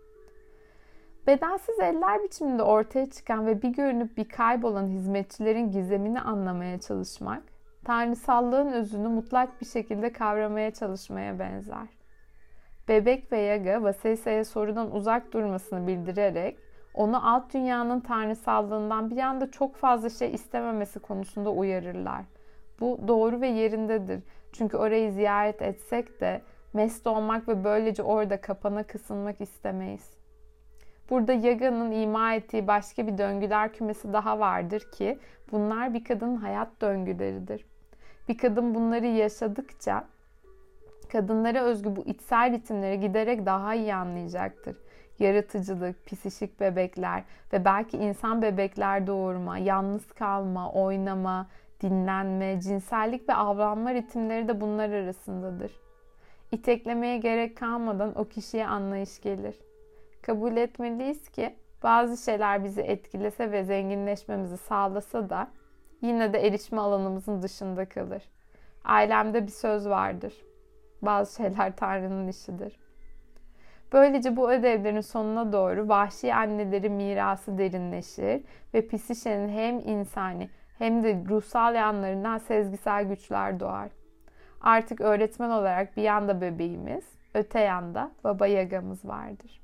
Bedensiz eller biçiminde ortaya çıkan ve bir görünüp bir kaybolan hizmetçilerin gizemini anlamaya çalışmak, tanrısallığın özünü mutlak bir şekilde kavramaya çalışmaya benzer. Bebek ve Yaga, Vaseisa'ya sorudan uzak durmasını bildirerek, onu alt dünyanın tanrısallığından bir anda çok fazla şey istememesi konusunda uyarırlar. Bu doğru ve yerindedir. Çünkü orayı ziyaret etsek de mest olmak ve böylece orada kapana kısılmak istemeyiz. Burada Yaga'nın ima ettiği başka bir döngüler kümesi daha vardır ki bunlar bir kadının hayat döngüleridir. Bir kadın bunları yaşadıkça kadınlara özgü bu içsel ritimleri giderek daha iyi anlayacaktır. Yaratıcılık, psişik bebekler ve belki insan bebekler doğurma, yalnız kalma, oynama, dinlenme, cinsellik ve avlanma ritimleri de bunlar arasındadır. İteklemeye gerek kalmadan o kişiye anlayış gelir. Kabul etmeliyiz ki bazı şeyler bizi etkilese ve zenginleşmemizi sağlasa da yine de erişme alanımızın dışında kalır. Ailemde bir söz vardır. Bazı şeyler Tanrı'nın işidir. Böylece bu ödevlerin sonuna doğru vahşi anneleri mirası derinleşir ve Psişe'nin hem insani hem de ruhsal yanlarından sezgisel güçler doğar. Artık öğretmen olarak bir yanda bebeğimiz, öte yanda Baba Yaga'mız vardır.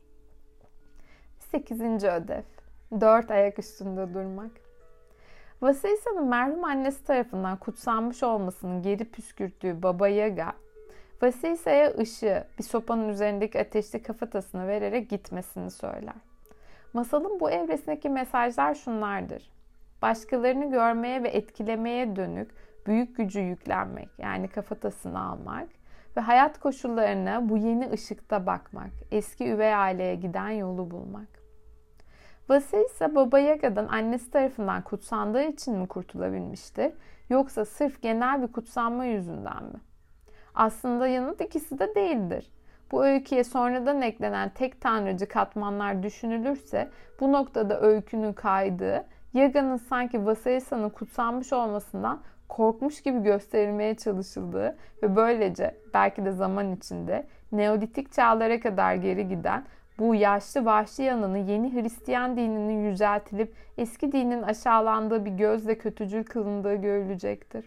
Sekizinci ödev. Dört ayak üstünde durmak. Vaseisa'nın merhum annesi tarafından kutsanmış olmasının geri püskürttüğü Baba Yaga, Vaseisa'ya ışığı bir sopanın üzerindeki ateşli kafatasını vererek gitmesini söyler. Masalın bu evresindeki mesajlar şunlardır. Başkalarını görmeye ve etkilemeye dönük büyük gücü yüklenmek, yani kafatasını almak ve hayat koşullarına bu yeni ışıkta bakmak, eski üvey aileye giden yolu bulmak. Vaseisa Baba Yaga'dan annesi tarafından kutsandığı için mi kurtulabilmiştir, yoksa sırf genel bir kutsanma yüzünden mi? Aslında yanıt ikisi de değildir. Bu öyküye sonradan eklenen tek tanrıcı katmanlar düşünülürse bu noktada öykünün kaydığı, Yaga'nın sanki Vaseisa'nın kutsanmış olmasından korkmuş gibi gösterilmeye çalışıldığı ve böylece belki de zaman içinde Neolitik çağlara kadar geri giden bu yaşlı vahşi yanını yeni Hristiyan dininin yüceltilip eski dinin aşağılandığı bir gözle kötücül kılındığı görülecektir.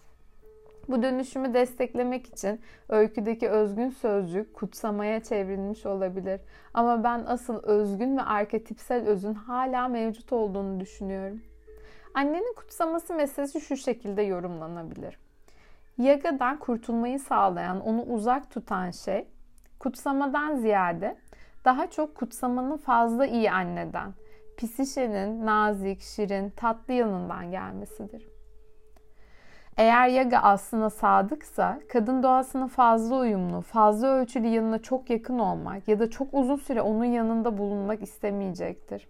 Bu dönüşümü desteklemek için öyküdeki özgün sözcük kutsamaya çevrilmiş olabilir. Ama ben asıl özgün ve arketipsel özün hala mevcut olduğunu düşünüyorum. Annenin kutsaması meselesi şu şekilde yorumlanabilir. Yaga'dan kurtulmayı sağlayan, onu uzak tutan şey, kutsamadan ziyade daha çok kutsamanın fazla iyi anneden, Psişe'nin nazik, şirin, tatlı yanından gelmesidir. Eğer Yaga aslına sadıksa, kadın doğasına fazla uyumlu, fazla ölçülü yanına çok yakın olmak ya da çok uzun süre onun yanında bulunmak istemeyecektir.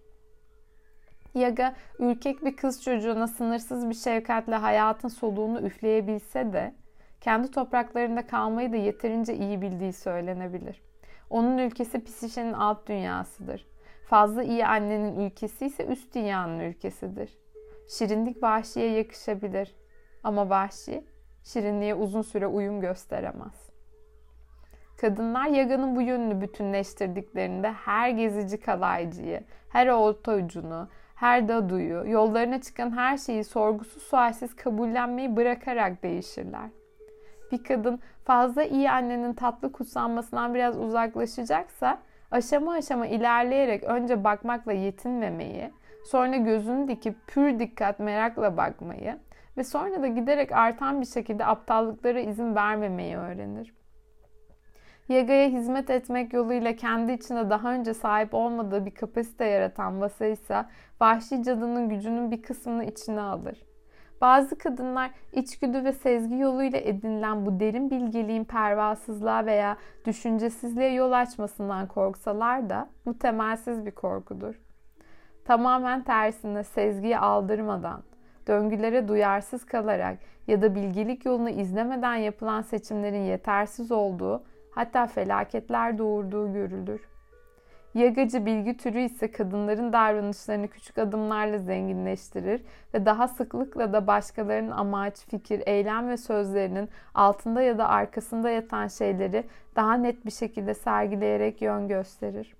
Yaga, ürkek bir kız çocuğuna sınırsız bir şefkatle hayatın soluğunu üfleyebilse de, kendi topraklarında kalmayı da yeterince iyi bildiği söylenebilir. Onun ülkesi Psişe'nin alt dünyasıdır. Fazla iyi annenin ülkesi ise üst dünyanın ülkesidir. Şirinlik vahşiye yakışabilir. Ama vahşi, şirinliğe uzun süre uyum gösteremez. Kadınlar Yaga'nın bu yönünü bütünleştirdiklerinde her gezici kalaycıyı, her olta ucunu, her daduyu, yollarına çıkan her şeyi sorgusuz sualsiz kabullenmeyi bırakarak değişirler. Bir kadın fazla iyi annenin tatlı kutsanmasından biraz uzaklaşacaksa, aşama aşama ilerleyerek önce bakmakla yetinmemeyi, sonra gözünü dikip pür dikkat merakla bakmayı ve sonra da giderek artan bir şekilde aptallıklara izin vermemeyi öğrenir. Yaga'ya hizmet etmek yoluyla kendi içinde daha önce sahip olmadığı bir kapasite yaratan Vaseisa, vahşi cadının gücünün bir kısmını içine alır. Bazı kadınlar içgüdü ve sezgi yoluyla edinilen bu derin bilgeliğin pervasızlığa veya düşüncesizliğe yol açmasından korksalar da bu temelsiz bir korkudur. Tamamen tersine sezgiyi aldırmadan, döngülere duyarsız kalarak ya da bilgelik yolunu izlemeden yapılan seçimlerin yetersiz olduğu, hatta felaketler doğurduğu görülür. Yagacı bilgi türü ise kadınların davranışlarını küçük adımlarla zenginleştirir ve daha sıklıkla da başkalarının amaç, fikir, eylem ve sözlerinin altında ya da arkasında yatan şeyleri daha net bir şekilde sergileyerek yön gösterir.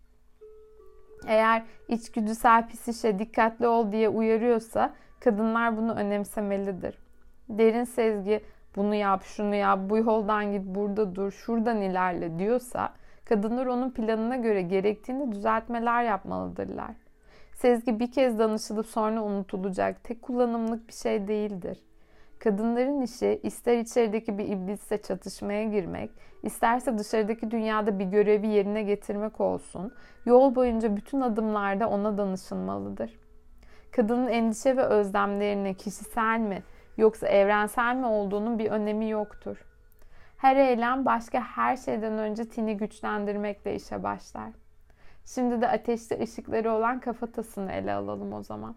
Eğer içgüdüsel psişe dikkatli ol diye uyarıyorsa kadınlar bunu önemsemelidir. Derin sezgi bunu yap, şunu yap, bu yoldan git, burada dur, şuradan ilerle diyorsa kadınlar onun planına göre gerektiğinde düzeltmeler yapmalıdırlar. Sezgi bir kez danışılıp sonra unutulacak tek kullanımlık bir şey değildir. Kadınların işi ister içerideki bir iblisle çatışmaya girmek, isterse dışarıdaki dünyada bir görevi yerine getirmek olsun, yol boyunca bütün adımlarda ona danışılmalıdır. Kadının endişe ve özlemlerinin kişisel mi yoksa evrensel mi olduğunun bir önemi yoktur. Her eylem başka her şeyden önce tini güçlendirmekle işe başlar. Şimdi de ateşli ışıkları olan kafatasını ele alalım o zaman.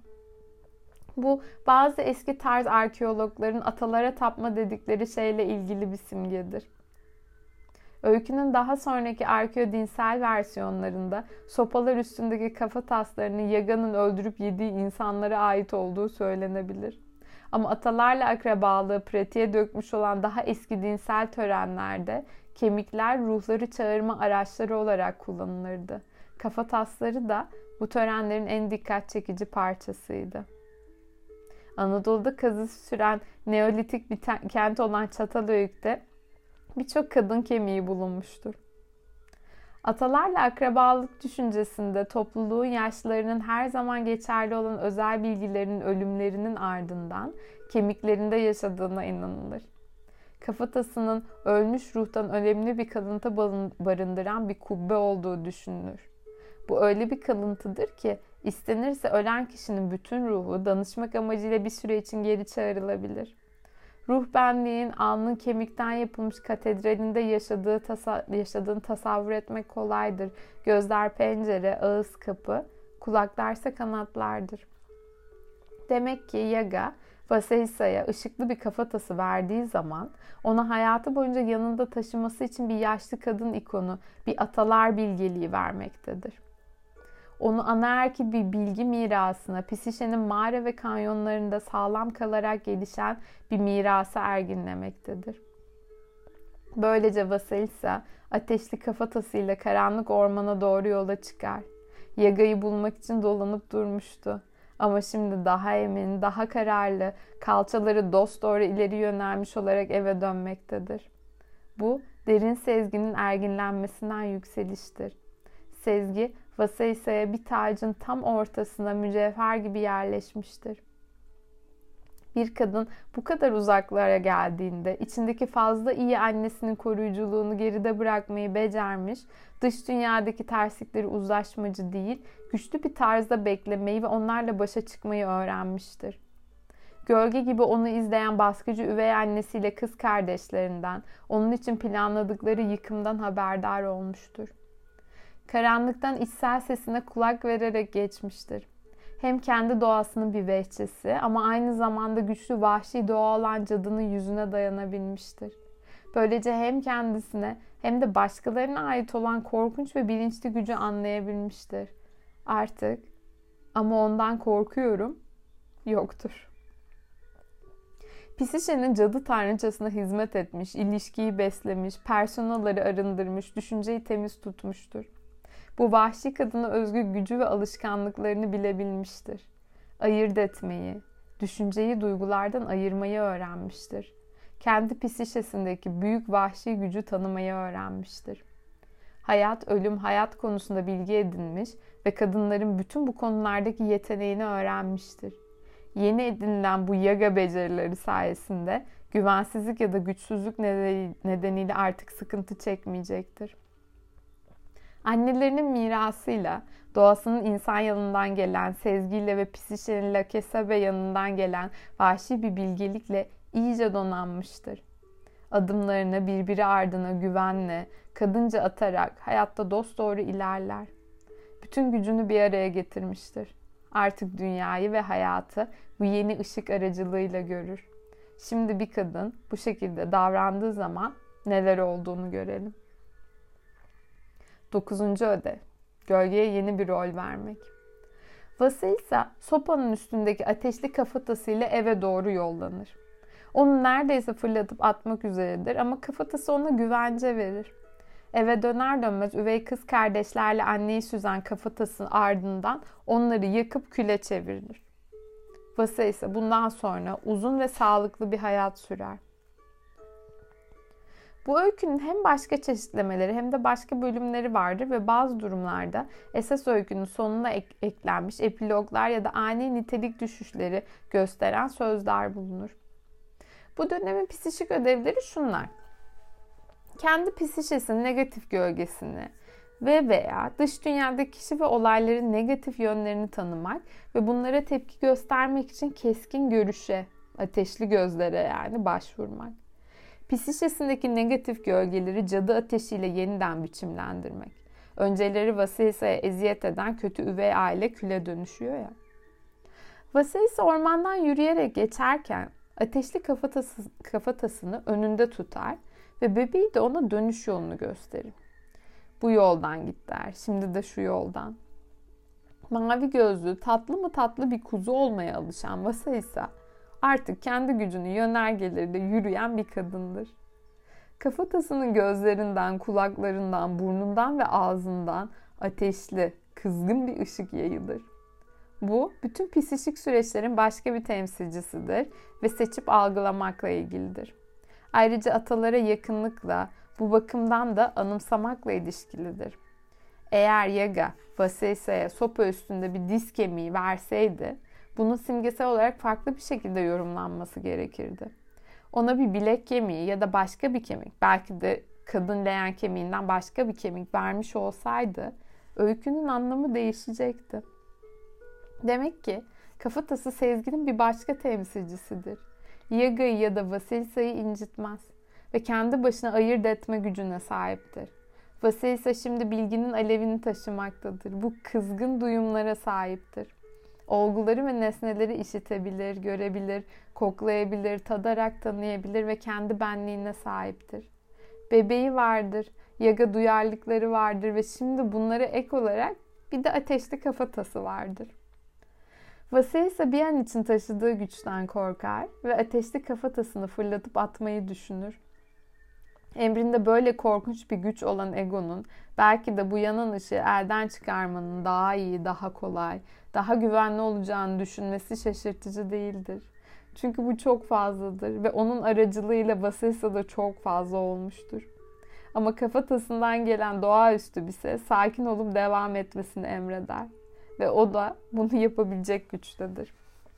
Bu bazı eski tarz arkeologların atalara tapma dedikleri şeyle ilgili bir simgedir. Öykünün daha sonraki arkeodinsel versiyonlarında sopalar üstündeki kafataslarının Yaga'nın öldürüp yediği insanlara ait olduğu söylenebilir. Ama atalarla akrabalığı pratiğe dökmüş olan daha eski dinsel törenlerde kemikler ruhları çağırma araçları olarak kullanılırdı. Kafatasları da bu törenlerin en dikkat çekici parçasıydı. Anadolu'da kazı süren Neolitik bir kent olan Çatalhöyük'te birçok kadın kemiği bulunmuştur. Atalarla akrabalık düşüncesinde topluluğun yaşlılarının her zaman geçerli olan özel bilgilerinin ölümlerinin ardından kemiklerinde yaşadığına inanılır. Kafatasının ölmüş ruhtan önemli bir kalıntı barındıran bir kubbe olduğu düşünülür. Bu öyle bir kalıntıdır ki istenirse ölen kişinin bütün ruhu danışmak amacıyla bir süre için geri çağrılabilir. Ruh benliğin alnın kemikten yapılmış katedralinde yaşadığı tasa yaşadığını tasavvur etmek kolaydır. Gözler pencere, ağız kapı, kulaklarsa kanatlardır. Demek ki Yaga, Vaselisa'ya ışıklı bir kafatası verdiği zaman ona hayatı boyunca yanında taşıması için bir yaşlı kadın ikonu, bir atalar bilgeliği vermektedir. Onu anaerkil bir bilgi mirasına, Psişe'nin mağara ve kanyonlarında sağlam kalarak gelişen bir mirasa erginlemektedir. Böylece Vasilisa ateşli kafatasıyla karanlık ormana doğru yola çıkar. Yaga'yı bulmak için dolanıp durmuştu. Ama şimdi daha emin, daha kararlı, kalçaları dosdoğru ileri yönelmiş olarak eve dönmektedir. Bu, derin sezginin erginlenmesinden yükseliştir. Sezgi, Vasilisa'ya bir tacın tam ortasına mücevher gibi yerleşmiştir. Bir kadın bu kadar uzaklara geldiğinde içindeki fazla iyi annesinin koruyuculuğunu geride bırakmayı becermiş, dış dünyadaki terslikleri uzlaşmacı değil, güçlü bir tarzda beklemeyi ve onlarla başa çıkmayı öğrenmiştir. Gölge gibi onu izleyen baskıcı üvey annesiyle kız kardeşlerinden, onun için planladıkları yıkımdan haberdar olmuştur. Karanlıktan içsel sesine kulak vererek geçmiştir. Hem kendi doğasının bir vehçesi ama aynı zamanda güçlü vahşi doğa olan cadının yüzüne dayanabilmiştir. Böylece hem kendisine hem de başkalarına ait olan korkunç ve bilinçli gücü anlayabilmiştir. Artık ama ondan korkuyorum yoktur. Psişe'nin cadı tanrıçasına hizmet etmiş, ilişkiyi beslemiş, personaları arındırmış, düşünceyi temiz tutmuştur. Bu vahşi kadına özgü gücü ve alışkanlıklarını bilebilmiştir. Ayırt etmeyi, düşünceyi duygulardan ayırmayı öğrenmiştir. Kendi psişesindeki büyük vahşi gücü tanımayı öğrenmiştir. Hayat, ölüm, hayat konusunda bilgi edinmiş ve kadınların bütün bu konulardaki yeteneğini öğrenmiştir. Yeni edinilen bu yaga becerileri sayesinde güvensizlik ya da güçsüzlük nedeniyle artık sıkıntı çekmeyecektir. Annelerinin mirasıyla, doğasının insan yanından gelen sezgiyle ve Psişe'nin Lakesebe yanından gelen vahşi bir bilgelikle iyice donanmıştır. Adımlarını birbiri ardına güvenle, kadınca atarak hayatta dosdoğru ilerler. Bütün gücünü bir araya getirmiştir. Artık dünyayı ve hayatı bu yeni ışık aracılığıyla görür. Şimdi bir kadın bu şekilde davrandığı zaman neler olduğunu görelim. Dokuzuncu ödev. Gölgeye yeni bir rol vermek. Vası ise sopanın üstündeki ateşli kafatasıyla eve doğru yollanır. Onu neredeyse fırlatıp atmak üzeredir ama kafatası ona güvence verir. Eve döner dönmez üvey kız kardeşlerle anneyi süzen kafatasının ardından onları yakıp küle çevirir. Vasa ise bundan sonra uzun ve sağlıklı bir hayat sürer. Bu öykünün hem başka çeşitlemeleri hem de başka bölümleri vardır ve bazı durumlarda esas öykünün sonuna ek- eklenmiş epiloglar ya da ani nitelik düşüşleri gösteren sözler bulunur. Bu dönemin psikik ödevleri şunlar: kendi psişesinin negatif gölgesini ve veya dış dünyadaki kişi ve olayların negatif yönlerini tanımak ve bunlara tepki göstermek için keskin görüşe, ateşli gözlere yani başvurmak. Psişesindeki negatif gölgeleri cadı ateşiyle yeniden biçimlendirmek. Önceleri Vasilisa'ya eziyet eden kötü üvey aile küle dönüşüyor ya. Vasilisa ormandan yürüyerek geçerken ateşli kafatası, kafatasını önünde tutar ve bebeği de ona dönüş yolunu gösterir. Bu yoldan git der, şimdi de şu yoldan. Mavi gözlü, tatlı mı tatlı bir kuzu olmaya alışan Vasilisa artık kendi gücünü yönergeleriyle yürüyen bir kadındır. Kafatasının gözlerinden, kulaklarından, burnundan ve ağzından ateşli, kızgın bir ışık yayılır. Bu, bütün psikik süreçlerin başka bir temsilcisidir ve seçip algılamakla ilgilidir. Ayrıca atalara yakınlıkla, bu bakımdan da anımsamakla ilişkilidir. Eğer Yaga, Vasilisa'ya sopa üstünde bir diz kemiği verseydi, bunun simgesel olarak farklı bir şekilde yorumlanması gerekirdi. Ona bir bilek kemiği ya da başka bir kemik, belki de kadın leğen kemiğinden başka bir kemik vermiş olsaydı, öykünün anlamı değişecekti. Demek ki kafatası sezginin bir başka temsilcisidir. Yaga'yı ya da Vasilisa'yı incitmez ve kendi başına ayırt etme gücüne sahiptir. Vasilisa şimdi bilginin alevini taşımaktadır. Bu kızgın duyumlara sahiptir. Olguları ve nesneleri işitebilir, görebilir, koklayabilir, tadarak tanıyabilir ve kendi benliğine sahiptir. Bebeği vardır, Yaga duyarlılıkları vardır ve şimdi bunlara ek olarak bir de ateşli kafatası vardır. Vasilisa bir an için taşıdığı güçten korkar ve ateşli kafatasını fırlatıp atmayı düşünür. Emrinde böyle korkunç bir güç olan Egon'un belki de bu yanan ışığı elden çıkarmanın daha iyi, daha kolay, daha güvenli olacağını düşünmesi şaşırtıcı değildir. Çünkü bu çok fazladır ve onun aracılığıyla Vasilisa da çok fazla olmuştur. Ama kafatasından gelen doğaüstü bir ses sakin olup devam etmesini emreder. Ve o da bunu yapabilecek güçtedir.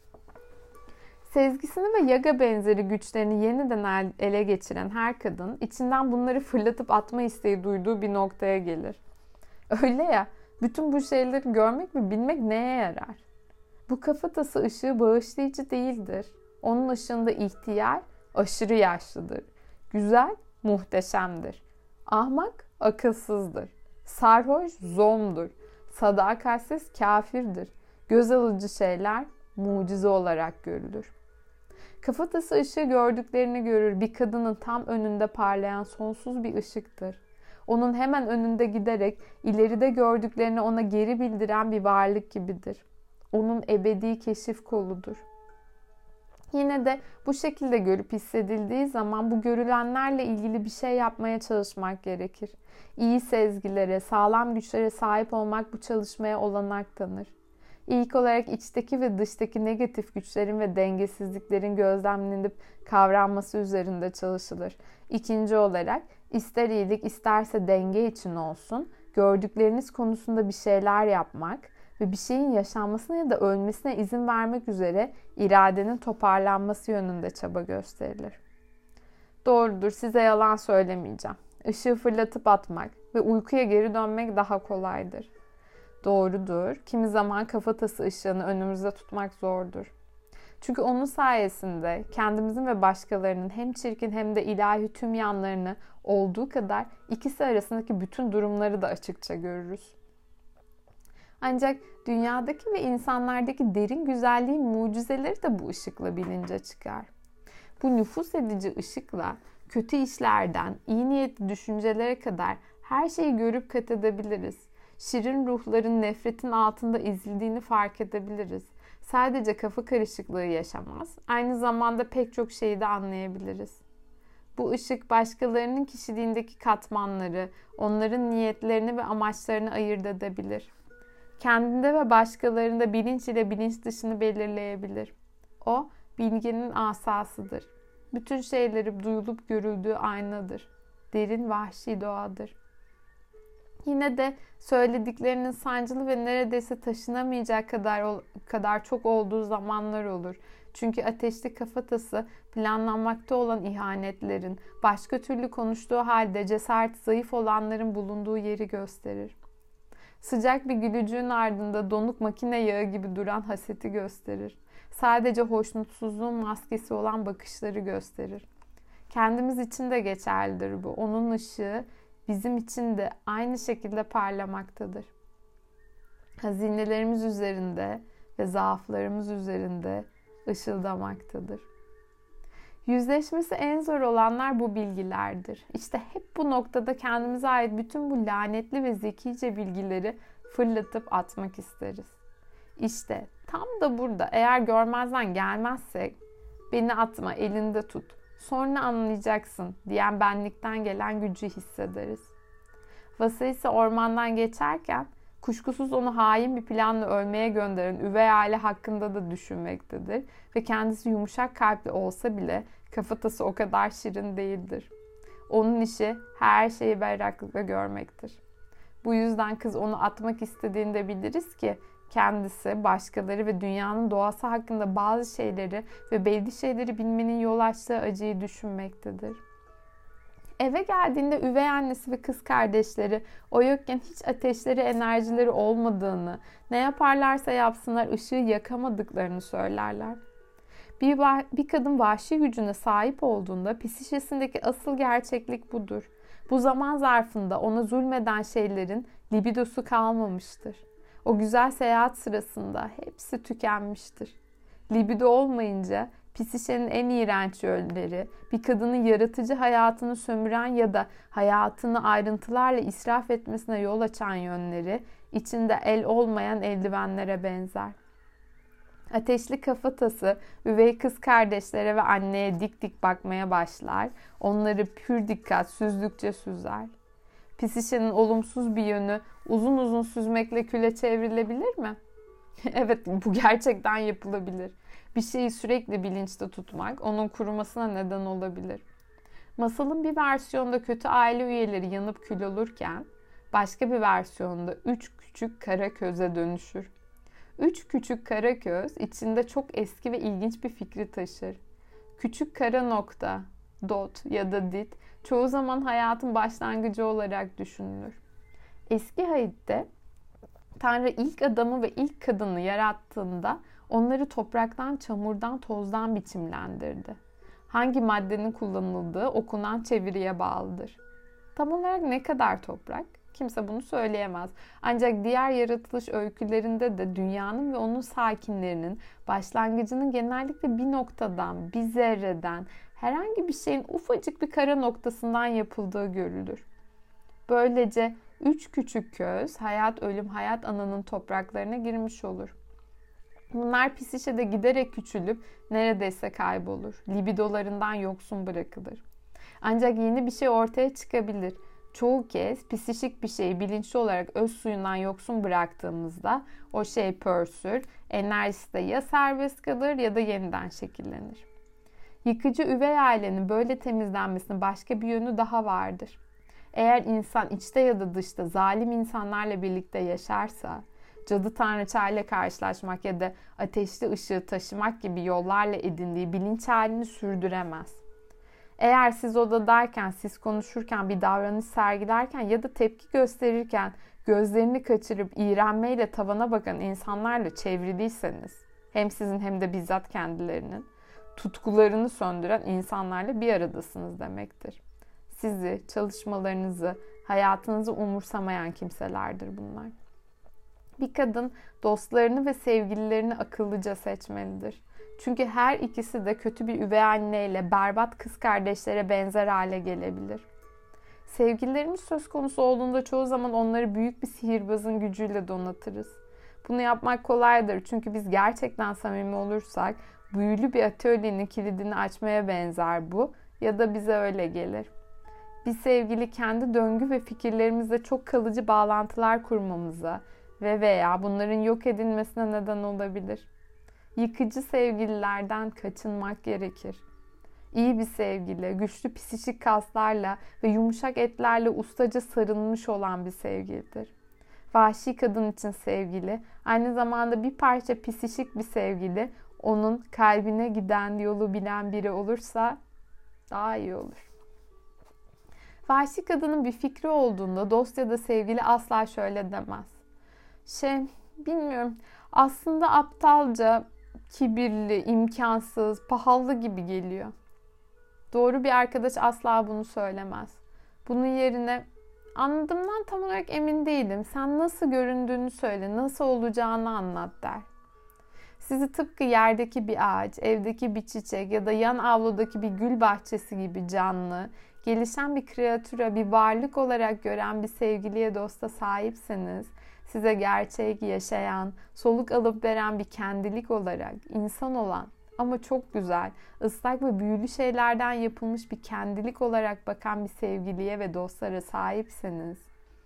Sezgisini ve Yaga benzeri güçlerini yeniden ele geçiren her kadın içinden bunları fırlatıp atma isteği duyduğu bir noktaya gelir. Öyle ya, bütün bu şeyleri görmek ve bilmek neye yarar? Bu kafatası ışığı bağışlayıcı değildir. Onun ışığında ihtiyar, aşırı yaşlıdır. Güzel, muhteşemdir. Ahmak, akılsızdır. Sarhoş, zomdur. Sadakatsiz, kafirdir. Göz alıcı şeyler mucize olarak görülür. Kafatası ışığı gördüklerini görür. Bir kadının tam önünde parlayan sonsuz bir ışıktır. Onun hemen önünde giderek ileride gördüklerini ona geri bildiren bir varlık gibidir. Onun ebedi keşif koludur. Yine de bu şekilde görüp hissedildiği zaman bu görülenlerle ilgili bir şey yapmaya çalışmak gerekir. İyi sezgilere, sağlam güçlere sahip olmak bu çalışmaya olanak tanır. İlk olarak içteki ve dıştaki negatif güçlerin ve dengesizliklerin gözlemlenip kavranması üzerinde çalışılır. İkinci olarak ister iyilik isterse denge için olsun, gördükleriniz konusunda bir şeyler yapmak ve bir şeyin yaşanmasına ya da ölmesine izin vermek üzere iradenin toparlanması yönünde çaba gösterilir. Doğrudur, size yalan söylemeyeceğim. Işığı fırlatıp atmak ve uykuya geri dönmek daha kolaydır. Doğrudur, kimi zaman kafatası ışığını önümüzde tutmak zordur. Çünkü onun sayesinde kendimizin ve başkalarının hem çirkin hem de ilahi tüm yanlarını olduğu kadar ikisi arasındaki bütün durumları da açıkça görürüz. Ancak dünyadaki ve insanlardaki derin güzelliğin mucizeleri de bu ışıkla bilince çıkar. Bu nüfuz edici ışıkla kötü işlerden iyi niyetli düşüncelere kadar her şeyi görüp kat edebiliriz. Şirin ruhların nefretin altında ezildiğini fark edebiliriz. Sadece kafa karışıklığı yaşamaz, aynı zamanda pek çok şeyi de anlayabiliriz. Bu ışık başkalarının kişiliğindeki katmanları, onların niyetlerini ve amaçlarını ayırt edebilir. Kendinde ve başkalarında bilinç ile bilinç dışını belirleyebilir. O, bilgenin asasıdır. Bütün şeyleri duyulup görüldüğü aynadır. Derin vahşi doğadır. Yine de söylediklerinin sancılı ve neredeyse taşınamayacak kadar kadar çok olduğu zamanlar olur. Çünkü ateşli kafatası planlanmakta olan ihanetlerin, başka türlü konuştuğu halde cesareti zayıf olanların bulunduğu yeri gösterir. Sıcak bir gülücüğün ardında donuk makine yağı gibi duran haseti gösterir. Sadece hoşnutsuzluğun maskesi olan bakışları gösterir. Kendimiz için de geçerlidir bu. Onun ışığı bizim için de aynı şekilde parlamaktadır. Hazinelerimiz üzerinde ve zaaflarımız üzerinde ışıldamaktadır. Yüzleşmesi en zor olanlar bu bilgilerdir. İşte hep bu noktada kendimize ait bütün bu lanetli ve zekice bilgileri fırlatıp atmak isteriz. İşte tam da burada eğer görmezden gelmezsek beni atma, elinde tut, sonra anlayacaksın diyen benlikten gelen gücü hissederiz. Vasıysa ormandan geçerken kuşkusuz onu hain bir planla ölmeye gönderen üvey aile hakkında da düşünmektedir ve kendisi yumuşak kalpli olsa bile kafatası o kadar şirin değildir. Onun işi her şeyi berraklıkla görmektir. Bu yüzden kız onu atmak istediğinde biliriz ki kendisi, başkaları ve dünyanın doğası hakkında bazı şeyleri ve belli şeyleri bilmenin yol açtığı acıyı düşünmektedir. Eve geldiğinde üvey annesi ve kız kardeşleri o yokken hiç ateşleri, enerjileri olmadığını, ne yaparlarsa yapsınlar ışığı yakamadıklarını söylerler. Bir, bir kadın vahşi gücüne sahip olduğunda psişesindeki asıl gerçeklik budur. Bu zaman zarfında ona zulmeden şeylerin libidosu kalmamıştır. O güzel seyahat sırasında hepsi tükenmiştir. Libido olmayınca psişenin en iğrenç yönleri, bir kadının yaratıcı hayatını sömüren ya da hayatını ayrıntılarla israf etmesine yol açan yönleri, içinde el olmayan eldivenlere benzer. Ateşli kafatası üvey kız kardeşlere ve anneye dik dik bakmaya başlar, onları pür dikkat süzdükçe süzer. Psişenin olumsuz bir yönü uzun uzun süzmekle küle çevrilebilir mi? Evet, bu gerçekten yapılabilir. Bir şeyi sürekli bilinçte tutmak onun kurumasına neden olabilir. Masalın bir versiyonda kötü aile üyeleri yanıp kül olurken başka bir versiyonda üç küçük kara köze dönüşür. Üç küçük kara köz içinde çok eski ve ilginç bir fikri taşır. Küçük kara nokta, dot ya da dit çoğu zaman hayatın başlangıcı olarak düşünülür. Eski Hait'te Tanrı ilk adamı ve ilk kadını yarattığında onları topraktan, çamurdan, tozdan biçimlendirdi. Hangi maddenin kullanıldığı okunan çeviriye bağlıdır. Tam olarak ne kadar toprak? Kimse bunu söyleyemez. Ancak diğer yaratılış öykülerinde de dünyanın ve onun sakinlerinin başlangıcının genellikle bir noktadan, bir zerreden, herhangi bir şeyin ufacık bir kara noktasından yapıldığı görülür. Böylece üç küçük köz, hayat, ölüm, hayat ananın topraklarına girmiş olur. Bunlar psişede giderek küçülüp neredeyse kaybolur. Libidolarından yoksun bırakılır. Ancak yeni bir şey ortaya çıkabilir. Çoğu kez psişik bir şeyi bilinçli olarak öz suyundan yoksun bıraktığımızda o şey pörsür, enerjisi de ya serbest kalır ya da yeniden şekillenir. Yıkıcı üvey ailenin böyle temizlenmesinin başka bir yönü daha vardır. Eğer insan içte ya da dışta zalim insanlarla birlikte yaşarsa, cadı tanrıçayla karşılaşmak ya da ateşli ışığı taşımak gibi yollarla edindiği bilinç halini sürdüremez. Eğer siz odadayken, siz konuşurken, bir davranış sergilerken ya da tepki gösterirken gözlerini kaçırıp iğrenmeyle tavana bakan insanlarla çevriliyseniz, hem sizin hem de bizzat kendilerinin tutkularını söndüren insanlarla bir aradasınız demektir. Sizi, çalışmalarınızı, hayatınızı umursamayan kimselerdir bunlar. Bir kadın dostlarını ve sevgililerini akıllıca seçmelidir. Çünkü her ikisi de kötü bir üvey anneyle berbat kız kardeşlere benzer hale gelebilir. Sevgililerimiz söz konusu olduğunda çoğu zaman onları büyük bir sihirbazın gücüyle donatırız. Bunu yapmak kolaydır çünkü biz gerçekten samimi olursak büyülü bir atölyenin kilidini açmaya benzer bu ya da bize öyle gelir. Bir sevgili kendi döngü ve fikirlerimizle çok kalıcı bağlantılar kurmamıza ve veya bunların yok edilmesine neden olabilir. Yıkıcı sevgililerden kaçınmak gerekir. İyi bir sevgili, güçlü psikik kaslarla ve yumuşak etlerle ustaca sarılmış olan bir sevgilidir. Vahşi kadın için sevgili, aynı zamanda bir parça psikik bir sevgili, onun kalbine giden yolu bilen biri olursa daha iyi olur. Vahşi kadının bir fikri olduğunda dost ya da sevgili asla şöyle demez. Şey, bilmiyorum, aslında aptalca, kibirli, imkansız, pahalı gibi geliyor. Doğru bir arkadaş asla bunu söylemez. Bunun yerine anladığımdan tam olarak emin değilim. Sen nasıl göründüğünü söyle, nasıl olacağını anlat der. Sizi tıpkı yerdeki bir ağaç, evdeki bir çiçek ya da yan avludaki bir gül bahçesi gibi canlı, gelişen bir kreatüre, bir varlık olarak gören bir sevgiliye, dosta sahipseniz, size gerçek, yaşayan, soluk alıp veren bir kendilik olarak, insan olan ama çok güzel, ıslak ve büyülü şeylerden yapılmış bir kendilik olarak bakan bir sevgiliye ve dostlara sahipseniz,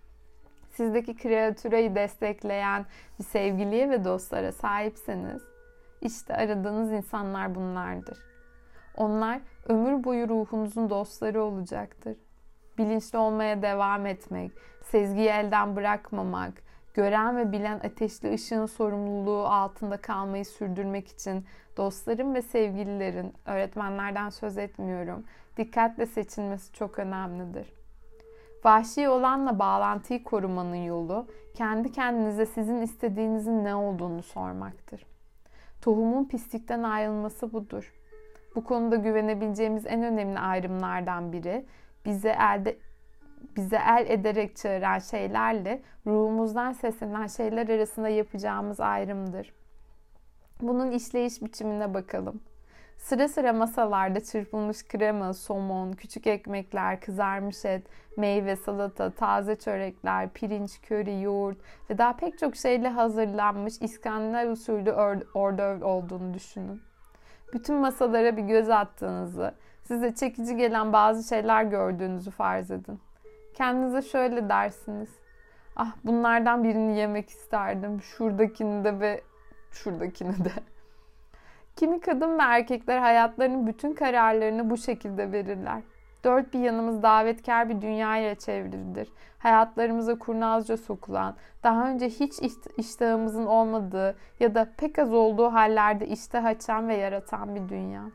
sizdeki kreatüreyi destekleyen bir sevgiliye ve dostlara sahipseniz, işte aradığınız insanlar bunlardır. Onlar ömür boyu ruhunuzun dostları olacaktır. Bilinçli olmaya devam etmek, sezgiyi elden bırakmamak, gören ve bilen ateşli ışığın sorumluluğu altında kalmayı sürdürmek için dostların ve sevgililerin, öğretmenlerden söz etmiyorum, dikkatle seçilmesi çok önemlidir. Vahşi olanla bağlantıyı korumanın yolu, kendi kendinize sizin istediğinizin ne olduğunu sormaktır. Tohumun pislikten ayrılması budur. Bu konuda güvenebileceğimiz en önemli ayrımlardan biri, bize elde bize el ederek çağıran şeylerle ruhumuzdan seslenen şeyler arasında yapacağımız ayrımdır. Bunun işleyiş biçimine bakalım. Sıra sıra masalarda çırpılmış krema, somon, küçük ekmekler, kızarmış et, meyve, salata, taze çörekler, pirinç, köri, yoğurt ve daha pek çok şeyle hazırlanmış İskandinav usulü ordöv olduğunu düşünün. Bütün masalara bir göz attığınızı, size çekici gelen bazı şeyler gördüğünüzü farz edin. Kendinize şöyle dersiniz. Ah, bunlardan birini yemek isterdim. Şuradakini de ve şuradakini de. Kimi kadın ve erkekler hayatlarının bütün kararlarını bu şekilde verirler. Dört bir yanımız davetkar bir dünyayla çevrilidir. Hayatlarımıza kurnazca sokulan, daha önce hiç iştahımızın olmadığı ya da pek az olduğu hallerde iştah açan ve yaratan bir dünya.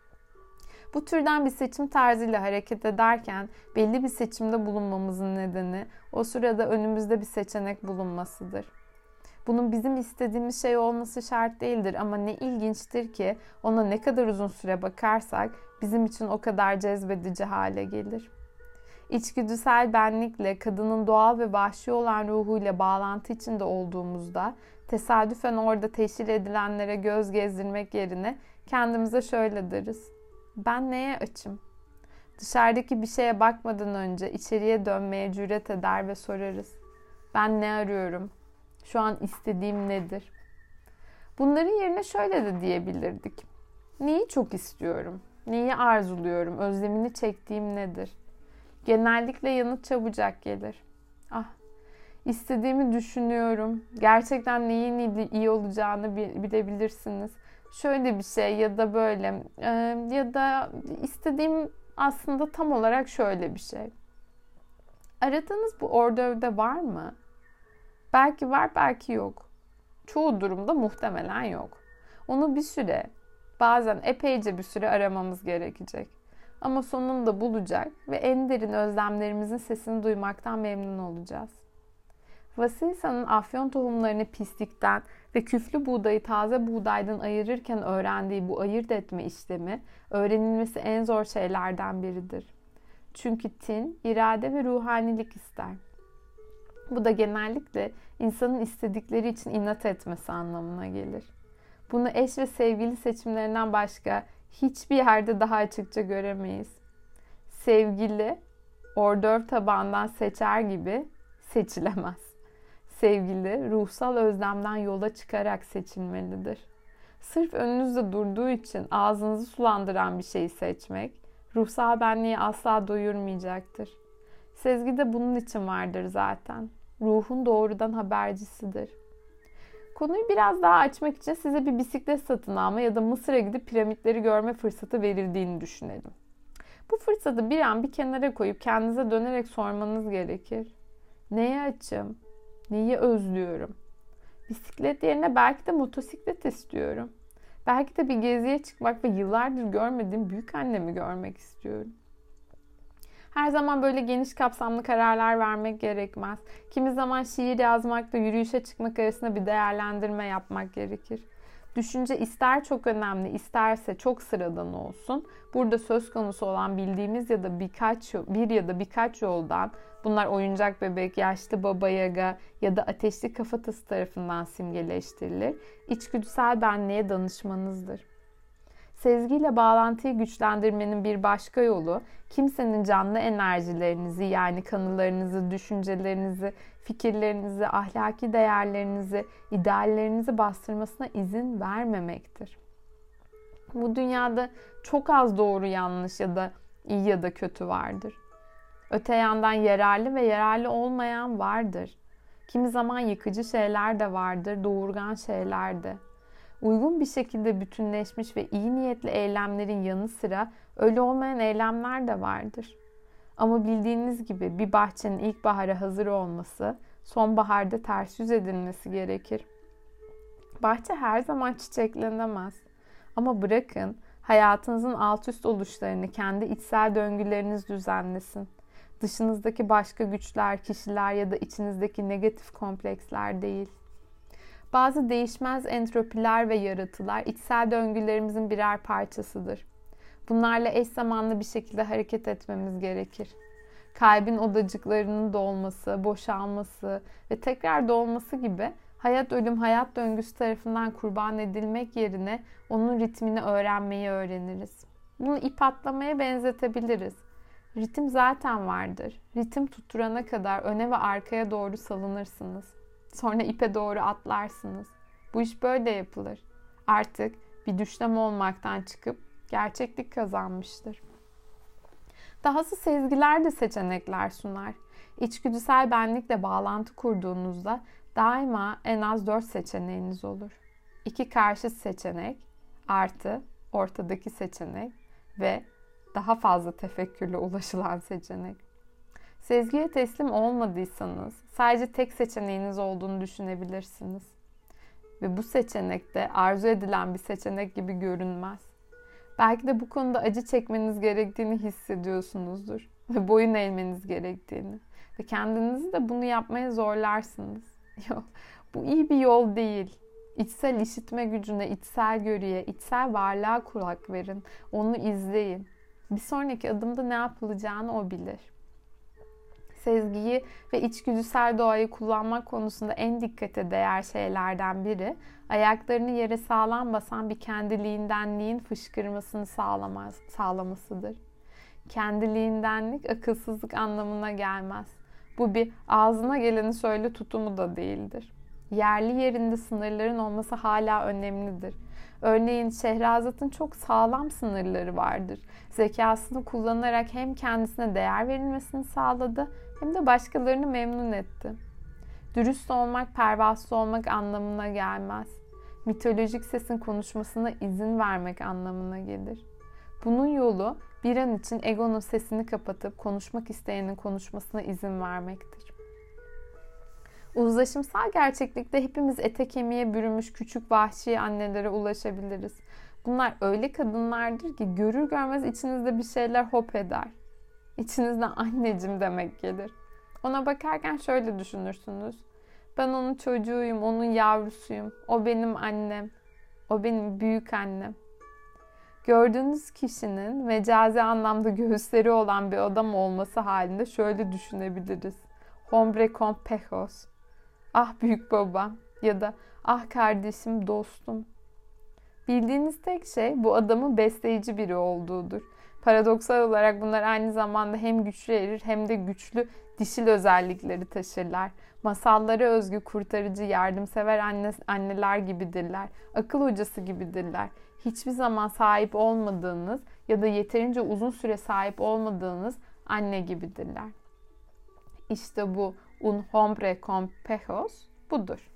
Bu türden bir seçim tarzıyla hareket ederken belli bir seçimde bulunmamızın nedeni o sırada önümüzde bir seçenek bulunmasıdır. Bunun bizim istediğimiz şey olması şart değildir ama ne ilginçtir ki ona ne kadar uzun süre bakarsak bizim için o kadar cezbedici hale gelir. İçgüdüsel benlikle kadının doğal ve vahşi olan ruhuyla bağlantı içinde olduğumuzda tesadüfen orada teşhir edilenlere göz gezdirmek yerine kendimize şöyle deriz. Ben neye açım? Dışarıdaki bir şeye bakmadan önce içeriye dönmeye cüret eder ve sorarız. Ben ne arıyorum? Şu an istediğim nedir? Bunların yerine şöyle de diyebilirdik. Neyi çok istiyorum? Neyi arzuluyorum? Özlemini çektiğim nedir? Genellikle yanıt çabucak gelir. Ah, istediğimi düşünüyorum. Gerçekten neyin iyi olacağını bilebilirsiniz. Şöyle bir şey ya da böyle ee, ya da istediğim aslında tam olarak şöyle bir şey. Aradığınız bu ordövde var mı? Belki var, belki yok. Çoğu durumda muhtemelen yok. Onu bir süre, bazen epeyce bir süre aramamız gerekecek. Ama sonunda bulacak ve en derin özlemlerimizin sesini duymaktan memnun olacağız. Vasilisa'nın afyon tohumlarını pislikten ve küflü buğdayı taze buğdaydan ayırırken öğrendiği bu ayırt etme işlemi öğrenilmesi en zor şeylerden biridir. Çünkü tin, irade ve ruhanilik ister. Bu da genellikle insanın istedikleri için inat etmesi anlamına gelir. Bunu eş ve sevgili seçimlerinden başka hiçbir yerde daha açıkça göremeyiz. Sevgili Ordöv tabağından seçer gibi seçilemez. Sevgili, ruhsal özlemden yola çıkarak seçilmelidir. Sırf önünüzde durduğu için ağzınızı sulandıran bir şeyi seçmek, ruhsal benliği asla doyurmayacaktır. Sezgi de bunun için vardır zaten. Ruhun doğrudan habercisidir. Konuyu biraz daha açmak için size bir bisiklet satın alma ya da Mısır'a gidip piramitleri görme fırsatı verildiğini düşünelim. Bu fırsatı bir an bir kenara koyup kendinize dönerek sormanız gerekir. Neye açım? Neyi özlüyorum? Bisiklet yerine belki de motosiklet istiyorum. Belki de bir geziye çıkmak ve yıllardır görmediğim büyük annemi görmek istiyorum. Her zaman böyle geniş kapsamlı kararlar vermek gerekmez. Kimi zaman şiir yazmakla yürüyüşe çıkmak arasında bir değerlendirme yapmak gerekir. Düşünce ister çok önemli, isterse çok sıradan olsun. Burada söz konusu olan bildiğimiz ya da birkaç bir ya da birkaç yoldan, bunlar oyuncak bebek, yaşlı baba yaga ya da ateşli kafatası tarafından simgeleştirilir. İçgüdüsel benliğe danışmanızdır. Sezgiyle bağlantıyı güçlendirmenin bir başka yolu, kimsenin canlı enerjilerinizi, yani kanılarınızı, düşüncelerinizi, fikirlerinizi, ahlaki değerlerinizi, ideallerinizi bastırmasına izin vermemektir. Bu dünyada çok az doğru yanlış ya da iyi ya da kötü vardır. Öte yandan yararlı ve yararlı olmayan vardır. Kimi zaman yıkıcı şeyler de vardır, doğurgan şeyler de. Uygun bir şekilde bütünleşmiş ve iyi niyetli eylemlerin yanı sıra öyle olmayan eylemler de vardır. Ama bildiğiniz gibi bir bahçenin ilkbahara hazır olması, sonbaharda ters yüz edilmesi gerekir. Bahçe her zaman çiçeklenemez. Ama bırakın hayatınızın alt üst oluşlarını kendi içsel döngüleriniz düzenlesin. Dışınızdaki başka güçler, kişiler ya da içinizdeki negatif kompleksler değil. Bazı değişmez entropiler ve yaratılar içsel döngülerimizin birer parçasıdır. Bunlarla eş zamanlı bir şekilde hareket etmemiz gerekir. Kalbin odacıklarının dolması, boşalması ve tekrar dolması gibi hayat ölüm hayat döngüsü tarafından kurban edilmek yerine onun ritmini öğrenmeyi öğreniriz. Bunu ip atlamaya benzetebiliriz. Ritim zaten vardır. Ritim tutturana kadar öne ve arkaya doğru salınırsınız. Sonra ipe doğru atlarsınız. Bu iş böyle yapılır. Artık bir düşlem olmaktan çıkıp gerçeklik kazanmıştır. Dahası sezgiler de seçenekler sunar. İçgüdüsel benlikle bağlantı kurduğunuzda daima en az dört seçeneğiniz olur. İki karşıt seçenek, artı ortadaki seçenek ve daha fazla tefekkürle ulaşılan seçenek. Sezgiye teslim olmadıysanız sadece tek seçeneğiniz olduğunu düşünebilirsiniz. Ve bu seçenek de arzu edilen bir seçenek gibi görünmez. Belki de bu konuda acı çekmeniz gerektiğini hissediyorsunuzdur ve boyun eğmeniz gerektiğini ve kendinizi de bunu yapmaya zorlarsınız. Yok, bu iyi bir yol değil. İçsel işitme gücüne, içsel görüye, içsel varlığa kulak verin. Onu izleyin. Bir sonraki adımda ne yapılacağını o bilir. Sezgiyi ve içgüdüsel doğayı kullanmak konusunda en dikkate değer şeylerden biri, ayaklarını yere sağlam basan bir kendiliğindenliğin fışkırmasını sağlamaz, sağlamasıdır. Kendiliğindenlik akılsızlık anlamına gelmez. Bu bir ağzına geleni söyle tutumu da değildir. Yerli yerinde sınırların olması hala önemlidir. Örneğin Şehrazat'ın çok sağlam sınırları vardır. Zekasını kullanarak hem kendisine değer verilmesini sağladı hem de başkalarını memnun etti. Dürüst olmak, pervasız olmak anlamına gelmez. Mitolojik sesin konuşmasına izin vermek anlamına gelir. Bunun yolu bir an için egonun sesini kapatıp konuşmak isteyenin konuşmasına izin vermektir. Uzlaşımsal gerçeklikte hepimiz ete kemiğe bürünmüş küçük vahşi annelere ulaşabiliriz. Bunlar öyle kadınlardır ki görür görmez içinizde bir şeyler hop eder. İçinizden anneciğim demek gelir. Ona bakarken şöyle düşünürsünüz. Ben onun çocuğuyum, onun yavrusuyum. O benim annem. O benim büyük annem. Gördüğünüz kişinin mecazi anlamda göğüsleri olan bir adam olması halinde şöyle düşünebiliriz. Hombre con pejos. Ah büyük babam ya da ah kardeşim, dostum. Bildiğiniz tek şey bu adamın besleyici biri olduğudur. Paradoksal olarak bunlar aynı zamanda hem güçlü erir hem de güçlü dişil özellikleri taşırlar. Masallara özgü kurtarıcı, yardımsever anne, anneler gibidirler. Akıl hocası gibidirler. Hiçbir zaman sahip olmadığınız ya da yeterince uzun süre sahip olmadığınız anne gibidirler. İşte bu un hombre con pejos budur.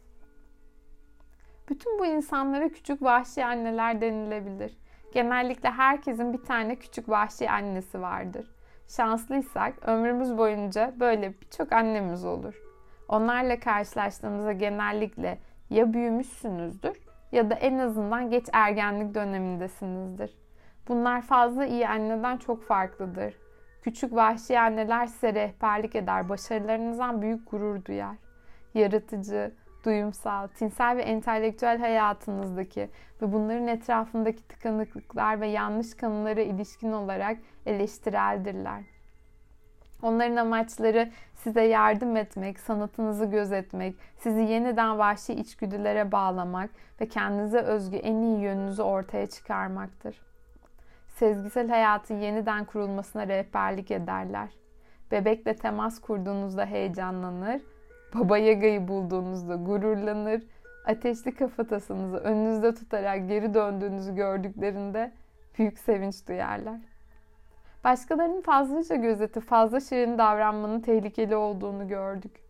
Bütün bu insanlara küçük vahşi anneler denilebilir. Genellikle herkesin bir tane küçük vahşi annesi vardır. Şanslıysak ömrümüz boyunca böyle birçok annemiz olur. Onlarla karşılaştığımızda genellikle ya büyümüşsünüzdür ya da en azından geç ergenlik dönemindesinizdir. Bunlar fazla iyi anneden çok farklıdır. Küçük vahşi anneler size rehberlik eder, başarılarınızdan büyük gurur duyar. Yaratıcı, duyumsal, tinsel ve entelektüel hayatınızdaki ve bunların etrafındaki tıkanıklıklar ve yanlış kanılara ilişkin olarak eleştireldirler. Onların amaçları size yardım etmek, sanatınızı gözetmek, sizi yeniden vahşi içgüdülere bağlamak ve kendinize özgü en iyi yönünüzü ortaya çıkarmaktır. Sezgisel hayatın yeniden kurulmasına rehberlik ederler. Bebekle temas kurduğunuzda heyecanlanır, Baba Yaga'yı bulduğunuzda gururlanır, ateşli kafatasınızı önünüzde tutarak geri döndüğünüzü gördüklerinde büyük sevinç duyarlar. Başkalarının fazlaca gözetip fazla şirin davranmanın tehlikeli olduğunu gördük.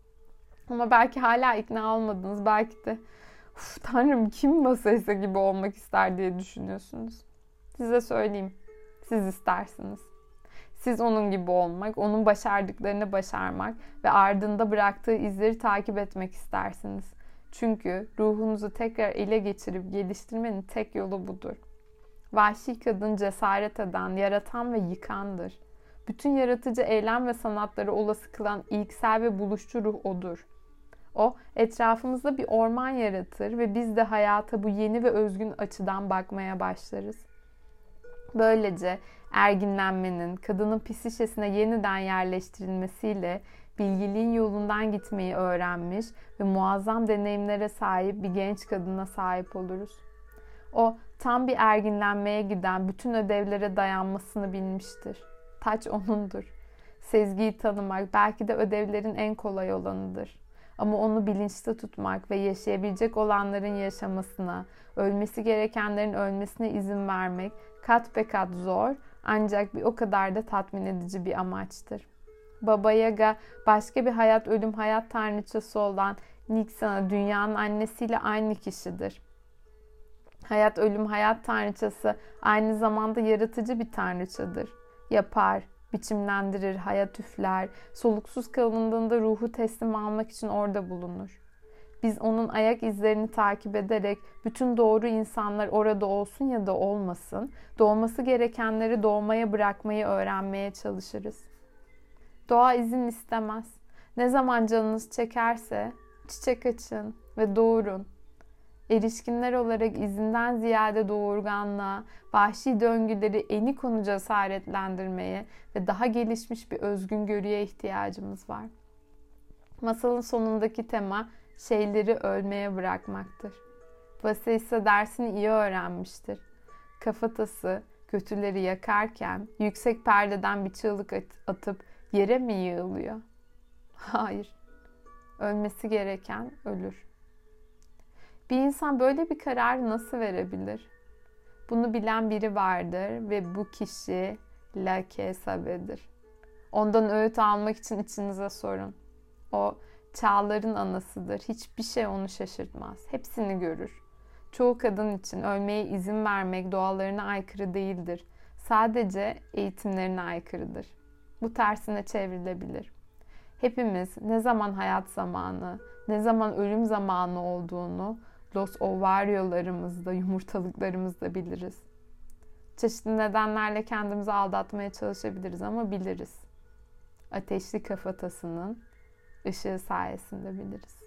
Ama belki hala ikna olmadınız. Belki de Uf, Tanrım kim masaysa gibi olmak ister diye düşünüyorsunuz. Size söyleyeyim. Siz istersiniz. Siz onun gibi olmak, onun başardıklarını başarmak ve ardında bıraktığı izleri takip etmek istersiniz. Çünkü ruhunuzu tekrar ele geçirip geliştirmenin tek yolu budur. Vahşi kadın cesaret eden, yaratan ve yıkandır. Bütün yaratıcı eylem ve sanatları olası kılan ilksel ve buluşçu ruh odur. O, etrafımızda bir orman yaratır ve biz de hayata bu yeni ve özgün açıdan bakmaya başlarız. Böylece erginlenmenin, kadının psişesine yeniden yerleştirilmesiyle bilgiliğin yolundan gitmeyi öğrenmiş ve muazzam deneyimlere sahip bir genç kadına sahip oluruz. O, tam bir erginlenmeye giden bütün ödevlere dayanmasını bilmiştir. Taç onundur. Sezgiyi tanımak belki de ödevlerin en kolay olanıdır. Ama onu bilinçte tutmak ve yaşayabilecek olanların yaşamasına, ölmesi gerekenlerin ölmesine izin vermek kat be kat zor ancak bir o kadar da tatmin edici bir amaçtır. Baba Yaga başka bir hayat ölüm hayat tanrıçası olan Niksana dünyanın annesiyle aynı kişidir. Hayat ölüm hayat tanrıçası aynı zamanda yaratıcı bir tanrıçadır. Yapar, biçimlendirir, hayat üfler, soluksuz kalındığında ruhu teslim almak için orada bulunur. Biz onun ayak izlerini takip ederek bütün doğru insanlar orada olsun ya da olmasın, doğması gerekenleri doğmaya bırakmayı öğrenmeye çalışırız. Doğa izin istemez. Ne zaman canınız çekerse çiçek açın ve doğurun. Erişkinler olarak izinden ziyade doğurganlığa, vahşi döngüleri eni konu cesaretlendirmeye ve daha gelişmiş bir özgün görüye ihtiyacımız var. Masalın sonundaki tema şeyleri ölmeye bırakmaktır. Vaseysa dersini iyi öğrenmiştir. Kafatası kötüleri yakarken yüksek perdeden bir çığlık atıp yere mi yığılıyor? Hayır. Ölmesi gereken ölür. Bir insan böyle bir kararı nasıl verebilir? Bunu bilen biri vardır ve bu kişi Lake Sabe'dir. Ondan öğüt almak için içinize sorun. O çağların anasıdır. Hiçbir şey onu şaşırtmaz. Hepsini görür. Çoğu kadın için ölmeye izin vermek doğalarına aykırı değildir. Sadece eğitimlerine aykırıdır. Bu tersine çevrilebilir. Hepimiz ne zaman hayat zamanı, ne zaman ölüm zamanı olduğunu Los ovaryolarımızda, yumurtalıklarımızda biliriz. Çeşitli nedenlerle kendimizi aldatmaya çalışabiliriz ama biliriz. Ateşli kafatasının ışığı sayesinde biliriz.